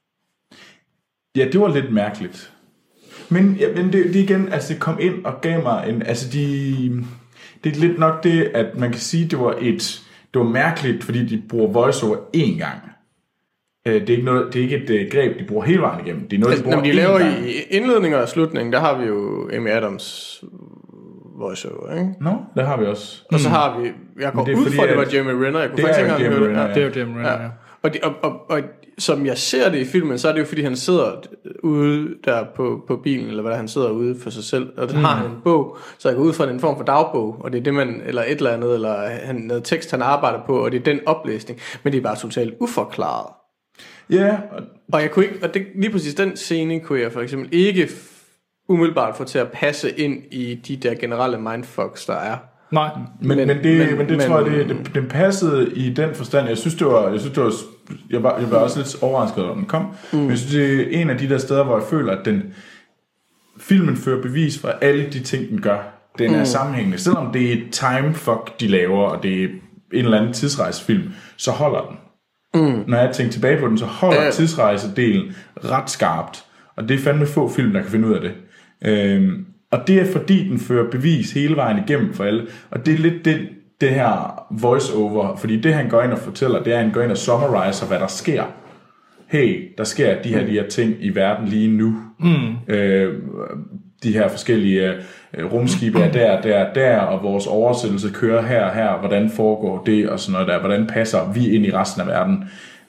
Ja, det var lidt mærkeligt. Men, ja, men det, det igen, altså det kom ind og gav mig en, altså de... Det er lidt nok det, at man kan sige, det var et, det var mærkeligt, fordi de bruger voiceover én gang. Det er ikke noget, det er ikke et greb, de bruger hele vejen igennem. Det er noget, altså, de bruger når de laver gang. I indledninger og slutningen, der har vi jo Amy Adams voiceover, ikke? Nå, no, der har vi også. Og så har vi, jeg går ud fra, det var Jeremy Renner. Jeg kunne det faktisk er ikke Jeremy Renner, ja. Det er jo Jeremy Renner, ja. ja. Og, de, og, og, og som jeg ser det i filmen, så er det jo fordi han sidder ude der på, på bilen, eller hvad der han sidder ude for sig selv, og der mm. har han en bog, så jeg går ud fra en form for dagbog, og det er det man, eller et eller andet, eller han, noget tekst han arbejder på, og det er den oplæsning, men det er bare totalt uforklaret. Ja. Yeah. Og jeg kunne ikke, og det, lige præcis den scene kunne jeg for eksempel ikke umiddelbart få til at passe ind i de der generelle mindfucks, der er. Nej, men, men, men det, men, men det men, tror jeg, det, det, det passede i den forstand. Jeg synes, det var, jeg synes, det var, jeg var, jeg var også lidt overrasket, når den kom. Mm. Men jeg synes, det er en af de der steder, hvor jeg føler, at den filmen fører bevis for alle de ting, den gør. Den er mm. sammenhængende. Selvom det er et timefuck, de laver, og det er en eller anden tidsrejsefilm, så holder den. Mm. Når jeg tænker tilbage på den, så holder ja. tidsrejsedelen ret skarpt. Og det er fandme få film, der kan finde ud af det. Øhm, Og det er fordi, den fører bevis hele vejen igennem for alle. Og det er lidt det, det her voice-over. Fordi det, han går ind og fortæller, det er, at han går ind og summariser, hvad der sker. Hey, der sker de her, de her ting i verden lige nu. Mm. Øh, de her forskellige øh, rumskibe er der, der, der, og vores oversættelse kører her, her. Hvordan foregår det, og sådan noget der. Hvordan passer vi ind i resten af verden?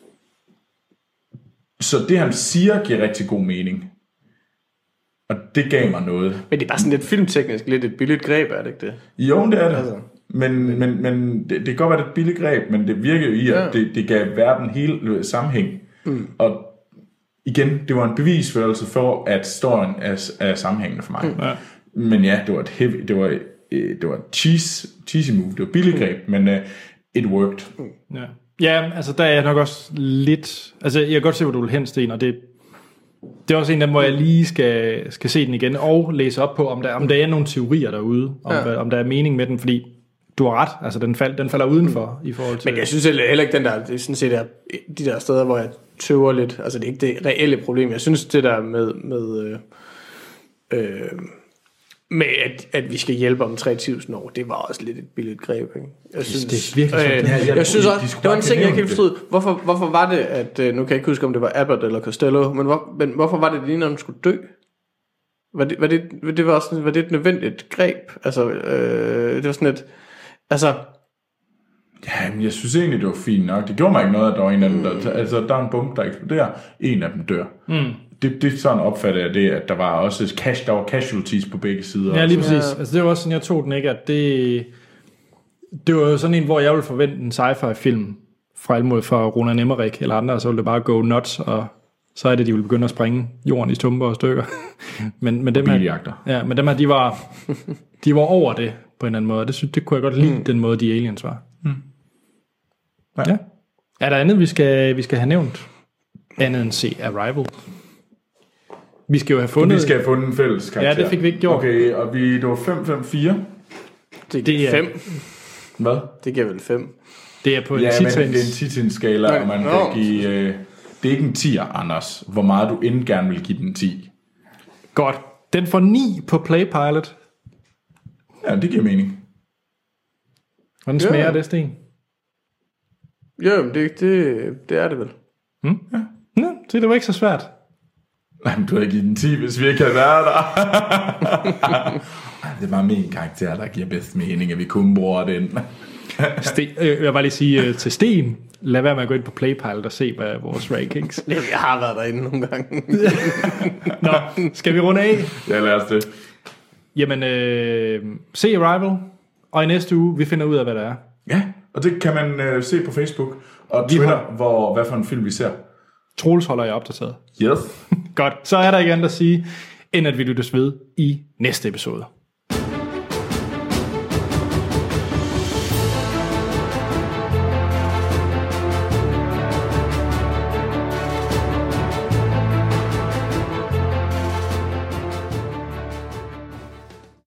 Så det, han siger, giver rigtig god mening. Og det gav mig noget. Men det er bare sådan lidt filmteknisk, lidt et billigt greb, er det ikke det? Jo, det er det. Altså. Men, men, men det, det kan godt være et billigt greb, men det virker jo i, at ja. det, det gav verden hele sammenhæng. Mm. Og igen, det var en bevisførelse for, at storyen er, er sammenhængende for mig. Mm. Ja. Men ja, det var et heavy, det var, det var et cheese, cheesy move, det var billigt greb, mm. men uh, it worked. Mm. Ja. ja, altså der er jeg nok også lidt, altså jeg kan godt se, hvor du vil hen, Sten, og det, det er også en af dem, hvor jeg lige skal, skal se den igen, og læse op på, om der, om der er nogle teorier derude, om, ja. om der er mening med den, fordi du har ret, altså den, fald, den falder udenfor mm. i forhold til... Men jeg synes heller ikke, den der, det er sådan set der, de der steder, hvor jeg tøver lidt, altså det er ikke det reelle problem, jeg synes det der med, med, øh, øh, med at, at vi skal hjælpe om tre tusind år, det var også lidt et billigt greb, ikke? Jeg synes, det er virkelig sådan. Øh, jeg, jeg, jeg synes også, det var en ting, jeg ikke helt forstod, hvorfor, hvorfor var det, at, nu kan jeg ikke huske, om det var Abbott eller Costello, men, hvor, men hvorfor var det lige, når den skulle dø? Var det, var det, det var, sådan, var det et nødvendigt greb? Altså, øh, det var sådan et... Altså... Ja, men jeg synes egentlig, det var fint nok. Det gjorde mig ikke noget, at der var en af dem, der... Altså, der er en bombe, der eksploderer. En af dem dør. Mm. Det, det sådan opfattede jeg det, at der var også cash, der var casualties på begge sider. Ja, lige præcis. Ja. Altså, det var også sådan, jeg tog den, ikke? At det... Det var jo sådan en, hvor jeg ville forvente en sci-fi-film fra Almod fra Roland Emmerich eller andre, og så ville det bare gå nuts, og så er det, de ville begynde at springe jorden i stumper og stykker. men, men dem her, ja, men dem her, de var, de var over det på en eller anden måde, det, synes, det kunne jeg godt lide, mm. den måde, de aliens var. Mm. Ja. ja. Er der andet, vi skal, vi skal have nævnt? Andet end se Arrival. Vi skal jo have fundet... Vi skal have fundet en fælles karakter. Ja, det fik vi ikke gjort. Okay, og vi, det var fem fem fire. Det, det er fem. Hvad? Det giver vel fem. Det er på en ja, titans. Ja, men det er en titans-skala, og man no. kan give... Øh, det er ikke en tier, Anders. Hvor meget du end gerne vil give den ti. Godt. Den får ni på Playpilot. Ja, det giver mening. Hvordan smager ja. det, Sten? Jo, det, det, det er det vel. Hmm? Ja. Nå, så det var ikke så svært. Nej, men du har givet den ti, hvis vi ikke havde været der. Det er bare min karakter, der giver bedst mening, at vi kun bruger den. Sten, jeg vil bare lige sige uh, til Sten, lad være med at gå ind på Playpilot og se, hvad er vores rankings. Jeg har været derinde nogle gange. Nå, skal vi runde af? Ja, lad os det. Jamen, øh, se Arrival, og i næste uge, vi finder ud af, hvad det er. Ja, og det kan man øh, se på Facebook og Twitter, har... hvor, hvad for en film vi ser. Troels holder jeg opdateret. Yes. Godt, så er der ikke andet at sige, end at vi lyttes ved i næste episode.